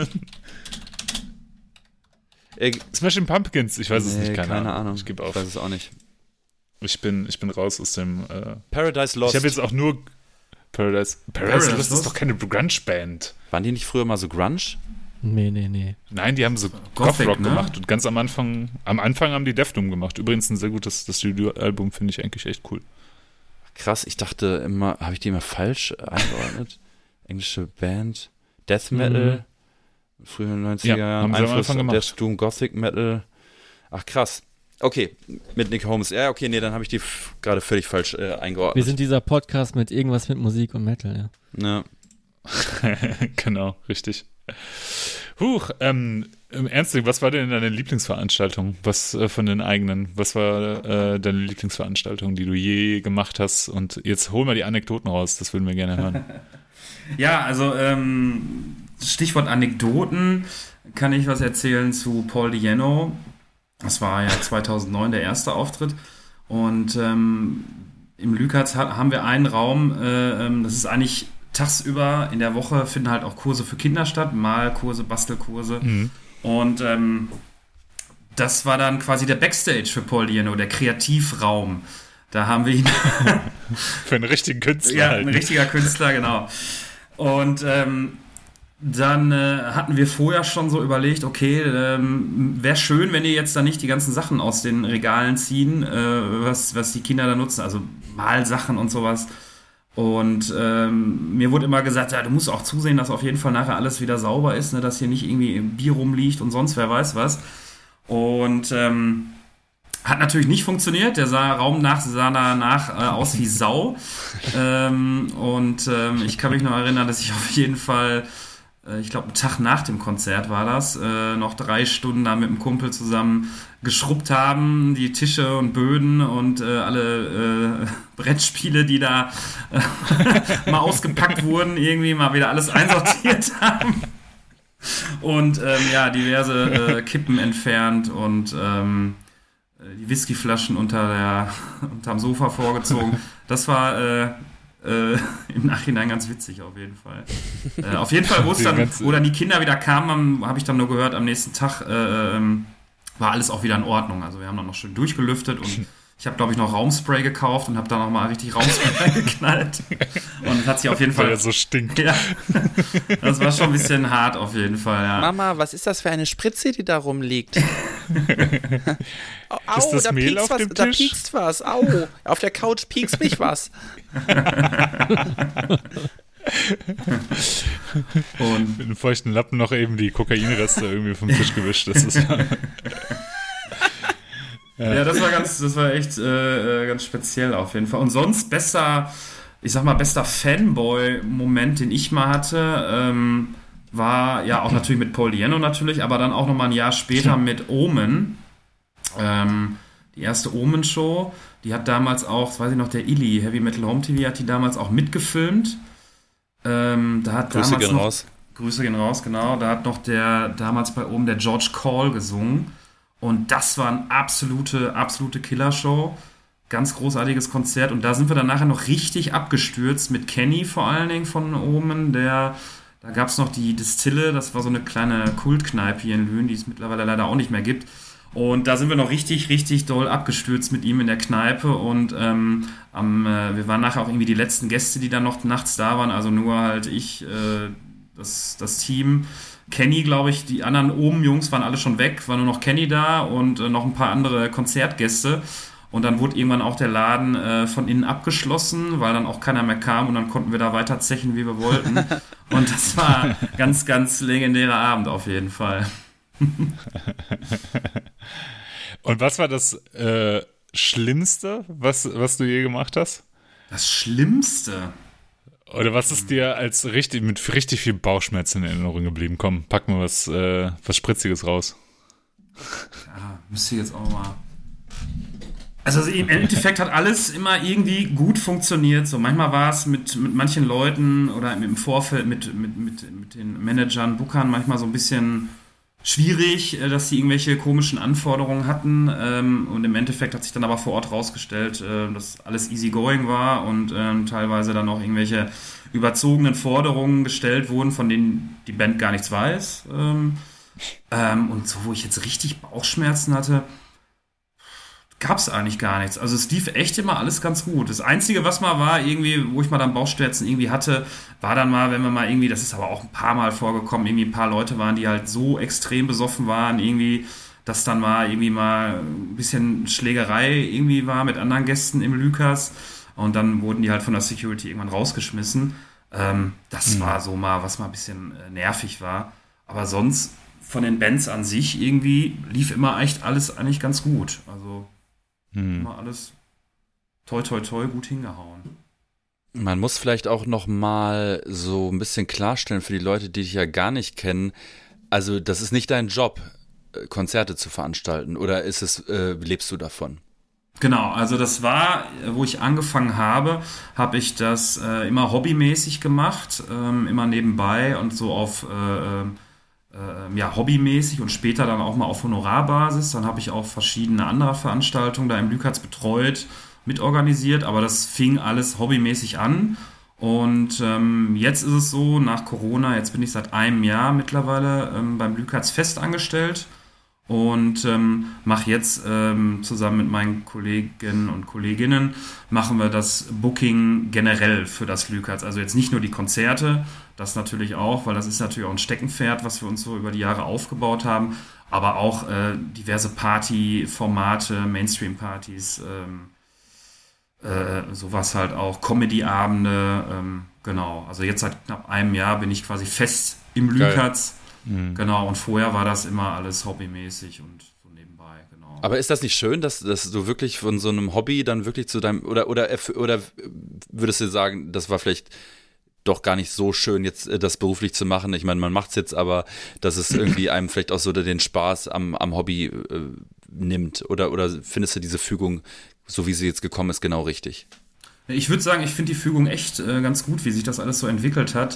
Äh, Smashing Pumpkins. Ich weiß es nee, nicht. Keine, keine Ahnung. Ahnung. Ich gebe Ich auf. weiß es auch nicht. Ich bin, ich bin raus aus dem. Äh, Paradise Lost. ich habe jetzt auch nur Paradise. Paradise, Paradise Lost ist Lost? doch keine Grunge-Band. Waren die nicht früher mal so Grunge? Nee, nee, nee. Nein, die haben so Gothic, Goth-Rock ne? gemacht und ganz am Anfang, am Anfang haben die Deftones gemacht. Übrigens ein sehr gutes das Studioalbum, finde ich eigentlich echt cool. Krass, ich dachte immer, habe ich die immer falsch eingeordnet? Englische Band. Death Metal. Frühen neunziger Ja, Jahren. haben sie am Einfluss Anfang gemacht. Death Doom Gothic Metal. Ach krass. Okay, mit Nick Holmes. Ja, okay, nee, dann habe ich die f- gerade völlig falsch äh, eingeordnet. Wir sind dieser Podcast mit irgendwas mit Musik und Metal, Ja. ja. Genau, richtig. Huch, ähm, im Ernst, was war denn deine Lieblingsveranstaltung? Was äh, von den eigenen? Was war äh, deine Lieblingsveranstaltung, die du je gemacht hast? Und jetzt hol mal die Anekdoten raus, das würden wir gerne hören. Ja, also ähm, Stichwort Anekdoten, kann ich was erzählen zu Paul Di'Anno. Das war ja zweitausendneun der erste Auftritt. Und ähm, im Lükertz hat, haben wir einen Raum, äh, ähm, das ist eigentlich tagsüber in der Woche, finden halt auch Kurse für Kinder statt, Malkurse, Bastelkurse. Mhm. Und ähm, das war dann quasi der Backstage für Paul Di'Anno, der Kreativraum. Da haben wir ihn... für einen richtigen Künstler. Ja, halt. ein richtiger Künstler, genau. Und ähm, dann äh, hatten wir vorher schon so überlegt, okay, ähm, wäre schön, wenn ihr jetzt da nicht die ganzen Sachen aus den Regalen ziehen, äh, was, was die Kinder da nutzen, also Malsachen und sowas. Und ähm, mir wurde immer gesagt, ja, du musst auch zusehen, dass auf jeden Fall nachher alles wieder sauber ist, ne, dass hier nicht irgendwie Bier rumliegt und sonst wer weiß was. Und ähm, hat natürlich nicht funktioniert. Der sah Raum nach, sah danach äh, aus wie Sau. ähm, und ähm, ich kann mich noch erinnern, dass ich auf jeden Fall, äh, ich glaube, einen Tag nach dem Konzert war das, äh, noch drei Stunden da mit einem Kumpel zusammen geschrubbt haben, die Tische und Böden und äh, alle äh, Brettspiele, die da äh, mal ausgepackt wurden, irgendwie mal wieder alles einsortiert haben. Und ähm, ja, diverse äh, Kippen entfernt und ähm, die Whiskyflaschen unter der, unterm Sofa vorgezogen. Das war äh, äh, im Nachhinein ganz witzig auf jeden Fall. Äh, auf jeden Fall, wo es dann, wo dann die Kinder wieder kamen, habe ich dann nur gehört, am nächsten Tag äh, ähm, war alles auch wieder in Ordnung. Also wir haben dann noch schön durchgelüftet und ich habe, glaube ich, noch Raumspray gekauft und habe da nochmal richtig Raumspray geknallt. Und es hat sich auf jeden Fall... Weil er so stinkt. Ja, das war schon ein bisschen hart auf jeden Fall, ja. Mama, was ist das für eine Spritze, die da rumliegt? Au, ist das da Mehl piekst auf was, dem da Tisch? piekst was. Au, auf der Couch piekst mich was. Und mit einem feuchten Lappen noch eben die Kokainreste irgendwie vom Tisch gewischt. Das ist ja... Ja, das war ganz, das war echt äh, ganz speziell auf jeden Fall. Und sonst bester, ich sag mal, bester Fanboy-Moment, den ich mal hatte, ähm, war ja auch natürlich mit Paul Di'Anno natürlich, aber dann auch nochmal ein Jahr später mit Omen. Ähm, die erste Omen-Show, die hat damals auch, das weiß ich noch, der Illy, Heavy Metal Home T V, hat die damals auch mitgefilmt. Ähm, da hat Grüße damals gehen noch, raus. Grüße gehen raus, genau. Da hat noch der, damals bei Omen der George Call gesungen. Und das war eine absolute, absolute Killershow. Ganz großartiges Konzert. Und da sind wir dann nachher noch richtig abgestürzt mit Kenny vor allen Dingen von Omen. Der, da gab es noch die Distille. Das war so eine kleine Kultkneipe hier in Lünen, die es mittlerweile leider auch nicht mehr gibt. Und da sind wir noch richtig, richtig doll abgestürzt mit ihm in der Kneipe. Und ähm, am, äh, wir waren nachher auch irgendwie die letzten Gäste, die dann noch nachts da waren. Also nur halt ich, äh, das, das Team. Kenny, glaube ich, die anderen oben Jungs waren alle schon weg, war nur noch Kenny da und äh, noch ein paar andere Konzertgäste. Und dann wurde irgendwann auch der Laden äh, von innen abgeschlossen, weil dann auch keiner mehr kam und dann konnten wir da weiter zechen, wie wir wollten. Und das war ein ganz, ganz legendärer Abend auf jeden Fall. Und was war das äh, Schlimmste, was, was du je gemacht hast? Das Schlimmste? Oder was ist dir als richtig, mit richtig viel Bauchschmerzen in Erinnerung geblieben? Komm, pack mal was, äh, was Spritziges raus. Ja, müsste jetzt auch mal... Also im Endeffekt hat alles immer irgendwie gut funktioniert. So manchmal war es mit, mit manchen Leuten oder im Vorfeld mit, mit, mit, mit den Managern, Bookern manchmal so ein bisschen schwierig, dass sie irgendwelche komischen Anforderungen hatten. Und im Endeffekt hat sich dann aber vor Ort rausgestellt, dass alles easy going war und teilweise dann auch irgendwelche überzogenen Forderungen gestellt wurden, von denen die Band gar nichts weiß. Und so, wo ich jetzt richtig Bauchschmerzen hatte, gab es eigentlich gar nichts. Also es lief echt immer alles ganz gut. Das Einzige, was mal war, irgendwie, wo ich mal dann Bauchschmerzen irgendwie hatte, war dann mal, wenn wir mal irgendwie, das ist aber auch ein paar Mal vorgekommen, irgendwie ein paar Leute waren, die halt so extrem besoffen waren, irgendwie, dass dann mal irgendwie mal ein bisschen Schlägerei irgendwie war mit anderen Gästen im Lükas und dann wurden die halt von der Security irgendwann rausgeschmissen. Ähm, das mhm. war so mal, was mal ein bisschen äh, nervig war. Aber sonst von den Bands an sich irgendwie lief immer echt alles eigentlich ganz gut. Also hm. immer alles toi toi toi gut hingehauen. Man muss vielleicht auch noch mal so ein bisschen klarstellen für die Leute, die dich ja gar nicht kennen. Also das ist nicht dein Job, Konzerte zu veranstalten, oder ist es, äh, lebst du davon? Genau, also das war, wo ich angefangen habe, habe ich das äh, immer hobbymäßig gemacht, ähm, immer nebenbei und so auf äh, äh, ja, hobbymäßig und später dann auch mal auf Honorarbasis. Dann habe ich auch verschiedene andere Veranstaltungen da im Lükatz betreut, mitorganisiert, aber das fing alles hobbymäßig an. Und ähm, jetzt ist es so, nach Corona, jetzt bin ich seit einem Jahr mittlerweile ähm, beim Lükatz fest angestellt. Und ähm, mache jetzt ähm, zusammen mit meinen Kolleginnen und Kolleginnen, machen wir das Booking generell für das Lükatz. Also jetzt nicht nur die Konzerte, das natürlich auch, weil das ist natürlich auch ein Steckenpferd, was wir uns so über die Jahre aufgebaut haben, aber auch äh, diverse Partyformate, Mainstream-Partys, ähm, äh, sowas halt auch, Comedy-Abende, ähm, genau. Also jetzt seit knapp einem Jahr bin ich quasi fest im Lükatz. Mhm. Genau, und vorher war das immer alles hobbymäßig und so nebenbei, genau. Aber ist das nicht schön, dass, dass du wirklich von so einem Hobby dann wirklich zu deinem, oder, oder, oder würdest du sagen, das war vielleicht doch gar nicht so schön, jetzt das beruflich zu machen? Ich meine, man macht es jetzt, aber dass es irgendwie einem vielleicht auch so den Spaß am, am Hobby äh, nimmt, oder, oder findest du diese Fügung, so wie sie jetzt gekommen ist, genau richtig? Ich würde sagen, ich finde die Fügung echt äh, ganz gut, wie sich das alles so entwickelt hat.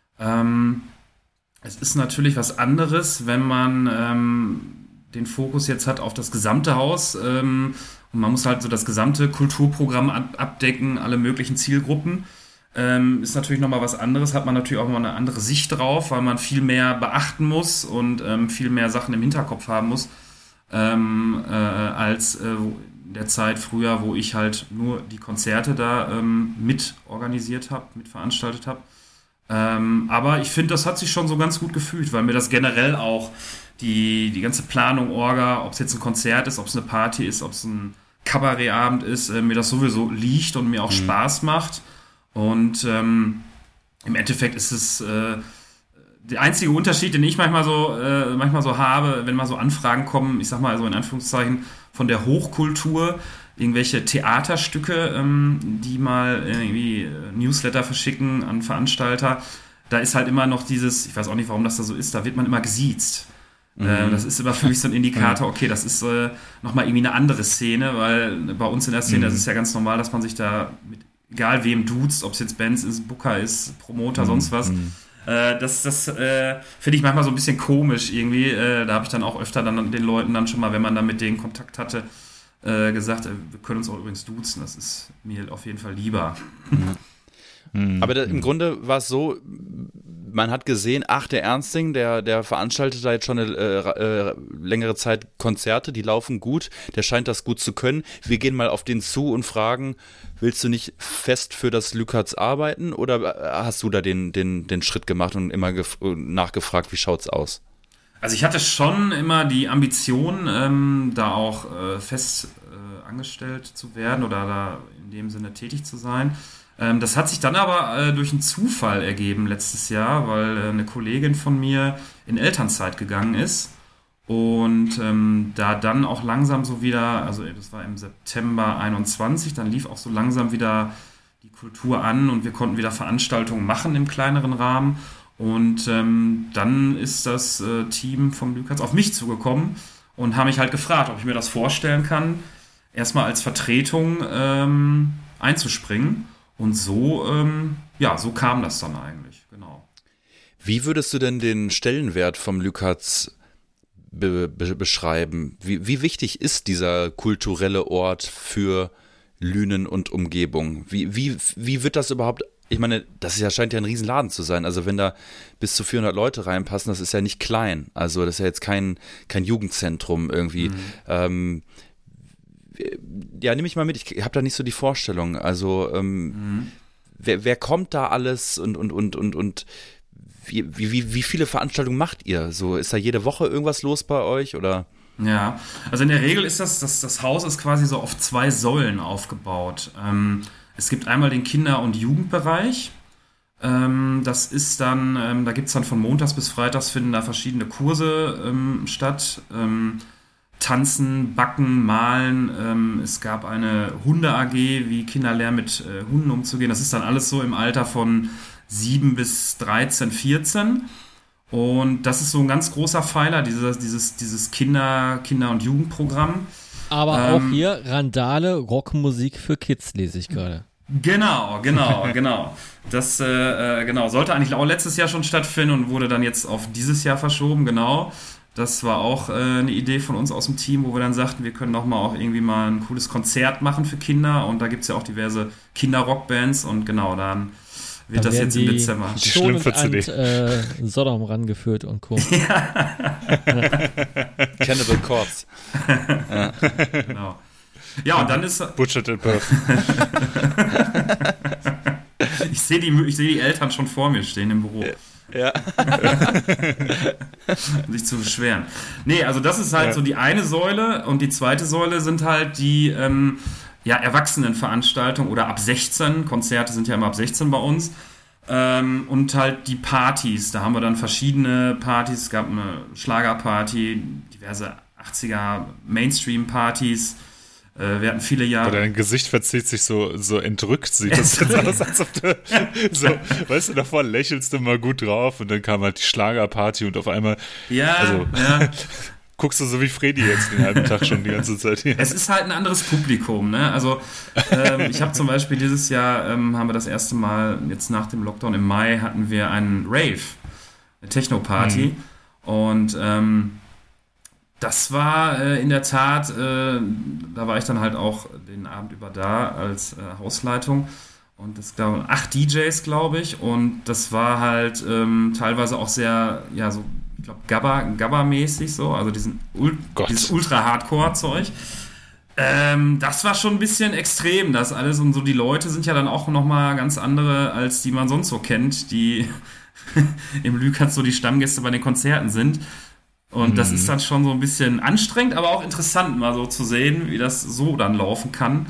Ähm, Es ist natürlich was anderes, wenn man ähm, den Fokus jetzt hat auf das gesamte Haus ähm, und man muss halt so das gesamte Kulturprogramm ab- abdecken, alle möglichen Zielgruppen. Ähm, ist natürlich nochmal was anderes, hat man natürlich auch mal eine andere Sicht drauf, weil man viel mehr beachten muss und ähm, viel mehr Sachen im Hinterkopf haben muss, ähm, äh, als äh, in der Zeit früher, wo ich halt nur die Konzerte da ähm, mit organisiert habe, mit veranstaltet habe. Ähm, aber ich finde, das hat sich schon so ganz gut gefühlt, weil mir das generell auch die, die ganze Planung, Orga, ob es jetzt ein Konzert ist, ob es eine Party ist, ob es ein Kabarettabend ist, äh, mir das sowieso liegt und mir auch mhm. Spaß macht. Und ähm, im Endeffekt ist es äh, der einzige Unterschied, den ich manchmal so, äh, manchmal so habe, wenn mal so Anfragen kommen, ich sag mal also in Anführungszeichen, von der Hochkultur, irgendwelche Theaterstücke, ähm, die mal irgendwie äh, Newsletter verschicken an Veranstalter. Da ist halt immer noch dieses, ich weiß auch nicht, warum das da so ist, da wird man immer gesiezt. Mhm. Äh, das ist immer für mich so ein Indikator, okay, das ist äh, nochmal irgendwie eine andere Szene, weil bei uns in der Szene, mhm. das ist ja ganz normal, dass man sich da mit egal wem duzt, ob es jetzt Bands ist, Booker ist, Promoter, mhm. sonst was. Mhm. Äh, das das äh, finde ich manchmal so ein bisschen komisch irgendwie. Äh, da habe ich dann auch öfter dann den Leuten dann schon mal, wenn man dann mit denen Kontakt hatte, Äh, gesagt, äh, wir können uns auch übrigens duzen, das ist mir auf jeden Fall lieber. Mhm. Aber da, im Grunde war es so, man hat gesehen, ach, der Ernsting, der, der veranstaltet da jetzt schon eine äh, äh, längere Zeit Konzerte, die laufen gut, der scheint das gut zu können. Wir gehen mal auf den zu und fragen, willst du nicht fest für das Lükatz arbeiten, oder hast du da den, den, den Schritt gemacht und immer gef- nachgefragt, wie schaut's aus? Also ich hatte schon immer die Ambition, ähm, da auch äh, fest äh, angestellt zu werden oder da in dem Sinne tätig zu sein. Ähm, das hat sich dann aber äh, durch einen Zufall ergeben letztes Jahr, weil äh, eine Kollegin von mir in Elternzeit gegangen ist und ähm, da dann auch langsam so wieder, also das war im September einundzwanzig, dann lief auch so langsam wieder die Kultur an und wir konnten wieder Veranstaltungen machen im kleineren Rahmen. Und ähm, dann ist das äh, Team vom Lükatz auf mich zugekommen und haben mich halt gefragt, ob ich mir das vorstellen kann, erstmal als Vertretung ähm, einzuspringen. Und so, ähm, ja, so kam das dann eigentlich, genau. Wie würdest du denn den Stellenwert vom Lükatz be- be- beschreiben? Wie, wie wichtig ist dieser kulturelle Ort für Lünen und Umgebung? Wie, wie, wie wird das überhaupt? Ich meine, das ist ja, scheint ja ein Riesenladen zu sein. Also wenn da bis zu vierhundert Leute reinpassen, das ist ja nicht klein. Also das ist ja jetzt kein, kein Jugendzentrum irgendwie. Mhm. Ähm, ja, nehme ich mal mit. Ich habe da nicht so die Vorstellung. Also ähm, mhm. wer, wer kommt da alles und, und, und, und, und wie, wie, wie viele Veranstaltungen macht ihr? So, ist da jede Woche irgendwas los bei euch, oder? Ja, also in der Regel ist das, das, das Haus ist quasi so auf zwei Säulen aufgebaut. Ähm, Es gibt einmal den Kinder- und Jugendbereich, Ähm, das ist dann, ähm, da gibt es dann von montags bis freitags finden da verschiedene Kurse ähm, statt. Ähm, Tanzen, Backen, Malen. Ähm, es gab eine Hunde-A G, wie Kinder lernen, mit äh, Hunden umzugehen. Das ist dann alles so im Alter von sieben bis dreizehn, vierzehn. Und das ist so ein ganz großer Pfeiler, dieses, dieses, dieses Kinder-, Kinder- und Jugendprogramm. Aber ähm, auch hier Randale, Rockmusik für Kids, lese ich gerade. Genau, genau, genau. Das äh, genau sollte eigentlich auch letztes Jahr schon stattfinden und wurde dann jetzt auf dieses Jahr verschoben, genau. Das war auch äh, eine Idee von uns aus dem Team, wo wir dann sagten, wir können doch mal auch irgendwie mal ein cooles Konzert machen für Kinder. Und da gibt es ja auch diverse Kinder-Rockbands und genau, dann wird Dann das jetzt im die Dezember. Die schon Schlümpfe und C D. an äh, Sodom rangeführt und Co. Cannibal Corpse. Ja. Genau. Ja, und dann ist... Butchered at Birth. ich sehe die, ich seh die Eltern schon vor mir stehen im Büro. Ja. Um sich zu beschweren. Nee, also das ist halt Ja. so die eine Säule und die zweite Säule sind halt die ähm, ja, Erwachsenenveranstaltungen oder ab sechzehn, Konzerte sind ja immer ab sechzehn bei uns, ähm, und halt die Partys, da haben wir dann verschiedene Partys, es gab eine Schlagerparty, diverse achtziger Mainstream-Partys, äh, wir hatten viele Aber Jahre... dein Gesicht verzieht sich so, so entrückt, sieht das jetzt aus, als ob du so, weißt du, davor lächelst du mal gut drauf und dann kam halt die Schlagerparty und auf einmal Ja, also- ja. guckst du so wie Freddy jetzt den halben Tag schon die ganze Zeit hier. Es ist halt ein anderes Publikum, ne? Also ähm, ich habe zum Beispiel dieses Jahr, ähm, haben wir das erste Mal, jetzt nach dem Lockdown im Mai, hatten wir einen Rave, eine Techno-Party. Mhm. Und ähm, das war äh, in der Tat, äh, da war ich dann halt auch den Abend über da als äh, Hausleitung. Und das waren acht D Js, glaube ich. Und das war halt ähm, teilweise auch sehr, ja, so, ich glaube, Gabba, Gabba-mäßig so, also diesen Ul- dieses Ultra-Hardcore-Zeug. Ähm, das war schon ein bisschen extrem, das alles. Und so die Leute sind ja dann auch nochmal ganz andere, als die man sonst so kennt, die im Lükatz so die Stammgäste bei den Konzerten sind. Und mhm. das ist dann schon so ein bisschen anstrengend, aber auch interessant, mal so zu sehen, wie das so dann laufen kann.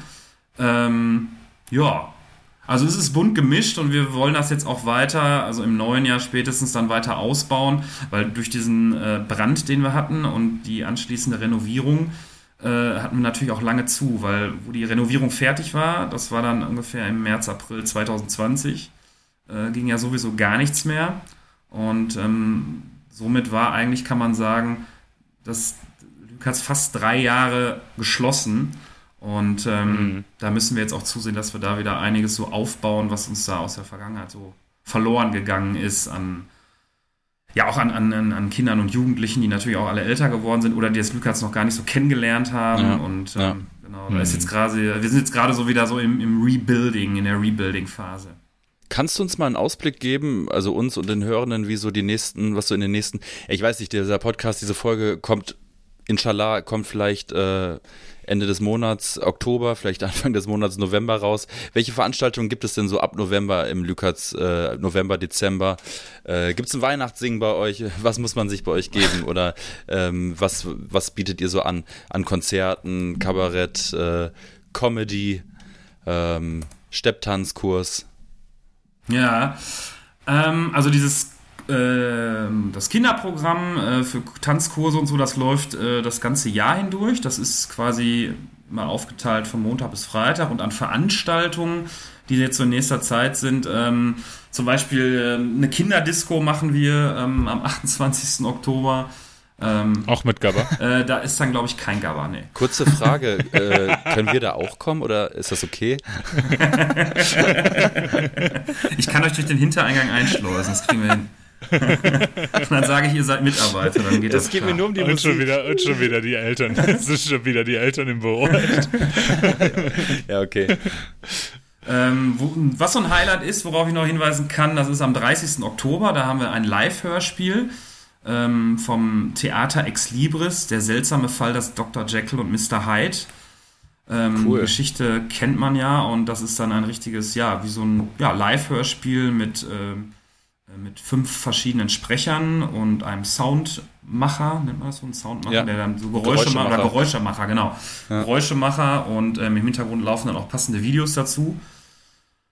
Ähm, ja, also es ist bunt gemischt und wir wollen das jetzt auch weiter, also im neuen Jahr spätestens dann weiter ausbauen, weil durch diesen äh, Brand, den wir hatten und die anschließende Renovierung, äh, hatten wir natürlich auch lange zu, weil wo die Renovierung fertig war, das war dann ungefähr im März, April zwanzig zwanzig, äh, ging ja sowieso gar nichts mehr und ähm, somit war eigentlich, kann man sagen, dass Lükatz fast drei Jahre geschlossen. Und ähm, mhm. da müssen wir jetzt auch zusehen, dass wir da wieder einiges so aufbauen, was uns da aus der Vergangenheit so verloren gegangen ist an, ja auch an, an, an Kindern und Jugendlichen, die natürlich auch alle älter geworden sind oder die das Lükatz noch gar nicht so kennengelernt haben. Ja. Und ähm, ja. genau, da ist jetzt gerade, wir sind jetzt gerade so wieder so im, im Rebuilding, in der Rebuilding-Phase. Kannst du uns mal einen Ausblick geben, also uns und den Hörenden, wie so die nächsten, was so in den nächsten, ich weiß nicht, dieser Podcast, diese Folge kommt, inshallah, kommt vielleicht äh, Ende des Monats Oktober, vielleicht Anfang des Monats November raus. Welche Veranstaltungen gibt es denn so ab November im Lükatz, äh, November, Dezember? Äh, gibt es ein Weihnachtssingen bei euch? Was muss man sich bei euch geben? Oder ähm, was, was bietet ihr so an? An Konzerten, Kabarett, äh, Comedy, ähm, Stepptanzkurs? Ja, ähm, also dieses das Kinderprogramm äh, für Tanzkurse und so, das läuft äh, das ganze Jahr hindurch. Das ist quasi immer aufgeteilt von Montag bis Freitag und an Veranstaltungen, die jetzt so in nächster Zeit sind. Ähm, zum Beispiel äh, eine Kinderdisco machen wir ähm, am achtundzwanzigsten Oktober. Ähm, auch mit Gabba? Äh, da ist dann, glaube ich, kein Gabba, nee. Kurze Frage, äh, können wir da auch kommen oder ist das okay? Ich kann euch durch den Hintereingang einschleusen, das kriegen wir hin. Und dann sage ich, ihr seid Mitarbeiter, dann geht das. Das geht klar. mir nur um die und Musik. schon wieder Und schon wieder die Eltern. Es sind schon wieder die Eltern im Büro. Ja, okay. Ähm, wo, was so ein Highlight ist, worauf ich noch hinweisen kann, das ist am dreißigsten Oktober, da haben wir ein Live-Hörspiel ähm, vom Theater Ex Libris, der seltsame Fall des Doktor Jekyll und Mister Hyde. Ähm, Cool. Die Geschichte kennt man ja und das ist dann ein richtiges, ja, wie so ein ja, Live-Hörspiel mit ähm, mit fünf verschiedenen Sprechern und einem Soundmacher, nennt man das so, ein Soundmacher, Ja. der dann so Geräusche macht, oder Geräuschemacher, genau. Ja. Geräuschemacher und ähm, im Hintergrund laufen dann auch passende Videos dazu.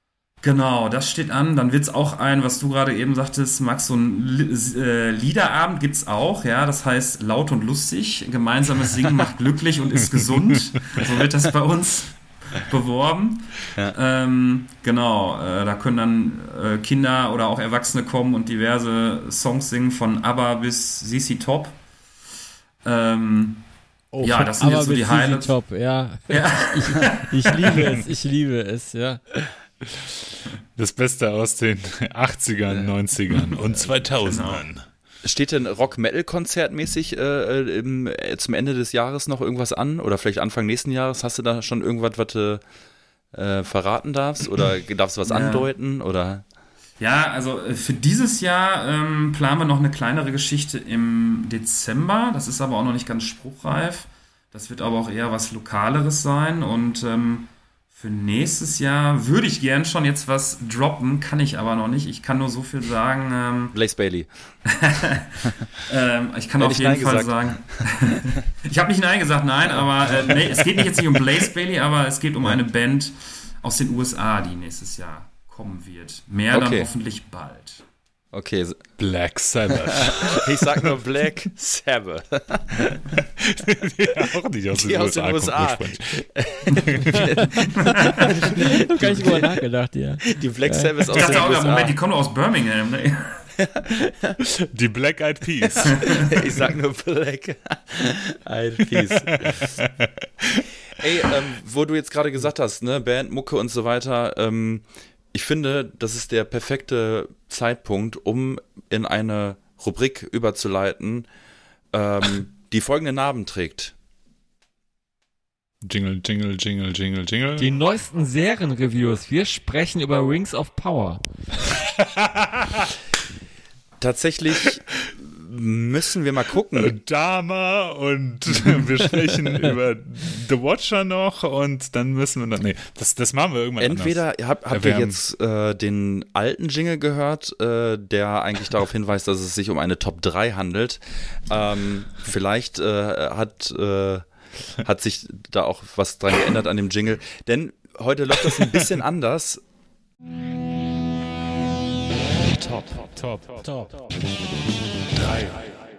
Genau, das steht an. Dann wird es auch ein, was du gerade eben sagtest, Max, so ein Li- äh, Liederabend gibt es auch, ja. Das heißt laut und lustig. Gemeinsames Singen macht glücklich und ist gesund. So wird das bei uns beworben. Ja. Ähm, genau, äh, da können dann äh, Kinder oder auch Erwachsene kommen und diverse Songs singen, von ABBA bis Z Z Top. Ähm, Oh, ja, das sind aber jetzt so die mit Z Z Highlights. Top, ja. Ja. Ich, ich liebe es, ich liebe es, ja. Das Beste aus den achtzigern, neunzigern und zweitausendern. Genau. Steht denn Rock-Metal-Konzertmäßig äh, im, äh, zum Ende des Jahres noch irgendwas an? Oder vielleicht Anfang nächsten Jahres? Hast du da schon irgendwas, was du äh, verraten darfst? Oder darfst du was ja. andeuten? Oder? Ja, also für dieses Jahr ähm, planen wir noch eine kleinere Geschichte im Dezember. Das ist aber auch noch nicht ganz spruchreif. Das wird aber auch eher was Lokaleres sein. Und ähm, für nächstes Jahr würde ich gern schon jetzt was droppen, kann ich aber noch nicht. Ich kann nur so viel sagen. Ähm, Blaze Bayley. ähm, ich kann Hätt auf jeden Fall gesagt. sagen. Ich habe nicht Nein gesagt, nein, aber äh, nee, es geht nicht jetzt nicht um Blaze Bayley, aber es geht um eine Band aus den U S A, die nächstes Jahr kommen wird. Mehr okay. dann hoffentlich bald. Okay. Black Sabbath. Ich sag nur Black Sabbath. Ja, auch nicht aus den die U S A. Aus den U S A. Ich hab gar nicht drüber nachgedacht, ja. Die Black Sabbath aus ich den dachte auch, U S A. Moment, die kommen aus Birmingham. Ne? Die Black Eyed Peas. Ich sag nur Black Eyed Peas. Ey, ähm, wo du jetzt gerade gesagt hast, ne, Band, Mucke und so weiter, ähm, ich finde, das ist der perfekte Zeitpunkt, um in eine Rubrik überzuleiten, ähm, die folgende Namen trägt. Jingle, jingle, jingle, jingle, jingle. Die neuesten Serienreviews. Wir sprechen über Rings of Power. Tatsächlich müssen wir mal gucken. Dama und wir sprechen über The Watcher noch und dann müssen wir dann, nee, das, das machen wir irgendwann Entweder anders. hab, habt ihr jetzt äh, den alten Jingle gehört, äh, der eigentlich darauf hinweist, dass es sich um eine Top drei handelt. Ähm, vielleicht äh, hat, äh, hat sich da auch was dran geändert an dem Jingle, denn heute läuft das ein bisschen anders. Top, top, top, top. drei.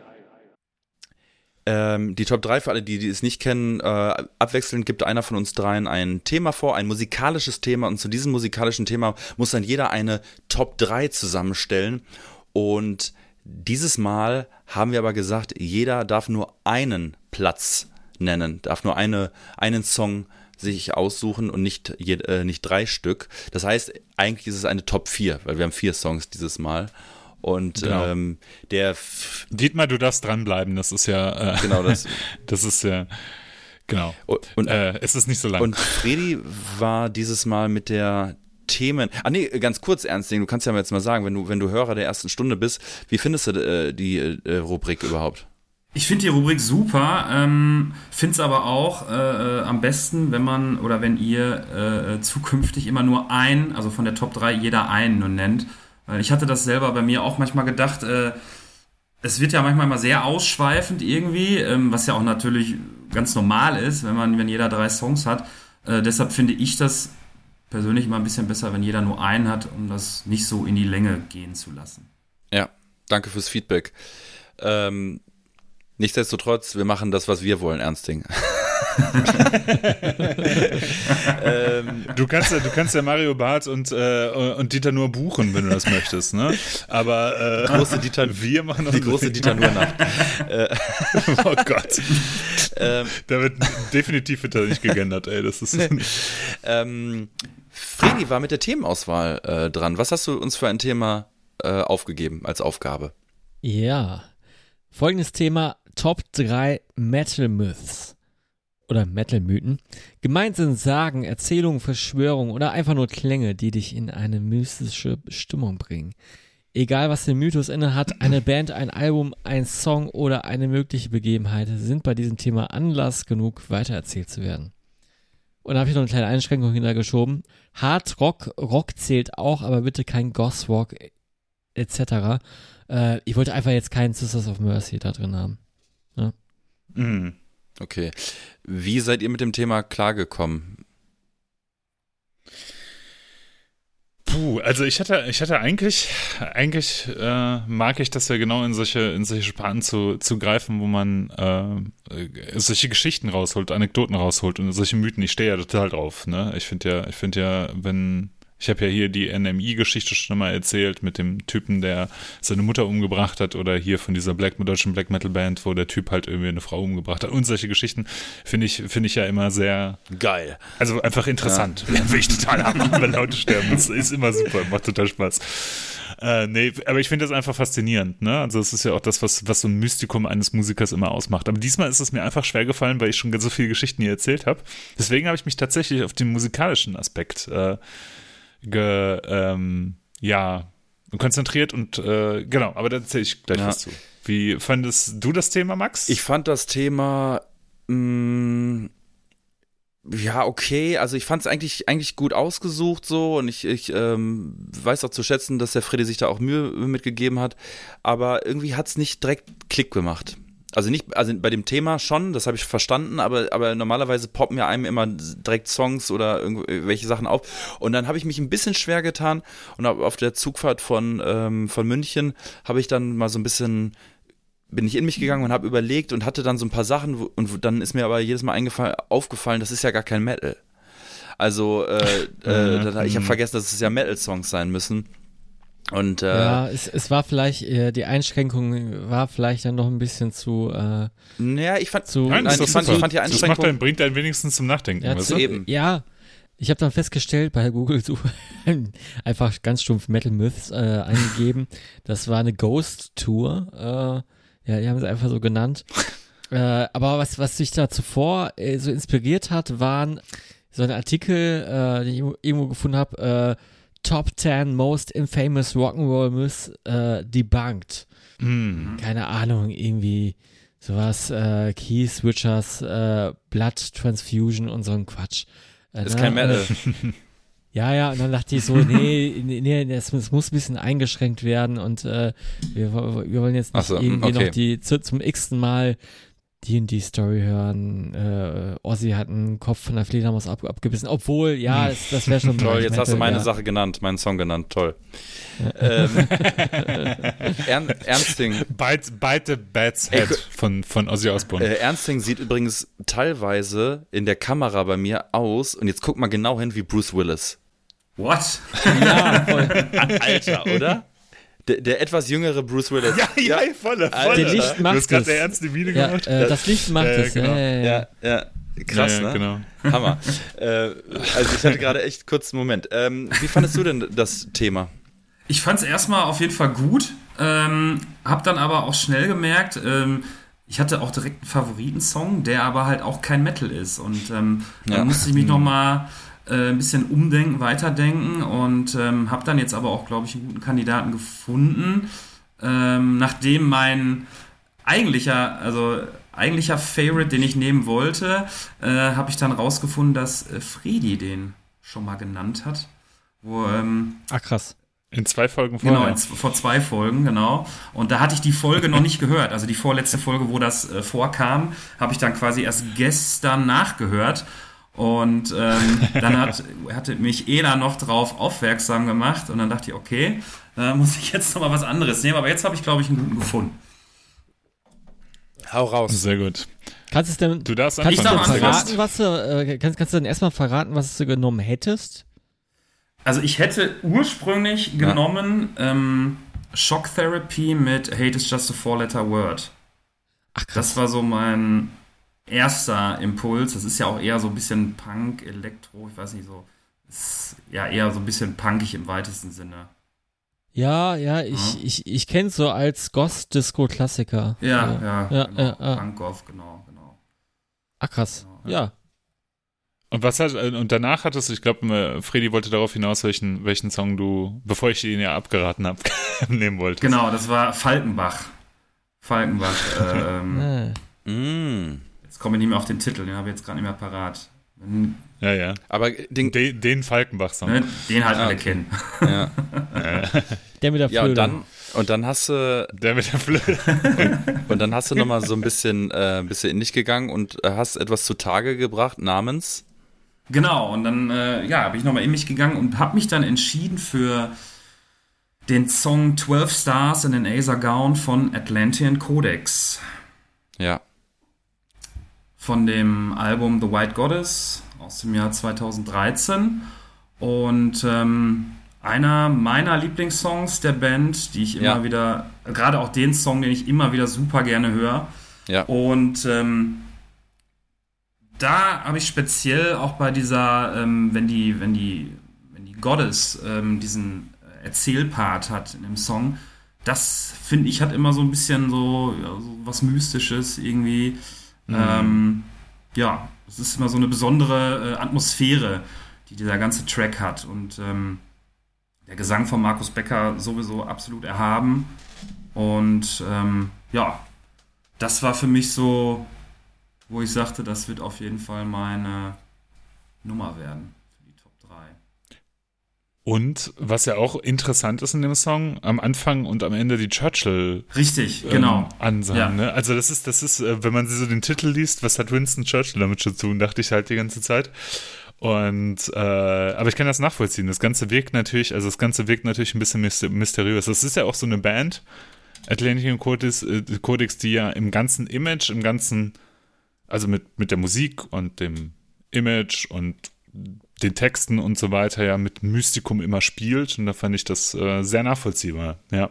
Ähm, die Top drei, für alle, die, die es nicht kennen, äh, abwechselnd gibt einer von uns dreien ein Thema vor, ein musikalisches Thema, und zu diesem musikalischen Thema muss dann jeder eine Top drei zusammenstellen, und dieses Mal haben wir aber gesagt, jeder darf nur einen Platz nennen, darf nur eine, einen Song sich aussuchen und nicht, je, äh, nicht drei Stück. Das heißt, eigentlich ist es eine Top vier, weil wir haben vier Songs dieses Mal. Und genau. ähm, der F- Dietmar, du darfst dranbleiben, das ist ja äh, genau das. Das ist ja genau. Und, und äh, es ist nicht so lang. Und Fredi war dieses Mal mit der Themen. Ah nee, ganz kurz, Ernstling, du kannst ja jetzt mal sagen, wenn du wenn du Hörer der ersten Stunde bist, wie findest du äh, die äh, Rubrik überhaupt? Ich finde die Rubrik super, ähm, finde es aber auch äh, am besten, wenn man oder wenn ihr äh, zukünftig immer nur einen, also von der Top drei jeder einen nur nennt. Weil ich hatte das selber bei mir auch manchmal gedacht, äh, es wird ja manchmal mal sehr ausschweifend irgendwie, ähm, was ja auch natürlich ganz normal ist, wenn man, wenn jeder drei Songs hat. Äh, deshalb finde ich das persönlich immer ein bisschen besser, wenn jeder nur einen hat, um das nicht so in die Länge gehen zu lassen. Ja, danke fürs Feedback. Ähm, nichtsdestotrotz, wir machen das, was wir wollen, Ernsting. ähm, du kannst ja, du kannst ja Mario Barth und, äh, und Dieter Nuhr buchen, wenn du das möchtest, ne? Aber äh, die große Dieter, wir machen die große Dieter Nuhr-Nacht. Oh Gott. Ähm, da wird definitiv wird da nicht gegendert, ey. Das ist. ähm, Fredi war mit der Themenauswahl äh, dran. Was hast du uns für ein Thema äh, aufgegeben als Aufgabe? Ja. Folgendes Thema: Top drei Metal Myths. Oder Metal-Mythen. Gemeint sind Sagen, Erzählungen, Verschwörungen oder einfach nur Klänge, die dich in eine mystische Stimmung bringen. Egal, was den Mythos inne hat, eine Band, ein Album, ein Song oder eine mögliche Begebenheit sind bei diesem Thema Anlass genug, weitererzählt zu werden. Und da habe ich noch eine kleine Einschränkung hintergeschoben. Hard Rock, Rock zählt auch, aber bitte kein Goth Rock et cetera. Äh, ich wollte einfach jetzt keinen Sisters of Mercy da drin haben. Ja. Mhm. Okay. Wie seid ihr mit dem Thema klargekommen? Puh, Puh, also ich hatte, ich hatte eigentlich, eigentlich äh, mag ich das ja genau in solche, in solche Sparten zu, zu greifen, wo man äh, solche Geschichten rausholt, Anekdoten rausholt und solche Mythen. Ich stehe ja total drauf, ne? Ich finde ja, ich finde ja, wenn Ich habe ja hier die N M I-Geschichte schon mal erzählt mit dem Typen, der seine Mutter umgebracht hat, oder hier von dieser Black, deutschen Black Metal Band, wo der Typ halt irgendwie eine Frau umgebracht hat. Und solche Geschichten finde ich, finde ich ja immer sehr geil. Also einfach interessant. Ja. Will ich total haben, wenn Leute sterben. Das ist immer super, macht total Spaß. Äh, nee, aber ich finde das einfach faszinierend, ne? Also es ist ja auch das, was, was so ein Mystikum eines Musikers immer ausmacht. Aber diesmal ist es mir einfach schwer gefallen, weil ich schon so viele Geschichten hier erzählt habe. Deswegen habe ich mich tatsächlich auf den musikalischen Aspekt äh, Ge, ähm, ja, konzentriert und äh, genau, aber da erzähle ich gleich ja. was zu. Wie fandest du das Thema, Max? Ich fand das Thema mh, ja, okay, also ich fand es eigentlich, eigentlich gut ausgesucht so und ich, ich ähm, weiß auch zu schätzen, dass der Freddy sich da auch Mühe mitgegeben hat, aber irgendwie hat es nicht direkt Klick gemacht. Also nicht, also bei dem Thema schon, das habe ich verstanden, aber, aber normalerweise poppen ja einem immer direkt Songs oder irgendwelche Sachen auf. Und dann habe ich mich ein bisschen schwer getan und auf der Zugfahrt von, ähm, von München habe ich dann mal so ein bisschen, bin ich in mich gegangen und habe überlegt und hatte dann so ein paar Sachen und dann ist mir aber jedes Mal eingefallen, aufgefallen, das ist ja gar kein Metal. Also äh, äh, ich habe vergessen, dass es ja Metal-Songs sein müssen. Und, äh, ja, es, es war vielleicht, äh, die Einschränkung war vielleicht dann noch ein bisschen zu, äh, naja, ich fand, zu, nein, nein, ich, fand, ich fand die Einschränkung. Das macht einen, bringt einen wenigstens zum Nachdenken. Ja, weißt zu, du? eben. ja, ich habe dann festgestellt, bei Google Suche einfach ganz stumpf Metal Myths äh, eingegeben. Das war eine Ghost Tour, äh, ja, die haben es einfach so genannt. äh, aber was, was sich da zuvor äh, so inspiriert hat, waren so ein Artikel, äh, den ich irgendwo gefunden habe, äh, Top ten Most Infamous Rock'n'Roll Myths äh, Debunked. Mm. Keine Ahnung, irgendwie sowas, äh, Keith Switchers, äh, Blood Transfusion und so ein Quatsch. Äh, das ist kein Metal. Äh, ja, ja, und dann dachte ich so, nee, nee, nee es, es muss ein bisschen eingeschränkt werden und äh, wir, wir wollen jetzt nicht so, irgendwie okay. noch die zu, zum x-ten Mal D und D-Story hören. Äh, Ozzy hat einen Kopf von der Fledermaus ab, abgebissen. Obwohl, ja, das, das wäre schon... Toll, jetzt Metal, hast du meine ja. Sache genannt, meinen Song genannt, toll. ähm, Ern, Ernsting. Bite, bite the Bat's Head Ey, von, von Ozzy Osbourne. Äh, Ernsting sieht übrigens teilweise in der Kamera bei mir aus, und jetzt guck mal genau hin, wie Bruce Willis. What? Ja, voll. Alter, oder? Der, der etwas jüngere Bruce Willis. Ja, ja, ja, volle, volle. Der Licht macht du hast gerade es. der ernste Miene Ja, gemacht. äh, das Licht macht Äh, es. genau. Ja, ja, ja. Ja, ja. Krass, ja, ja, ne? Genau. Hammer. äh, also ich hatte gerade echt kurz einen Moment. Ähm, wie fandest du denn das Thema? Ich fand es erstmal auf jeden Fall gut, ähm, hab dann aber auch schnell gemerkt, ähm, ich hatte auch direkt einen Favoritensong, der aber halt auch kein Metal ist. Und ähm, Ja. dann musste ich mich nochmal äh, ein bisschen umdenken, weiterdenken und ähm, habe dann jetzt aber auch, glaube ich, einen guten Kandidaten gefunden, ähm, nachdem mein eigentlicher, also eigentlicher Favorite, den ich nehmen wollte, äh, habe ich dann rausgefunden, dass äh, Freddy den schon mal genannt hat. Wo, ähm, Ach, krass. In zwei Folgen vorher. Genau, in, vor zwei Folgen, genau. Und da hatte ich die Folge noch nicht gehört. Also die vorletzte Folge, wo das äh, vorkam, habe ich dann quasi erst gestern nachgehört. Und ähm, dann hat, hatte mich Ela noch drauf aufmerksam gemacht. Und dann dachte ich, okay, da muss ich jetzt noch mal was anderes nehmen. Aber jetzt habe ich, glaube ich, einen guten gefunden. Hau raus. Sehr gut. Kannst, es denn, Du darfst kannst du darf denn anfangen. verraten, was du, äh, kannst, kannst du denn erstmal verraten, was du genommen hättest? Also ich hätte ursprünglich Ja. genommen ähm, Shock Therapy mit Hate is just a four-letter word. Ach, krass. Das war so mein erster Impuls. Das ist ja auch eher so ein bisschen Punk, Elektro, ich weiß nicht, so. Ist ja eher so ein bisschen punkig im weitesten Sinne. Ja, ja, ich, Ja. ich, ich kenne es so als Ghost-Disco-Klassiker. Ja, ja, ja, genau. ja, ja. Punk-Goth, genau, genau. Ach, krass. Genau, Ja. Und was hat, und danach hattest du, ich glaube, Freddy wollte darauf hinaus, welchen, welchen Song du, bevor ich ihn ja abgeraten habe, nehmen wolltest. Genau, das war Falkenbach. Falkenbach. ähm, Ah. Mm. jetzt komme ich nicht mehr auf den Titel, den habe ich jetzt gerade nicht mehr parat. Wenn, Ja, ja. Aber den, Den, den Falkenbach-Song. ne, den halt Ah, alle okay. kennen. ja. Der mit der ja, Flöte. und dann, und dann hast du, Der mit der Flöte. und dann hast du nochmal so ein bisschen, äh, ein bisschen in dich gegangen und äh, hast etwas zutage gebracht namens Genau, und dann äh, ja, bin ich nochmal in mich gegangen und habe mich dann entschieden für den Song zwölf Stars in an Azer Gown von Atlantean Codex. Ja. Von dem Album The White Goddess aus dem Jahr zweitausenddreizehn. Und ähm, einer meiner Lieblingssongs der Band, die ich immer Ja. wieder, gerade auch den Song, den ich immer wieder super gerne höre. Ja. Und ähm, da habe ich speziell auch bei dieser, ähm, wenn die, wenn die, wenn die Goddess ähm, diesen Erzählpart hat in dem Song, das finde ich hat immer so ein bisschen so, ja, so was Mystisches irgendwie. Mhm. Ähm, ja, es ist immer so eine besondere äh, Atmosphäre, die dieser ganze Track hat. Und ähm, der Gesang von Markus Becker sowieso absolut erhaben. Und ähm, ja, das war für mich so, wo ich sagte, das wird auf jeden Fall meine Nummer werden für die Top drei. Und was ja auch interessant ist in dem Song, am Anfang und am Ende die Churchill Richtig, genau. ähm, Ansagen. Ja. Ne? Also das ist, das ist, äh, wenn man so den Titel liest, was hat Winston Churchill damit zu tun, dachte ich halt die ganze Zeit. Und äh, aber ich kann das nachvollziehen. Das Ganze wirkt natürlich, also das Ganze wirkt natürlich ein bisschen myster- mysteriös. Das ist ja auch so eine Band, Atlantean Codex, äh, Codex, die ja im ganzen Image, im ganzen, also mit, mit der Musik und dem Image und den Texten und so weiter ja mit Mystikum immer spielt, und da fand ich das äh, sehr nachvollziehbar, ja.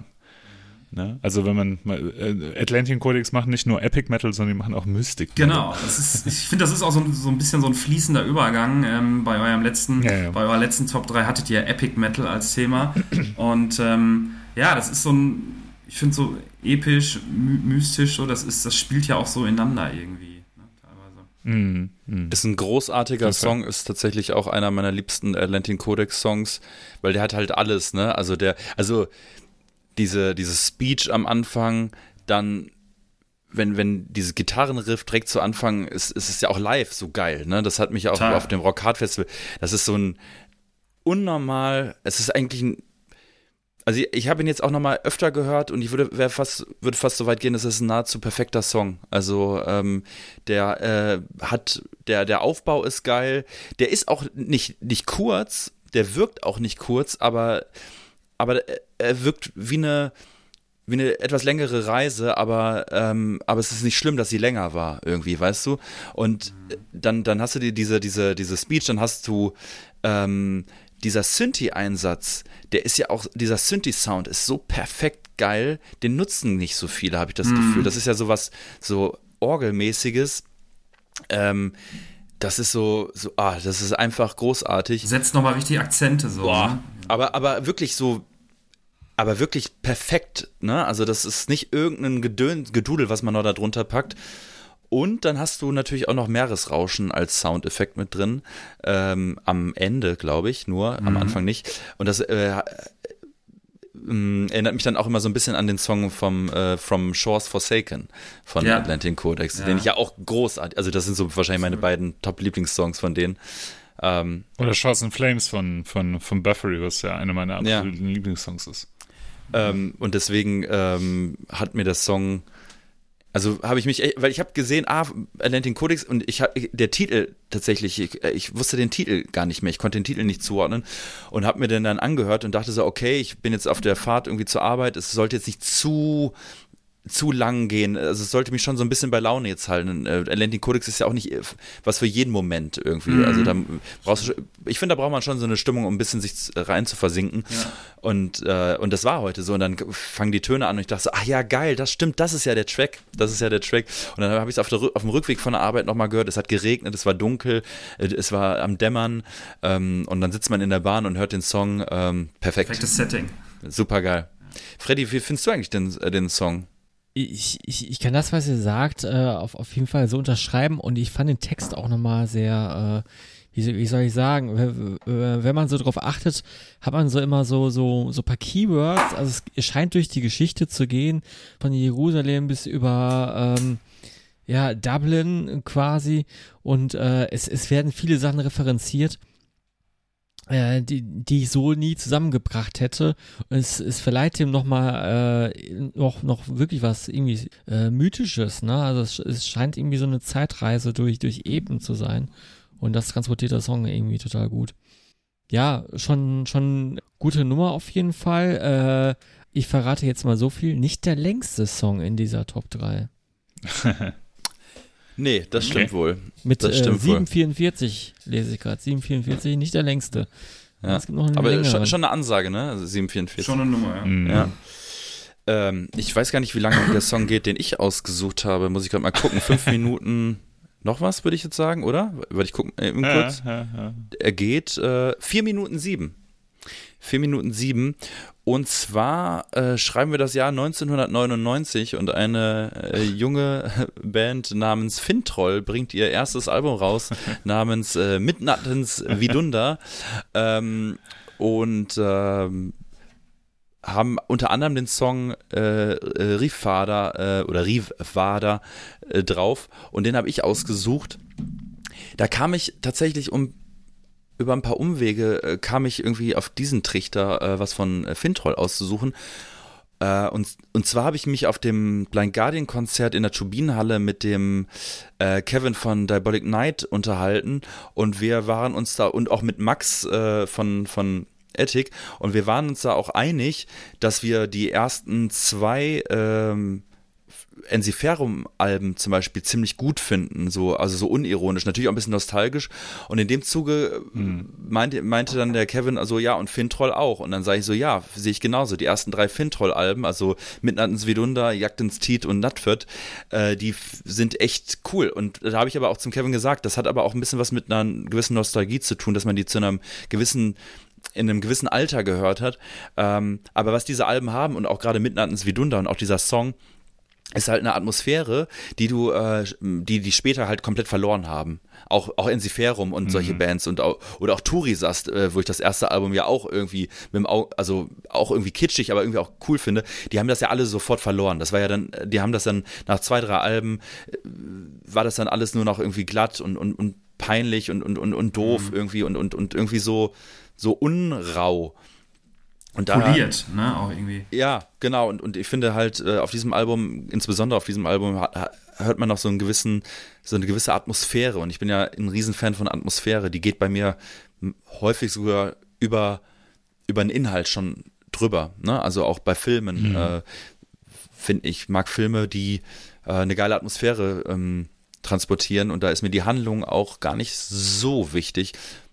Ne? Also wenn man äh, Atlantean Codex machen nicht nur Epic Metal, sondern die machen auch Mystic Metal. Genau, das ist, ich finde, das ist auch so, so ein bisschen so ein fließender Übergang. Ähm, bei eurem letzten, Ja, ja. bei eurer letzten Top drei hattet ihr Epic Metal als Thema. Und ähm, ja, das ist so ein, ich finde so episch, my- mystisch, so, das ist, das spielt ja auch so ineinander irgendwie, ne, teilweise. Mm, mm. Ist ein großartiger Auf jeden Song, ist tatsächlich auch einer meiner liebsten Atlantean Codex Songs, weil der hat halt alles, ne? Also der, also diese, dieses Speech am Anfang, dann, wenn, wenn dieses Gitarrenriff direkt zu Anfang ist, ist es ja auch live so geil, ne? Das hat mich auch Total. auf dem Rock Hard Festival, das ist so ein unnormal, es ist eigentlich ein, also ich, ich habe ihn jetzt auch nochmal öfter gehört und ich würde, wär fast, würde fast so weit gehen, dass es ein nahezu perfekter Song. Also ähm, der äh, hat, der, der Aufbau ist geil, der ist auch nicht, nicht kurz, der wirkt auch nicht kurz, aber, aber er wirkt wie eine, wie eine etwas längere Reise, aber, ähm, aber es ist nicht schlimm, dass sie länger war irgendwie, weißt du? Und dann, dann hast du die, diese, diese, diese Speech, dann hast du ähm, dieser Synthi-Einsatz, der ist ja auch, dieser Synthi-Sound ist so perfekt geil, den nutzen nicht so viele, habe ich das Gefühl. Das ist ja sowas, so Orgelmäßiges. Ähm, das ist so, so, ah, das ist einfach großartig. Setzt nochmal richtig Akzente so. Boah, Ne? aber, aber wirklich so, aber wirklich perfekt, ne? Also das ist nicht irgendein Gedön, Gedudel, was man noch da drunter packt. Und dann hast du natürlich auch noch Meeresrauschen als Soundeffekt mit drin. Ähm, am Ende, glaube ich, nur, Mhm. am Anfang nicht. Und das äh, äh, erinnert mich dann auch immer so ein bisschen an den Song vom äh, From Shores Forsaken von Ja. Atlantean Codex, Ja. den ich ja auch großartig, also das sind so wahrscheinlich meine beiden Top-Lieblingssongs von denen. Ähm, Oder Shores and Flames von, von, von Buffery, was ja einer meiner Ja. absoluten Lieblingssongs ist. Ähm, und deswegen ähm, hat mir der Song, also habe ich mich, echt- weil ich habe gesehen, ah, Atlantean Codex und ich habe der Titel tatsächlich, ich, ich wusste den Titel gar nicht mehr, ich konnte den Titel nicht zuordnen und habe mir den dann angehört und dachte so, okay, ich bin jetzt auf der Fahrt irgendwie zur Arbeit, es sollte jetzt nicht zu zu lang gehen, also es sollte mich schon so ein bisschen bei Laune jetzt halten. Äh, Atlantean Codex ist ja auch nicht äh, was für jeden Moment irgendwie, Mhm. also da brauchst du, ich finde, da braucht man schon so eine Stimmung, um ein bisschen sich z- rein zu versinken. Ja. Und, äh, und das war heute so. Und dann fangen die Töne an und ich dachte so, ach ja, geil, das stimmt, das ist ja der Track. Das ist ja der Track. Und dann habe ich es auf, der Rü- auf dem Rückweg von der Arbeit nochmal gehört. Es hat geregnet, es war dunkel, äh, es war am Dämmern. Ähm, und dann sitzt man in der Bahn und hört den Song. Ähm, perfekt. Perfektes Setting. Super geil. Freddy, wie findest du eigentlich den, äh, den Song? Ich, ich, ich kann das, was ihr sagt, äh, auf, auf jeden Fall so unterschreiben und ich fand den Text auch nochmal sehr, äh, wie, soll- wie soll ich sagen, w- w- wenn man so drauf achtet, hat man so immer so, so, so ein paar Keywords, also es, es scheint durch die Geschichte zu gehen, von Jerusalem bis über, ähm, ja, Dublin quasi und äh, es, es werden viele Sachen referenziert, äh, die, die ich so nie zusammengebracht hätte. Und es, es verleiht dem nochmal äh, noch, noch wirklich was irgendwie äh, Mythisches, ne? Also es, es scheint irgendwie so eine Zeitreise durch, durch Eben zu sein. Und das transportiert der Song irgendwie total gut. Ja, schon, schon gute Nummer auf jeden Fall. Äh, ich verrate jetzt mal so viel, nicht der längste Song in dieser Top drei. Nee, das stimmt okay. wohl. Mit das äh, sieben Komma vierundvierzig lese ich gerade. sieben Komma vierundvierzig, nicht der längste. Ja. Es gibt noch eine Aber längere. schon, schon eine Ansage, ne? Also sieben Komma vierundvierzig. Schon eine Nummer, ja. Mhm. ja. Ähm, ich weiß gar nicht, wie lange der Song geht, den ich ausgesucht habe. Muss ich gerade mal gucken. Fünf Minuten noch was, würde ich jetzt sagen, oder? Würde ich gucken, äh, kurz. Ja, ja, ja. Er geht äh, vier Minuten sieben. Vier Minuten sieben. Und zwar äh, schreiben wir das Jahr neunzehnhundertneunundneunzig und eine äh, junge Band namens Fintroll bringt ihr erstes Album raus, namens äh, Midnattens Vidunda. Ähm, und ähm, haben unter anderem den Song äh, Rivvada äh, oder Rivvada äh, drauf und den habe ich ausgesucht. Da kam ich tatsächlich um über ein paar Umwege äh, kam ich irgendwie auf diesen Trichter, äh, was von äh, Fintroll auszusuchen. Äh, und, und zwar habe ich mich auf dem Blind Guardian Konzert in der Turbinenhalle mit dem äh, Kevin von Diabolic Night unterhalten und wir waren uns da, und auch mit Max äh, von, von Attic, und wir waren uns da auch einig, dass wir die ersten zwei ähm, Ensiferum-Alben zum Beispiel ziemlich gut finden, so, also so unironisch, natürlich auch ein bisschen nostalgisch, und in dem Zuge hm. meinte, meinte dann der Kevin, also ja, und Fintroll auch, und dann sage ich so, ja, sehe ich genauso, die ersten drei Fintroll-Alben, also Midnattens Vidunda, Jagdens Tiet und Natford, äh, die f- sind echt cool, und da habe ich aber auch zum Kevin gesagt, das hat aber auch ein bisschen was mit einer gewissen Nostalgie zu tun, dass man die zu einem gewissen in einem gewissen Alter gehört hat, ähm, aber was diese Alben haben, und auch gerade Midnattens Vidunda und auch dieser Song, ist halt eine Atmosphäre, die du, äh, die die später halt komplett verloren haben. Auch auch Ensiferum und mhm. solche Bands und auch, oder auch Turisast, äh, wo ich das erste Album ja auch irgendwie mit dem Au- also auch irgendwie kitschig, aber irgendwie auch cool finde. Die haben das ja alle sofort verloren. Das war ja dann, die haben das dann nach zwei, drei Alben äh, war das dann alles nur noch irgendwie glatt und und, und peinlich und und und, und doof mhm. irgendwie und und und irgendwie so so unrau. Und da, poliert, ne, auch irgendwie. Ja, genau, und, und ich finde halt, äh, auf diesem Album, insbesondere auf diesem Album, ha, hört man noch so einen gewissen, so eine gewisse Atmosphäre, und ich bin ja ein Riesenfan von Atmosphäre, die geht bei mir häufig sogar über, über den Inhalt schon drüber, ne, also auch bei Filmen, mhm. äh, finde ich, mag Filme, die äh, eine geile Atmosphäre ähm, transportieren, und da ist mir die Handlung auch gar nicht so wichtig,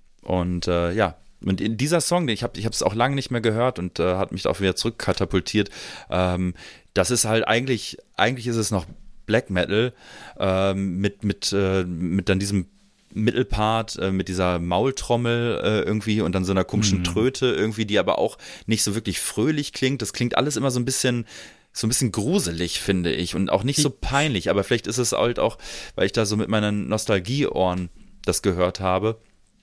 und äh, ja, und in dieser Song, ich habe ich es auch lange nicht mehr gehört und äh, hat mich auch wieder zurückkatapultiert. Ähm, das ist halt eigentlich, eigentlich ist es noch Black Metal ähm, mit, mit, äh, mit dann diesem Mittelpart, äh, mit dieser Maultrommel äh, irgendwie und dann so einer komischen mhm. Tröte irgendwie, die aber auch nicht so wirklich fröhlich klingt. Das klingt alles immer so ein bisschen, so ein bisschen gruselig, finde ich, und auch nicht so peinlich. Aber vielleicht ist es halt auch, weil ich da so mit meinen Nostalgieohren das gehört habe.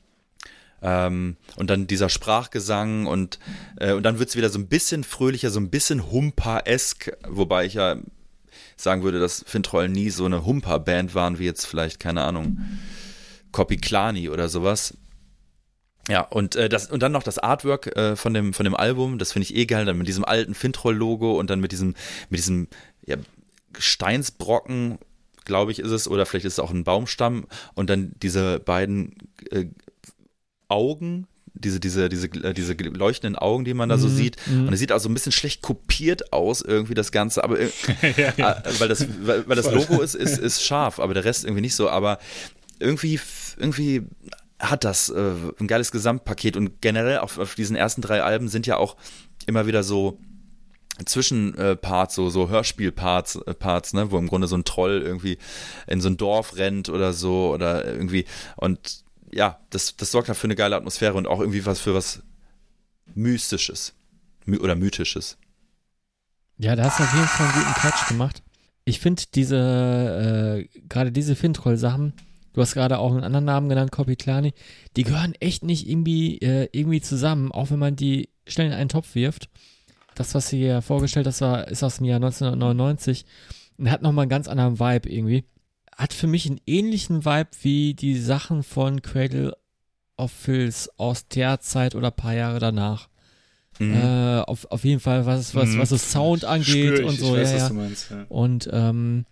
Ähm, und dann dieser Sprachgesang und, äh, und dann wird es wieder so ein bisschen fröhlicher, so ein bisschen Humper-esk, wobei ich ja sagen würde, dass Fintroll nie so eine Humper-Band waren, wie jetzt vielleicht, keine Ahnung, Kopiklani oder sowas. Ja, und, äh, das, und dann noch das Artwork äh, von, dem, von dem Album, das finde ich eh geil, dann mit diesem alten Fintroll-Logo und dann mit diesem, mit diesem ja, Steinsbrocken, glaube ich, ist es, oder vielleicht ist es auch ein Baumstamm, und dann diese beiden äh, Augen, diese, diese, diese, diese leuchtenden Augen, die man da so mm, sieht. Mm. Und es sieht also ein bisschen schlecht kopiert aus, irgendwie das Ganze, aber ja, ja. weil das, weil, weil das Logo ist, ist, ist scharf, aber der Rest irgendwie nicht so. Aber irgendwie, irgendwie hat das äh, ein geiles Gesamtpaket, und generell auf, auf diesen ersten drei Alben sind ja auch immer wieder so Zwischenparts, so, so Hörspielparts, äh, Parts, ne, wo im Grunde so ein Troll irgendwie in so ein Dorf rennt oder so oder irgendwie, und ja, das, das sorgt dafür eine geile Atmosphäre und auch irgendwie was für was Mystisches My- oder Mythisches. Ja, da hast du auf jeden Fall einen guten Catch gemacht. Ich finde diese, äh, gerade diese Fintroll-Sachen, du hast gerade auch einen anderen Namen genannt, Kopiklani, die gehören echt nicht irgendwie, äh, irgendwie zusammen, auch wenn man die schnell in einen Topf wirft. Das, was sie hier vorgestellt hast, war, ist aus dem Jahr neunzehnhundertneunundneunzig und hat nochmal einen ganz anderen Vibe irgendwie. Hat für mich einen ähnlichen Vibe wie die Sachen von Cradle of Filth aus der Zeit oder ein paar Jahre danach. Mhm. Äh, auf, auf jeden Fall, was, was, was das Sound angeht Spür ich, und so. Ich weiß, ja, was ja. du meinst, ja. Und ähm,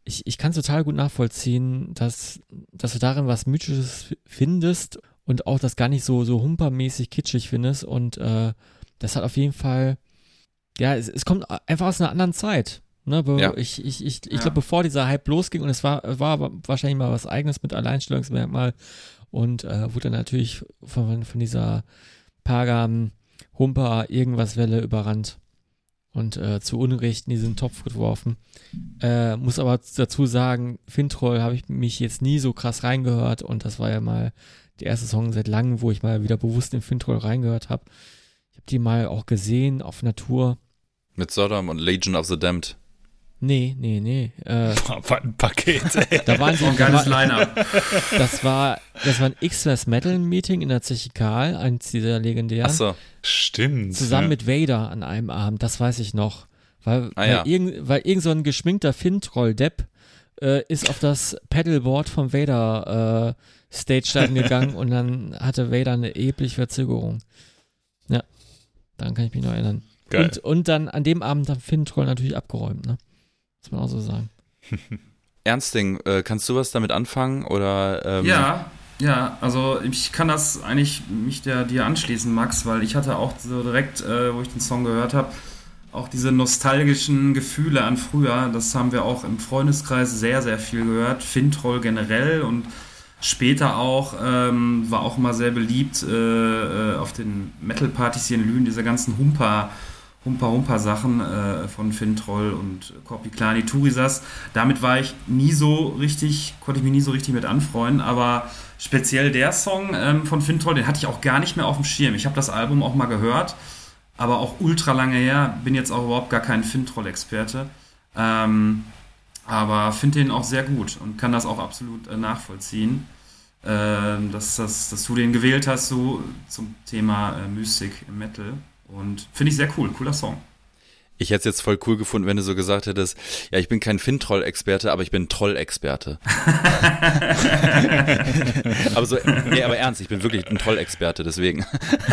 ich, ich kann total gut nachvollziehen, dass, dass du darin was Mythisches findest und auch das gar nicht so, so humpermäßig kitschig findest und äh, das hat auf jeden Fall, ja, es, es kommt einfach aus einer anderen Zeit. Ne, be- Ja. Ich, ich, ich, ich Ja. glaube, bevor dieser Hype losging und es war, war aber wahrscheinlich mal was Eigenes mit Alleinstellungsmerkmal und äh, wurde dann natürlich von, von dieser Pagan, Humper, irgendwas Welle überrannt und äh, zu Unrecht in diesen Topf geworfen. Äh, muss aber dazu sagen, Fintroll habe ich mich jetzt nie so krass reingehört und das war ja mal der erste Song seit langem, wo ich mal wieder bewusst in Fintroll reingehört habe. Ich habe die mal auch gesehen auf Natur. Mit Sodom und Legion of the Damned. Nee, nee, nee. Äh, Boah, was ein Paket, ey. da waren sie, So ein da geiles war, Line-Up. das war, das war ein X-West Metal Meeting in der Zeche Karl, eins dieser legendären. Achso, Stimmt. Zusammen ja. mit Vader an einem Abend, das weiß ich noch. Weil, Ah, weil, ja. irgend, weil irgend so ein geschminkter Fintroll-Depp äh, ist auf das Pedalboard vom Vader äh, Stage-Steigen gegangen und dann hatte Vader eine ebliche Verzögerung. Ja, daran kann ich mich noch erinnern. Geil. Und, und dann an dem Abend hat Fintroll natürlich abgeräumt, ne? Muss man auch so sagen. Ernsting, äh, kannst du was damit anfangen? Oder, ähm, Ja, ja, also ich kann das eigentlich mich der, dir anschließen, Max, weil ich hatte auch so direkt, äh, wo ich den Song gehört habe, auch diese nostalgischen Gefühle an früher. Das haben wir auch im Freundeskreis sehr, sehr viel gehört. Fintroll generell und später auch, ähm, war auch immer sehr beliebt äh, auf den Metal-Partys hier in Lünen, diese ganzen Humper- Humper-Humper-Sachen äh, von Fintroll und Korpiklani, Turisas. Damit war ich nie so richtig, konnte ich mich nie so richtig mit anfreunden, aber speziell der Song ähm, von Fintroll, den hatte ich auch gar nicht mehr auf dem Schirm. Ich habe das Album auch mal gehört, aber auch ultra lange her, bin jetzt auch überhaupt gar kein Fintroll-Experte. Ähm, aber finde den auch sehr gut und kann das auch absolut äh, nachvollziehen, äh, dass, dass, dass du den gewählt hast so zum Thema äh, Mystik im Metal. Und finde ich sehr cool, cooler Song. Ich hätte es jetzt voll cool gefunden, wenn du so gesagt hättest, ja, ich bin kein Fintroll-Experte, aber ich bin Troll-Experte. aber so, nee, aber ernst, ich bin wirklich ein Troll-Experte, deswegen.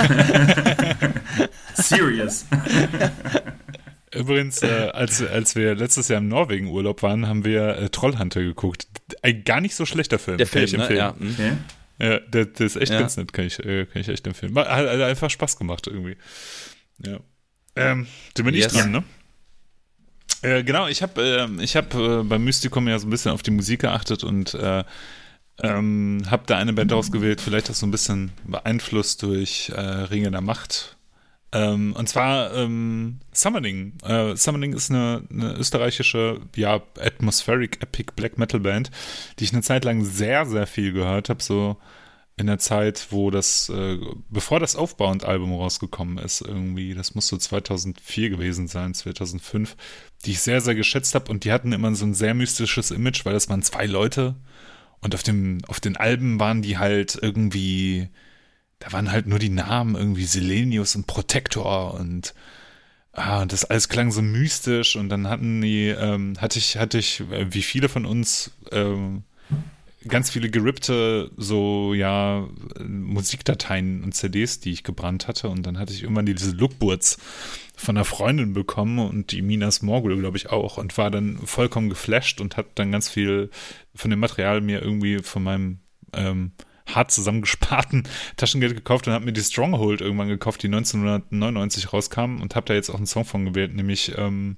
Serious. Übrigens, äh, als, als wir letztes Jahr im Norwegen Urlaub waren, haben wir äh, Trollhunter geguckt. Ein gar nicht so schlechter Film. Der kann Film, ich ne? empfehlen. Ja. hm. Okay. Ja, der, der ist echt Ja. ganz nett, kann ich, äh, kann ich echt empfehlen. Hat, hat einfach Spaß gemacht irgendwie. Ja. Ähm, sind wir nicht Yes. dran, ne? Äh, genau, ich habe äh, ich hab, äh, beim Mystikum ja so ein bisschen auf die Musik geachtet und äh, ähm, habe da eine Band ausgewählt, vielleicht auch so ein bisschen beeinflusst durch äh, Ringe der Macht. Ähm, und zwar ähm, Summoning. Äh, Summoning ist eine, eine österreichische, ja, Atmospheric Epic Black Metal Band, die ich eine Zeit lang sehr, sehr viel gehört habe, so in der Zeit, wo das, äh, bevor das Aufbauend-Album rausgekommen ist, irgendwie, das muss so zweitausendvier gewesen sein, zweitausendfünf, die ich sehr, sehr geschätzt habe und die hatten immer so ein sehr mystisches Image, weil das waren zwei Leute und auf dem, auf den Alben waren die halt irgendwie, da waren halt nur die Namen irgendwie Selenius und Protector und ah, und das alles klang so mystisch und dann hatten die, ähm, hatte ich, hatte ich, äh, wie viele von uns, ähm, ganz viele gerippte so, ja, Musikdateien und C Ds, die ich gebrannt hatte und dann hatte ich irgendwann diese Lookboards von einer Freundin bekommen und die Minas Morgul, glaube ich, auch und war dann vollkommen geflasht und hat dann ganz viel von dem Material mir irgendwie von meinem ähm, hart zusammengesparten Taschengeld gekauft und habe mir die Stronghold irgendwann gekauft, die neunzehnhundertneunundneunzig rauskam und habe da jetzt auch einen Song von gewählt, nämlich ähm,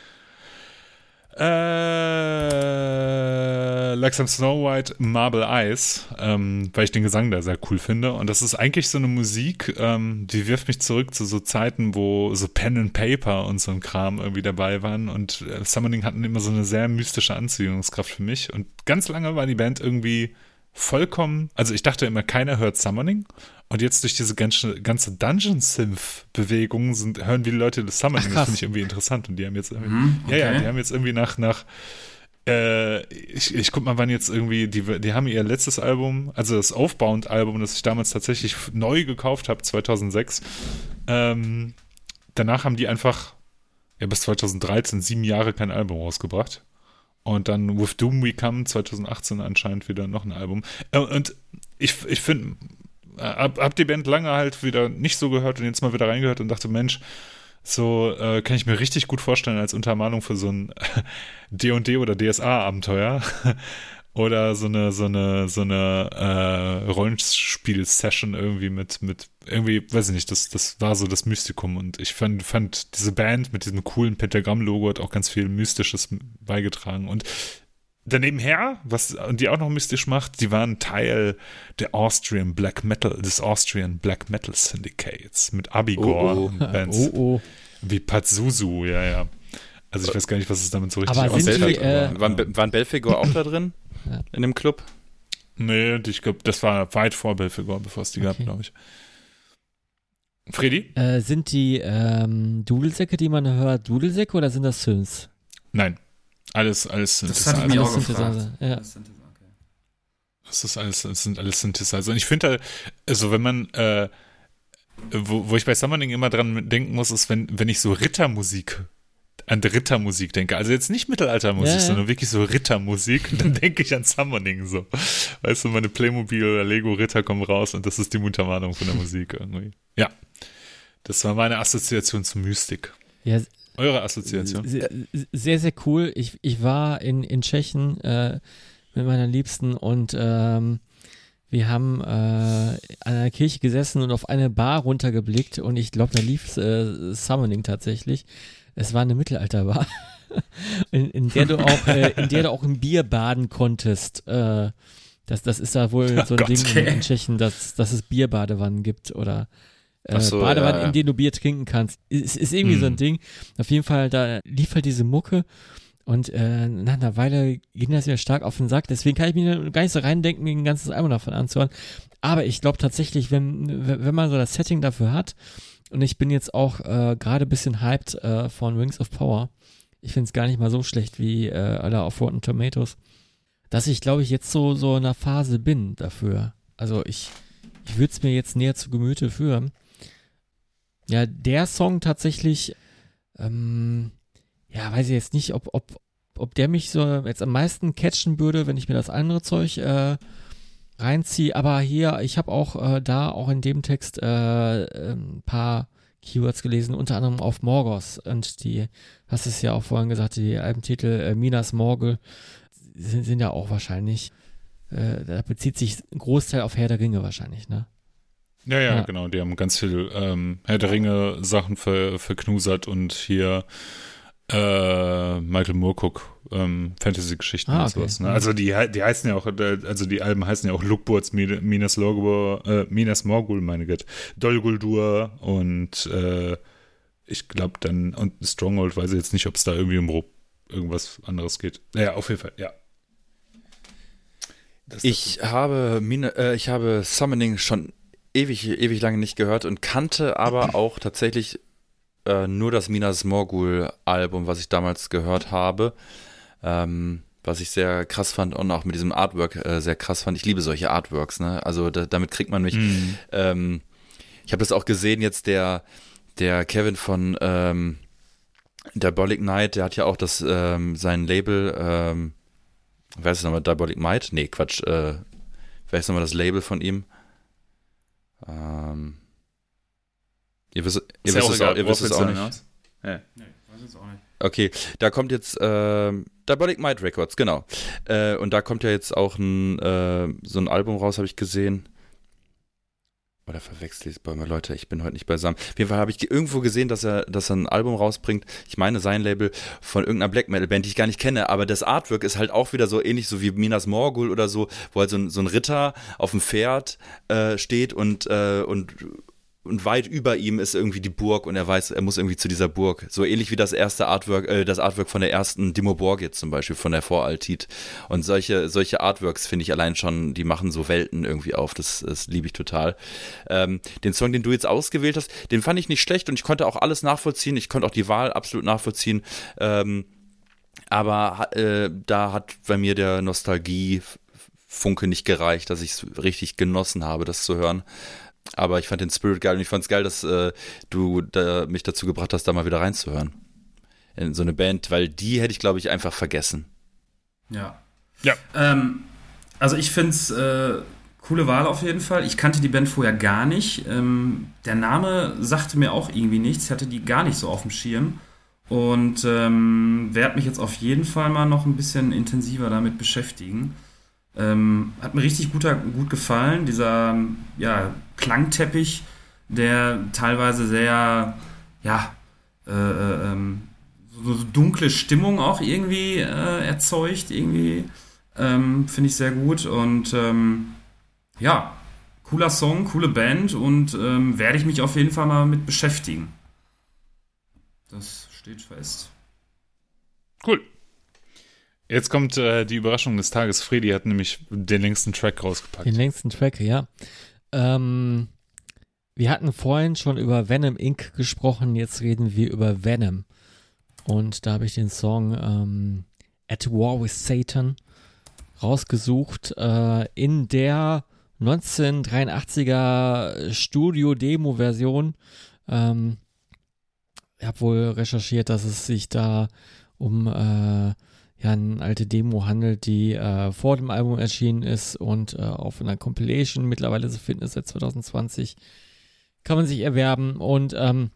Äh, Like Some Snow White, Marble Eyes, ähm, weil ich den Gesang da sehr cool finde. Und das ist eigentlich so eine Musik, ähm, die wirft mich zurück zu so Zeiten, wo so Pen and Paper und so ein Kram irgendwie dabei waren. Und äh, Summoning hatten immer so eine sehr mystische Anziehungskraft für mich. Und ganz lange war die Band irgendwie vollkommen, also ich dachte immer, keiner hört Summoning. Und jetzt durch diese ganze, ganze Dungeon-Synth-Bewegung sind, hören viele Leute das Summoning. Ach, das krass. finde ich irgendwie interessant. Und die haben jetzt irgendwie, Mhm, ja, ja, okay. die haben jetzt irgendwie nach, nach, äh, ich, ich guck mal, wann jetzt irgendwie, die, die haben ihr letztes Album, also das Aufbauend-Album, das ich damals tatsächlich neu gekauft habe, zweitausendsechs. Ähm, danach haben die einfach, ja, bis zweitausenddreizehn, sieben Jahre kein Album rausgebracht. Und dann With Doom We Come zweitausendachtzehn anscheinend wieder noch ein Album. Äh, und ich, ich finde, hab, hab die Band lange halt wieder nicht so gehört und jetzt mal wieder reingehört und dachte, Mensch, So äh, kann ich mir richtig gut vorstellen als Untermalung für so ein D und D oder D S A-Abenteuer. Oder so eine, so eine, so eine äh, Rollenspiel-Session irgendwie mit, mit, irgendwie, weiß ich nicht, das, das war so das Mystikum und ich fand, fand diese Band mit diesem coolen Pentagramm-Logo hat auch ganz viel Mystisches beigetragen und danebenher, was die auch noch mystisch macht, die waren Teil der Austrian Black Metal, des Austrian Black Metal Syndicates mit Abigor Oh, oh. und Bands Oh, oh. wie Pazuzu, ja, ja. Also ich weiß gar nicht, was es damit so richtig Aber sind aussieht. die, äh, Waren, Be- waren Belfegor auch da drin? Ja. In dem Club? Nee, ich glaube, das war weit vor Belfegor, bevor es die gab, Okay. glaube ich. Freddy? Äh, sind die ähm, Dudelsäcke, die man hört, Dudelsäcke oder sind das Synths? Nein. Alles, alles Das Synthesizer. hatte ich mir Alles auch gefragt. Synthesizer, ja. Das sind- okay. Das ist alles, das sind alles Synthesizer. Und ich finde halt, also wenn man, äh, wo, wo ich bei Summoning immer dran denken muss, ist, wenn, wenn ich so Rittermusik, an Rittermusik denke, also jetzt nicht Mittelaltermusik, Ja, ja. sondern wirklich so Rittermusik, dann denke ich an Summoning so. Weißt du, meine Playmobil oder Lego Ritter kommen raus und das ist die Muttermahnung von der Musik irgendwie. Ja. Das war meine Assoziation zu Mystik. Ja, Eure Assoziation? sehr, sehr, sehr cool. Ich, ich war in, in Tschechien äh, mit meiner Liebsten und ähm, wir haben äh, an einer Kirche gesessen und auf eine Bar runtergeblickt und ich glaube, da lief äh, Summoning tatsächlich. Es war eine Mittelalterbar, in, in der du auch, äh, in der du auch im Bier baden konntest. Äh, das, das ist da wohl Oh so ein Gott. Ding in, in Tschechien, dass, dass es Bierbadewannen gibt oder äh, Ach so, Badewannen, ja, ja. in denen du Bier trinken kannst. Es ist irgendwie Mhm. so ein Ding. Auf jeden Fall, da lief halt diese Mucke und äh, nach einer Weile ging das mir stark auf den Sack. Deswegen kann ich mir gar nicht so reindenken, mir ein ganzes Album davon anzuhören. Aber ich glaube tatsächlich, wenn, wenn man so das Setting dafür hat, und ich bin jetzt auch äh, gerade ein bisschen hyped äh, von Rings of Power. Ich finde es gar nicht mal so schlecht wie äh, alle auf Rotten Tomatoes. Dass ich, glaube ich, jetzt so, so in einer Phase bin dafür. Also ich, ich würde es mir jetzt näher zu Gemüte führen. Ja, der Song tatsächlich, ähm, ja, weiß ich jetzt nicht, ob, ob, ob der mich so jetzt am meisten catchen würde, wenn ich mir das andere Zeug äh, reinziehe. Aber hier, ich habe auch äh, da auch in dem Text äh, ein paar Keywords gelesen, unter anderem auf Morgos. Und die, hast es ja auch vorhin gesagt, die Albentitel äh, Minas Morgul sind, sind ja auch wahrscheinlich, äh, da bezieht sich ein Großteil auf Herr der Ringe wahrscheinlich, ne? Ja, ja, Ja. genau. Die haben ganz viel ähm, Herr der Ringe Sachen ver, verknusert und hier äh, Michael Moorcock ähm, Fantasy-Geschichten Ah, und okay. sowas. Ne? Also die, he- die heißen ja auch, äh, also die Alben heißen ja auch Lookboards, Min- Minas Morgul, äh, Minas Morgul, meine Gott, Dol Guldur und äh, ich glaube dann, und Stronghold, weiß ich jetzt nicht, ob es da irgendwie um Ro- irgendwas anderes geht. Naja, auf jeden Fall, ja. Das Ich habe, Mine, äh, ich habe Summoning schon ewig, ewig lange nicht gehört und kannte aber auch tatsächlich äh, nur das Minas Morgul Album, was ich damals gehört habe, ähm, was ich sehr krass fand und auch mit diesem Artwork äh, sehr krass fand. Ich liebe solche Artworks, ne? Also da, damit kriegt man mich. Mhm. Ähm, ich habe das auch gesehen jetzt, der, der Kevin von ähm, Diabolic Night, der hat ja auch das, ähm, sein Label, ähm, wer ist es nochmal, Diabolic Might? Nee, Quatsch, äh, wer ist nochmal das Label von ihm? Ähm, ihr wisst, ihr wisst es auch, ihr wisst es auch nicht. Ja. Nee, weiß jetzt auch nicht. Okay, da kommt jetzt ähm, Diabolic Might Records, genau. Äh, und da kommt ja jetzt auch ein, äh, so ein Album raus, habe ich gesehen. Oder verwechsel ich es bei mir, Leute, ich bin heute nicht beisammen. Auf jeden Fall habe ich irgendwo gesehen, dass er, dass er ein Album rausbringt. Ich meine, sein Label von irgendeiner Black Metal Band, die ich gar nicht kenne, aber das Artwork ist halt auch wieder so ähnlich, so wie Minas Morgul oder so, wo halt so ein, so ein Ritter auf dem Pferd äh, steht und, äh, und, und weit über ihm ist irgendwie die Burg und er weiß, er muss irgendwie zu dieser Burg. So ähnlich wie das erste Artwork, äh, das Artwork von der ersten Dimmu Borgir zum Beispiel, von der Voraltit. Und solche, solche Artworks finde ich allein schon, die machen so Welten irgendwie auf. Das, das liebe ich total. Ähm, den Song, den du jetzt ausgewählt hast, den fand ich nicht schlecht und ich konnte auch alles nachvollziehen. Ich konnte auch die Wahl absolut nachvollziehen. Ähm, aber äh, da hat bei mir der Nostalgie-Funke nicht gereicht, dass ich es richtig genossen habe, das zu hören. Aber ich fand den Spirit geil und ich fand es geil, dass äh, du da, mich dazu gebracht hast, da mal wieder reinzuhören. In so eine Band, weil die hätte ich, glaube ich, einfach vergessen. Ja. Ja. Ähm, also ich finde es äh, Coole Wahl auf jeden Fall. Ich kannte die Band vorher gar nicht. Ähm, der Name sagte mir auch irgendwie nichts. Ich hatte die gar nicht so auf dem Schirm. Und ähm, werde mich jetzt auf jeden Fall mal noch ein bisschen intensiver damit beschäftigen. Ähm, hat mir richtig guter, gut gefallen. Dieser ja, Klangteppich, der teilweise sehr, ja, äh, ähm, so, so dunkle Stimmung auch irgendwie äh, erzeugt. Irgendwie ähm, finde ich sehr gut. Und ähm, ja, cooler Song, coole Band und ähm, werde ich mich auf jeden Fall mal mit beschäftigen. Das steht fest. Cool. Jetzt kommt äh, die Überraschung des Tages. Fredi hat nämlich den längsten Track rausgepackt. Den längsten Track, ja. Ähm, wir hatten vorhin schon über Venom Incorporated gesprochen, jetzt reden wir über Venom. Und da habe ich den Song ähm, At War with Satan rausgesucht, äh, in der neunzehnhundertdreiundachtziger Studio-Demo-Version. Ähm, ich habe wohl recherchiert, dass es sich da um äh, ja, eine alte Demo handelt, die äh, vor dem Album erschienen ist und äh, auf einer Compilation mittlerweile zu finden ist seit zwanzig zwanzig. Kann man sich erwerben und ähm,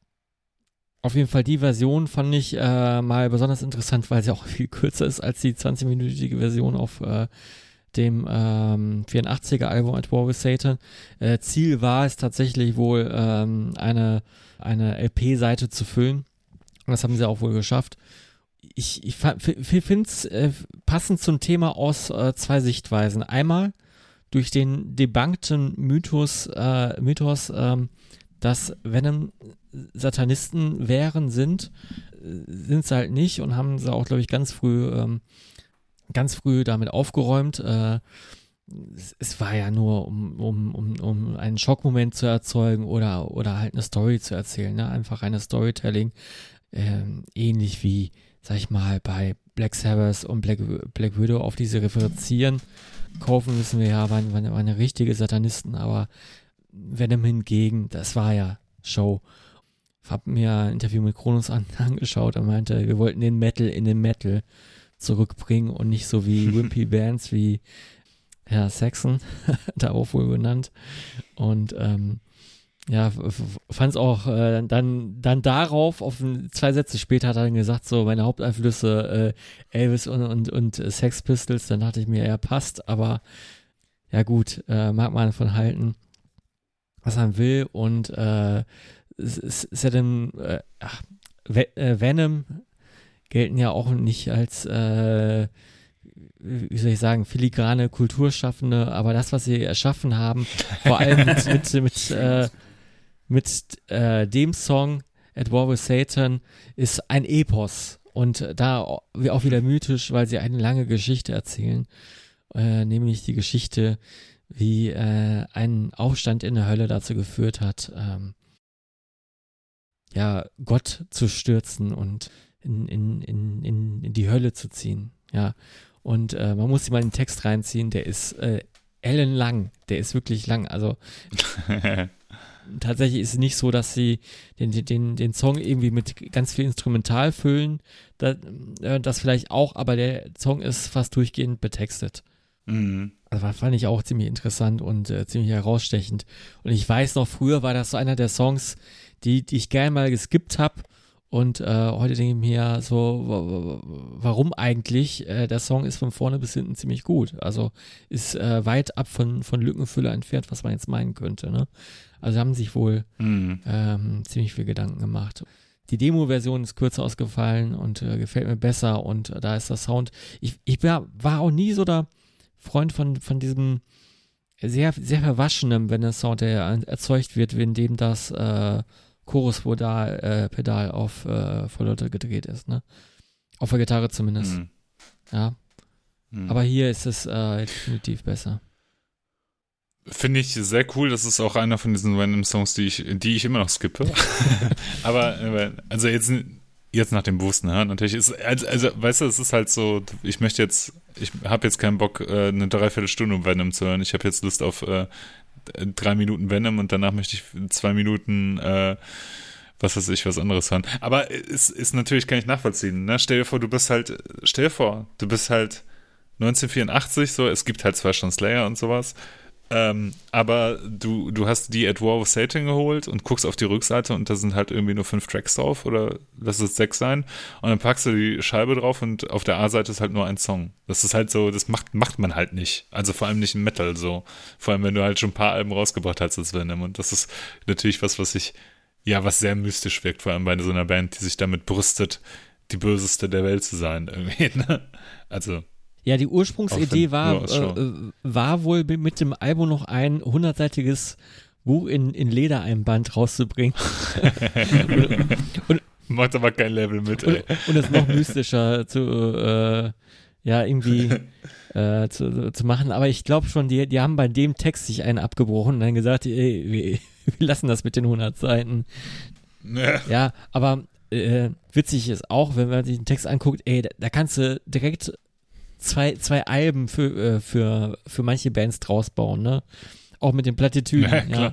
auf jeden Fall die Version fand ich äh, mal besonders interessant, weil sie auch viel kürzer ist als die zwanzig-minütige Version auf äh, dem ähm, vierundachtziger Album At War with Satan. Äh, Ziel war es tatsächlich wohl, ähm, eine, eine L P-Seite zu füllen. Und das haben sie auch wohl geschafft. Ich, ich finde es äh, passend zum Thema aus äh, zwei Sichtweisen. Einmal durch den debunkten Mythos, äh, Mythos ähm, dass Venom Satanisten wären, sind, sind sie halt nicht und haben sie auch, glaube ich, ganz früh ähm, ganz früh damit aufgeräumt. Äh, es, es war ja nur, um, um, um, um einen Schockmoment zu erzeugen oder, oder halt eine Story zu erzählen, ne? Einfach reines Storytelling. Ähm, ähnlich wie, sag ich mal, bei Black Sabbath und Black, Black Widow, auf die sie referenzieren. Kaufen wissen wir ja, waren, waren, waren richtige Satanisten, aber Venom hingegen, das war ja Show. Ich habe mir ein Interview mit Kronos an, angeschaut und meinte, wir wollten den Metal in den Metal zurückbringen und nicht so wie Wimpy Bands wie Herr Saxon, da auch wohl genannt. Und ähm, ja, fand es auch äh, dann, dann darauf, auf ein, zwei Sätze später hat er dann gesagt, so meine Haupteinflüsse äh, Elvis und, und, und Sex Pistols, dann dachte ich mir, er passt, aber ja gut, äh, mag man davon halten, was man will und äh, es ist ja dann äh, ach, Venom gelten ja auch nicht als äh, wie soll ich sagen, filigrane Kulturschaffende, aber das, was sie erschaffen haben, vor allem mit, mit, mit, äh, mit äh, dem Song At War with Satan, ist ein Epos und da auch wieder mythisch, weil sie eine lange Geschichte erzählen, äh, nämlich die Geschichte, wie äh, ein Aufstand in der Hölle dazu geführt hat, ähm, ja, Gott zu stürzen und in, in, in, in, in die Hölle zu ziehen, ja. Und äh, man muss sich mal in den Text reinziehen, der ist äh, ellenlang, der ist wirklich lang, also tatsächlich ist es nicht so, dass sie den, den, den Song irgendwie mit ganz viel Instrumental füllen, das, äh, das vielleicht auch, aber der Song ist fast durchgehend betextet. Mhm. Also fand ich auch ziemlich interessant und äh, ziemlich herausstechend. Und ich weiß noch, früher war das so einer der Songs, die, die ich gerne mal geskippt habe. Und äh, heute denke ich mir so, w- w- warum eigentlich? Äh, der Song ist von vorne bis hinten ziemlich gut. Also ist äh, weit ab von, von Lückenfüller entfernt, was man jetzt meinen könnte. Ne? Also haben sich wohl Mhm. ähm, ziemlich viel Gedanken gemacht. Die Demo-Version ist kürzer ausgefallen und äh, gefällt mir besser. Und äh, da ist der Sound. Ich, ich war, war auch nie so der Freund von, von diesem sehr, sehr verwaschenen, wenn der Sound, der erzeugt wird, in dem das äh, Chorus-Pedal äh, Pedal auf äh, Volllotte gedreht ist, ne? Auf der Gitarre zumindest. Mhm. Ja. Mhm. Aber hier ist es äh, definitiv besser. Finde ich sehr cool. Das ist auch einer von diesen random Songs, die ich, die ich immer noch skippe. Aber, äh, also jetzt, jetzt nach dem Bewussten hören, natürlich ist, also, also, weißt du, es ist halt so, ich möchte jetzt, ich habe jetzt keinen Bock, äh, eine Dreiviertelstunde um Venom zu hören. Ich habe jetzt Lust auf äh, drei Minuten Venom und danach möchte ich zwei Minuten, äh, was weiß ich, was anderes hören. Aber es ist natürlich, kann ich nachvollziehen, ne? Stell dir vor, du bist halt, stell dir vor, du bist halt neunzehnhundertvierundachtzig, so, es gibt halt zwar schon Slayer und sowas, Ähm, aber du, du hast die At War with Satan geholt und guckst auf die Rückseite und da sind halt irgendwie nur fünf Tracks drauf oder lass es sechs sein und dann packst du die Scheibe drauf und auf der A-Seite ist halt nur ein Song. Das ist halt so, das macht, macht man halt nicht. Also vor allem nicht im Metal so. Vor allem, wenn du halt schon ein paar Alben rausgebracht hast als Venom und das ist natürlich was, was ich, ja, was sehr mystisch wirkt, vor allem bei so einer Band, die sich damit brüstet, die böseste der Welt zu sein irgendwie, ne? Also Ja, die Ursprungsidee war, äh, war wohl mit dem Album noch ein hundertseitiges Buch in, in Ledereinband rauszubringen. und, und, Macht aber kein Label mit, und, ey. und es noch mystischer zu, äh, ja, irgendwie äh, zu, zu machen. Aber ich glaube schon, die, die haben bei dem Text sich einen abgebrochen und dann gesagt, ey, wir, wir lassen das mit den hundert Seiten. Ja, ja aber äh, witzig ist auch, wenn man sich den Text anguckt, ey, da, da kannst du direkt zwei, zwei Alben für, äh, für, für manche Bands draus bauen, ne? Auch mit den Plattitüden, ja, ja. klar.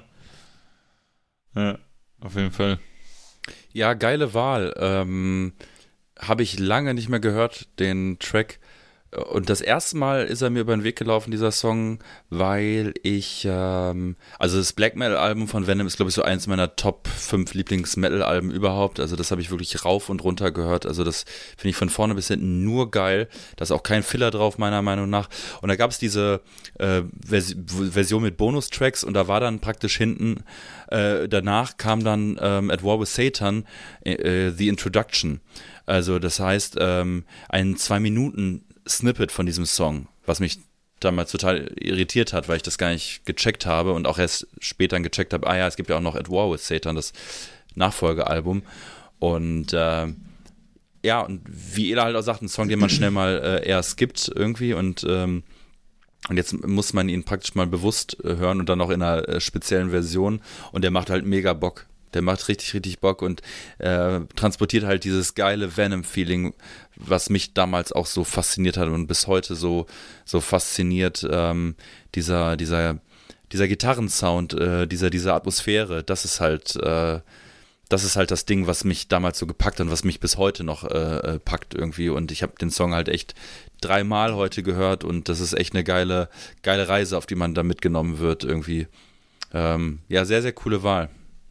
Ja, auf jeden Fall. Ja, geile Wahl. Ähm, habe ich lange nicht mehr gehört, den Track. Und das erste Mal ist er mir über den Weg gelaufen, dieser Song, weil ich, ähm, also das Black Metal Album von Venom ist, glaube ich, so eins meiner Top fünf Lieblings-Metal-Alben überhaupt. Also das habe ich wirklich rauf und runter gehört. Also das finde ich von vorne bis hinten nur geil. Da ist auch kein Filler drauf, meiner Meinung nach. Und da gab es diese äh, Vers- Version mit Bonustracks und da war dann praktisch hinten, äh, danach kam dann ähm, At War with Satan, äh, The Introduction. Also das heißt, ähm, ein zwei Minuten Snippet von diesem Song, was mich damals total irritiert hat, weil ich das gar nicht gecheckt habe und auch erst später gecheckt habe, ah ja, es gibt ja auch noch At War with Satan, das Nachfolgealbum. Und äh, ja, und wie Ela halt auch sagt, ein Song, den man schnell mal äh, eher skippt irgendwie und ähm, und jetzt muss man ihn praktisch mal bewusst äh, hören und dann auch in einer äh, speziellen Version und der macht halt mega Bock. Der macht richtig, richtig Bock und äh, transportiert halt dieses geile Venom-Feeling, was mich damals auch so fasziniert hat und bis heute so, so fasziniert. Ähm, dieser, dieser, dieser Gitarrensound, äh, dieser, diese Atmosphäre, das ist halt, äh, das ist halt das Ding, was mich damals so gepackt hat und was mich bis heute noch äh, packt irgendwie. Und ich habe den Song halt echt dreimal heute gehört und das ist echt eine geile, geile Reise, auf die man da mitgenommen wird irgendwie. Ähm, ja, sehr, sehr coole Wahl.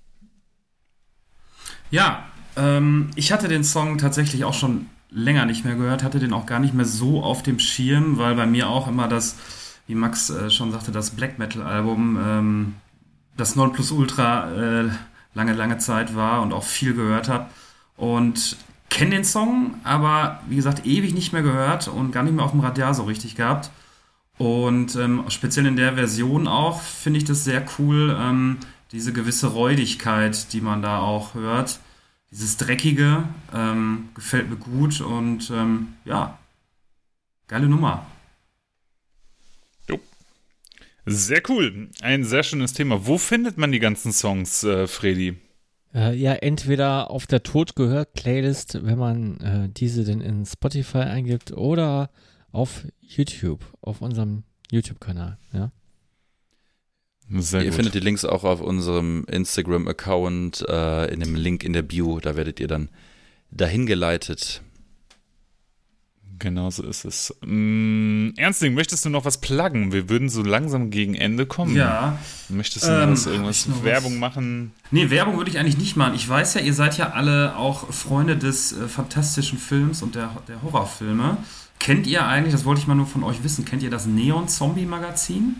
Ja, ähm, ich hatte den Song tatsächlich auch schon länger nicht mehr gehört, hatte den auch gar nicht mehr so auf dem Schirm, weil bei mir auch immer das, wie Max äh, schon sagte, das Black Metal Album, ähm, das Nonplusultra äh, lange, lange Zeit war und auch viel gehört habe und kenne den Song, aber wie gesagt, ewig nicht mehr gehört und gar nicht mehr auf dem Radar so richtig gehabt. Und ähm, speziell in der Version auch finde ich das sehr cool, ähm, diese gewisse Räudigkeit, die man da auch hört, dieses Dreckige, ähm, gefällt mir gut und ähm, ja, geile Nummer. Jo. Sehr cool. Ein sehr schönes Thema. Wo findet man die ganzen Songs, äh, Fredi? Äh, ja, entweder auf der Tod-gehört-Playlist, wenn man äh, diese denn in Spotify eingibt, oder auf YouTube, auf unserem YouTube-Kanal, ja. Sehr ihr gut. findet die Links auch auf unserem Instagram-Account, äh, in dem Link in der Bio, da werdet ihr dann dahin geleitet. Genau so ist es. Mm, Ernstling, möchtest du noch was pluggen? Wir würden so langsam gegen Ende kommen. Ja. Möchtest du Ähm, noch was, hab irgendwas ich noch Werbung was? machen? Nee, Werbung würde ich eigentlich nicht machen. Ich weiß ja, ihr seid ja alle auch Freunde des äh, fantastischen Films und der, der Horrorfilme. Kennt ihr eigentlich, das wollte ich mal nur von euch wissen, kennt ihr das Neon-Zombie-Magazin?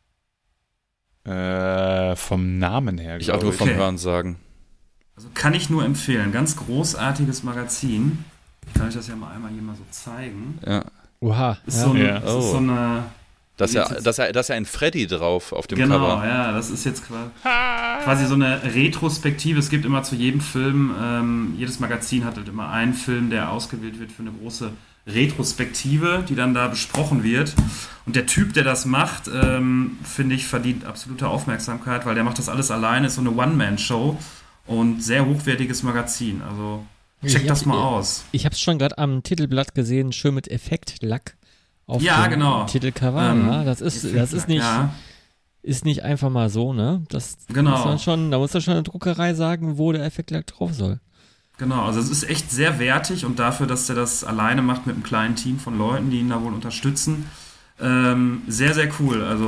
Äh, vom Namen her, Ich auch glaub nur vom Okay. Hören sagen. Also kann ich nur empfehlen. Ganz großartiges Magazin. Kann ich das ja mal einmal hier mal so zeigen. Ja. Oha, Ist ja. so, eine, Ja. das ist Oh. so eine... Da ist ja, das ist ja, das ist ja ein Freddy drauf auf dem Genau, Cover. ja, das ist jetzt quasi, quasi so eine Retrospektive. Es gibt immer zu jedem Film, ähm, jedes Magazin hat halt immer einen Film, der ausgewählt wird für eine große Retrospektive, die dann da besprochen wird. Und der Typ, der das macht, ähm, finde ich, verdient absolute Aufmerksamkeit, weil der macht das alles alleine, ist so eine One-Man-Show und sehr hochwertiges Magazin. Also check Ich das hab- mal aus. Ich habe es schon gerade am Titelblatt gesehen, schön mit Effektlack auf Ja, dem genau. Titelcover. Ähm, ja, das ist, das ist nicht, Ja, ist nicht einfach mal so, ne? Das Genau. muss man schon, da muss man schon eine Druckerei sagen, wo der Effektlack drauf soll. genau, also es ist echt sehr wertig und dafür, dass der das alleine macht mit einem kleinen Team von Leuten, die ihn da wohl unterstützen, ähm, sehr, sehr cool. Also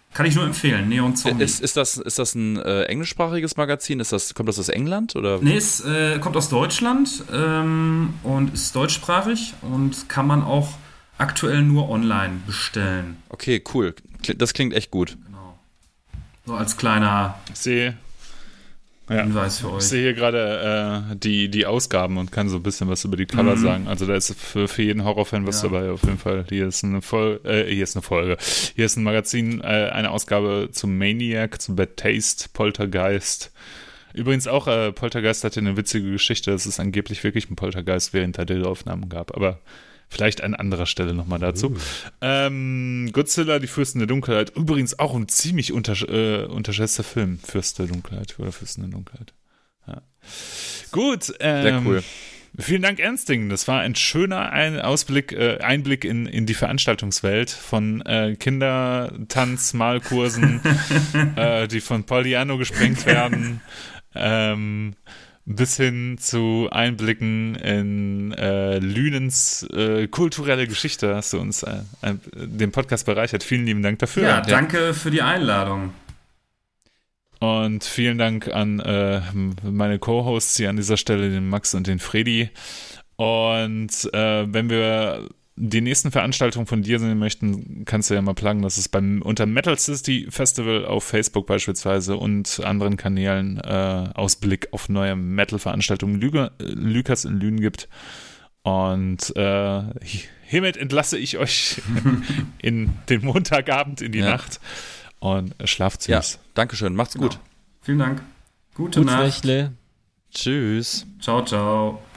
Kann ich nur empfehlen, Neon Zombie. Ist, ist, das, ist das ein äh, englischsprachiges Magazin? Ist das, kommt das aus England? Oder? Nee, es äh, kommt aus Deutschland ähm, und ist deutschsprachig und kann man auch aktuell nur online bestellen. Okay, cool. Das klingt echt gut. Genau. So als kleiner Ich sehe, ja, Hinweis für ich euch. sehe hier gerade äh, die, die Ausgaben und kann so ein bisschen was über die Cover Mhm. sagen. Also da ist für, für jeden Horrorfan was Ja. dabei auf jeden Fall. Hier ist eine Folge, äh, hier ist eine Folge. Hier ist ein Magazin, äh, eine Ausgabe zum Maniac, zum Bad Taste, Poltergeist. Übrigens auch, äh, Poltergeist hatte eine witzige Geschichte, dass es angeblich wirklich einen Poltergeist während der Dildo-Aufnahmen gab, aber vielleicht an anderer Stelle nochmal dazu. Uh. Ähm, Godzilla, die Fürsten der Dunkelheit. Übrigens auch ein ziemlich untersch äh, unterschätzter Film, Fürst der Dunkelheit oder Fürsten der Dunkelheit. Ja. Gut. Ähm, Sehr cool. Vielen Dank, Ernsting. Das war ein schöner ein Ausblick, äh, Einblick in, in die Veranstaltungswelt von äh, Kindertanz-Malkursen, äh, die von Poliano gesprengt werden, ähm, bis hin zu Einblicken in äh, Lünens äh, kulturelle Geschichte. Hast du uns äh, ein, den Podcast bereichert. Vielen lieben Dank dafür. Ja, danke für die Einladung. Und vielen Dank an äh, meine Co-Hosts hier an dieser Stelle, den Max und den Freddy. Und äh, wenn wir die nächsten Veranstaltungen von dir sehen möchten, kannst du ja mal pluggen, dass es beim unter Metal City Festival auf Facebook beispielsweise und anderen Kanälen äh, Ausblick auf neue Metal-Veranstaltungen Lüge, Lükas in Lünen gibt. Und äh, hiermit entlasse ich euch in den Montagabend, in die Ja. Nacht. Und schlaft süß. Ja, Dankeschön. Macht's gut. Genau. Vielen Dank. Gute Gut, Nacht. Nächle. Tschüss. Ciao, ciao.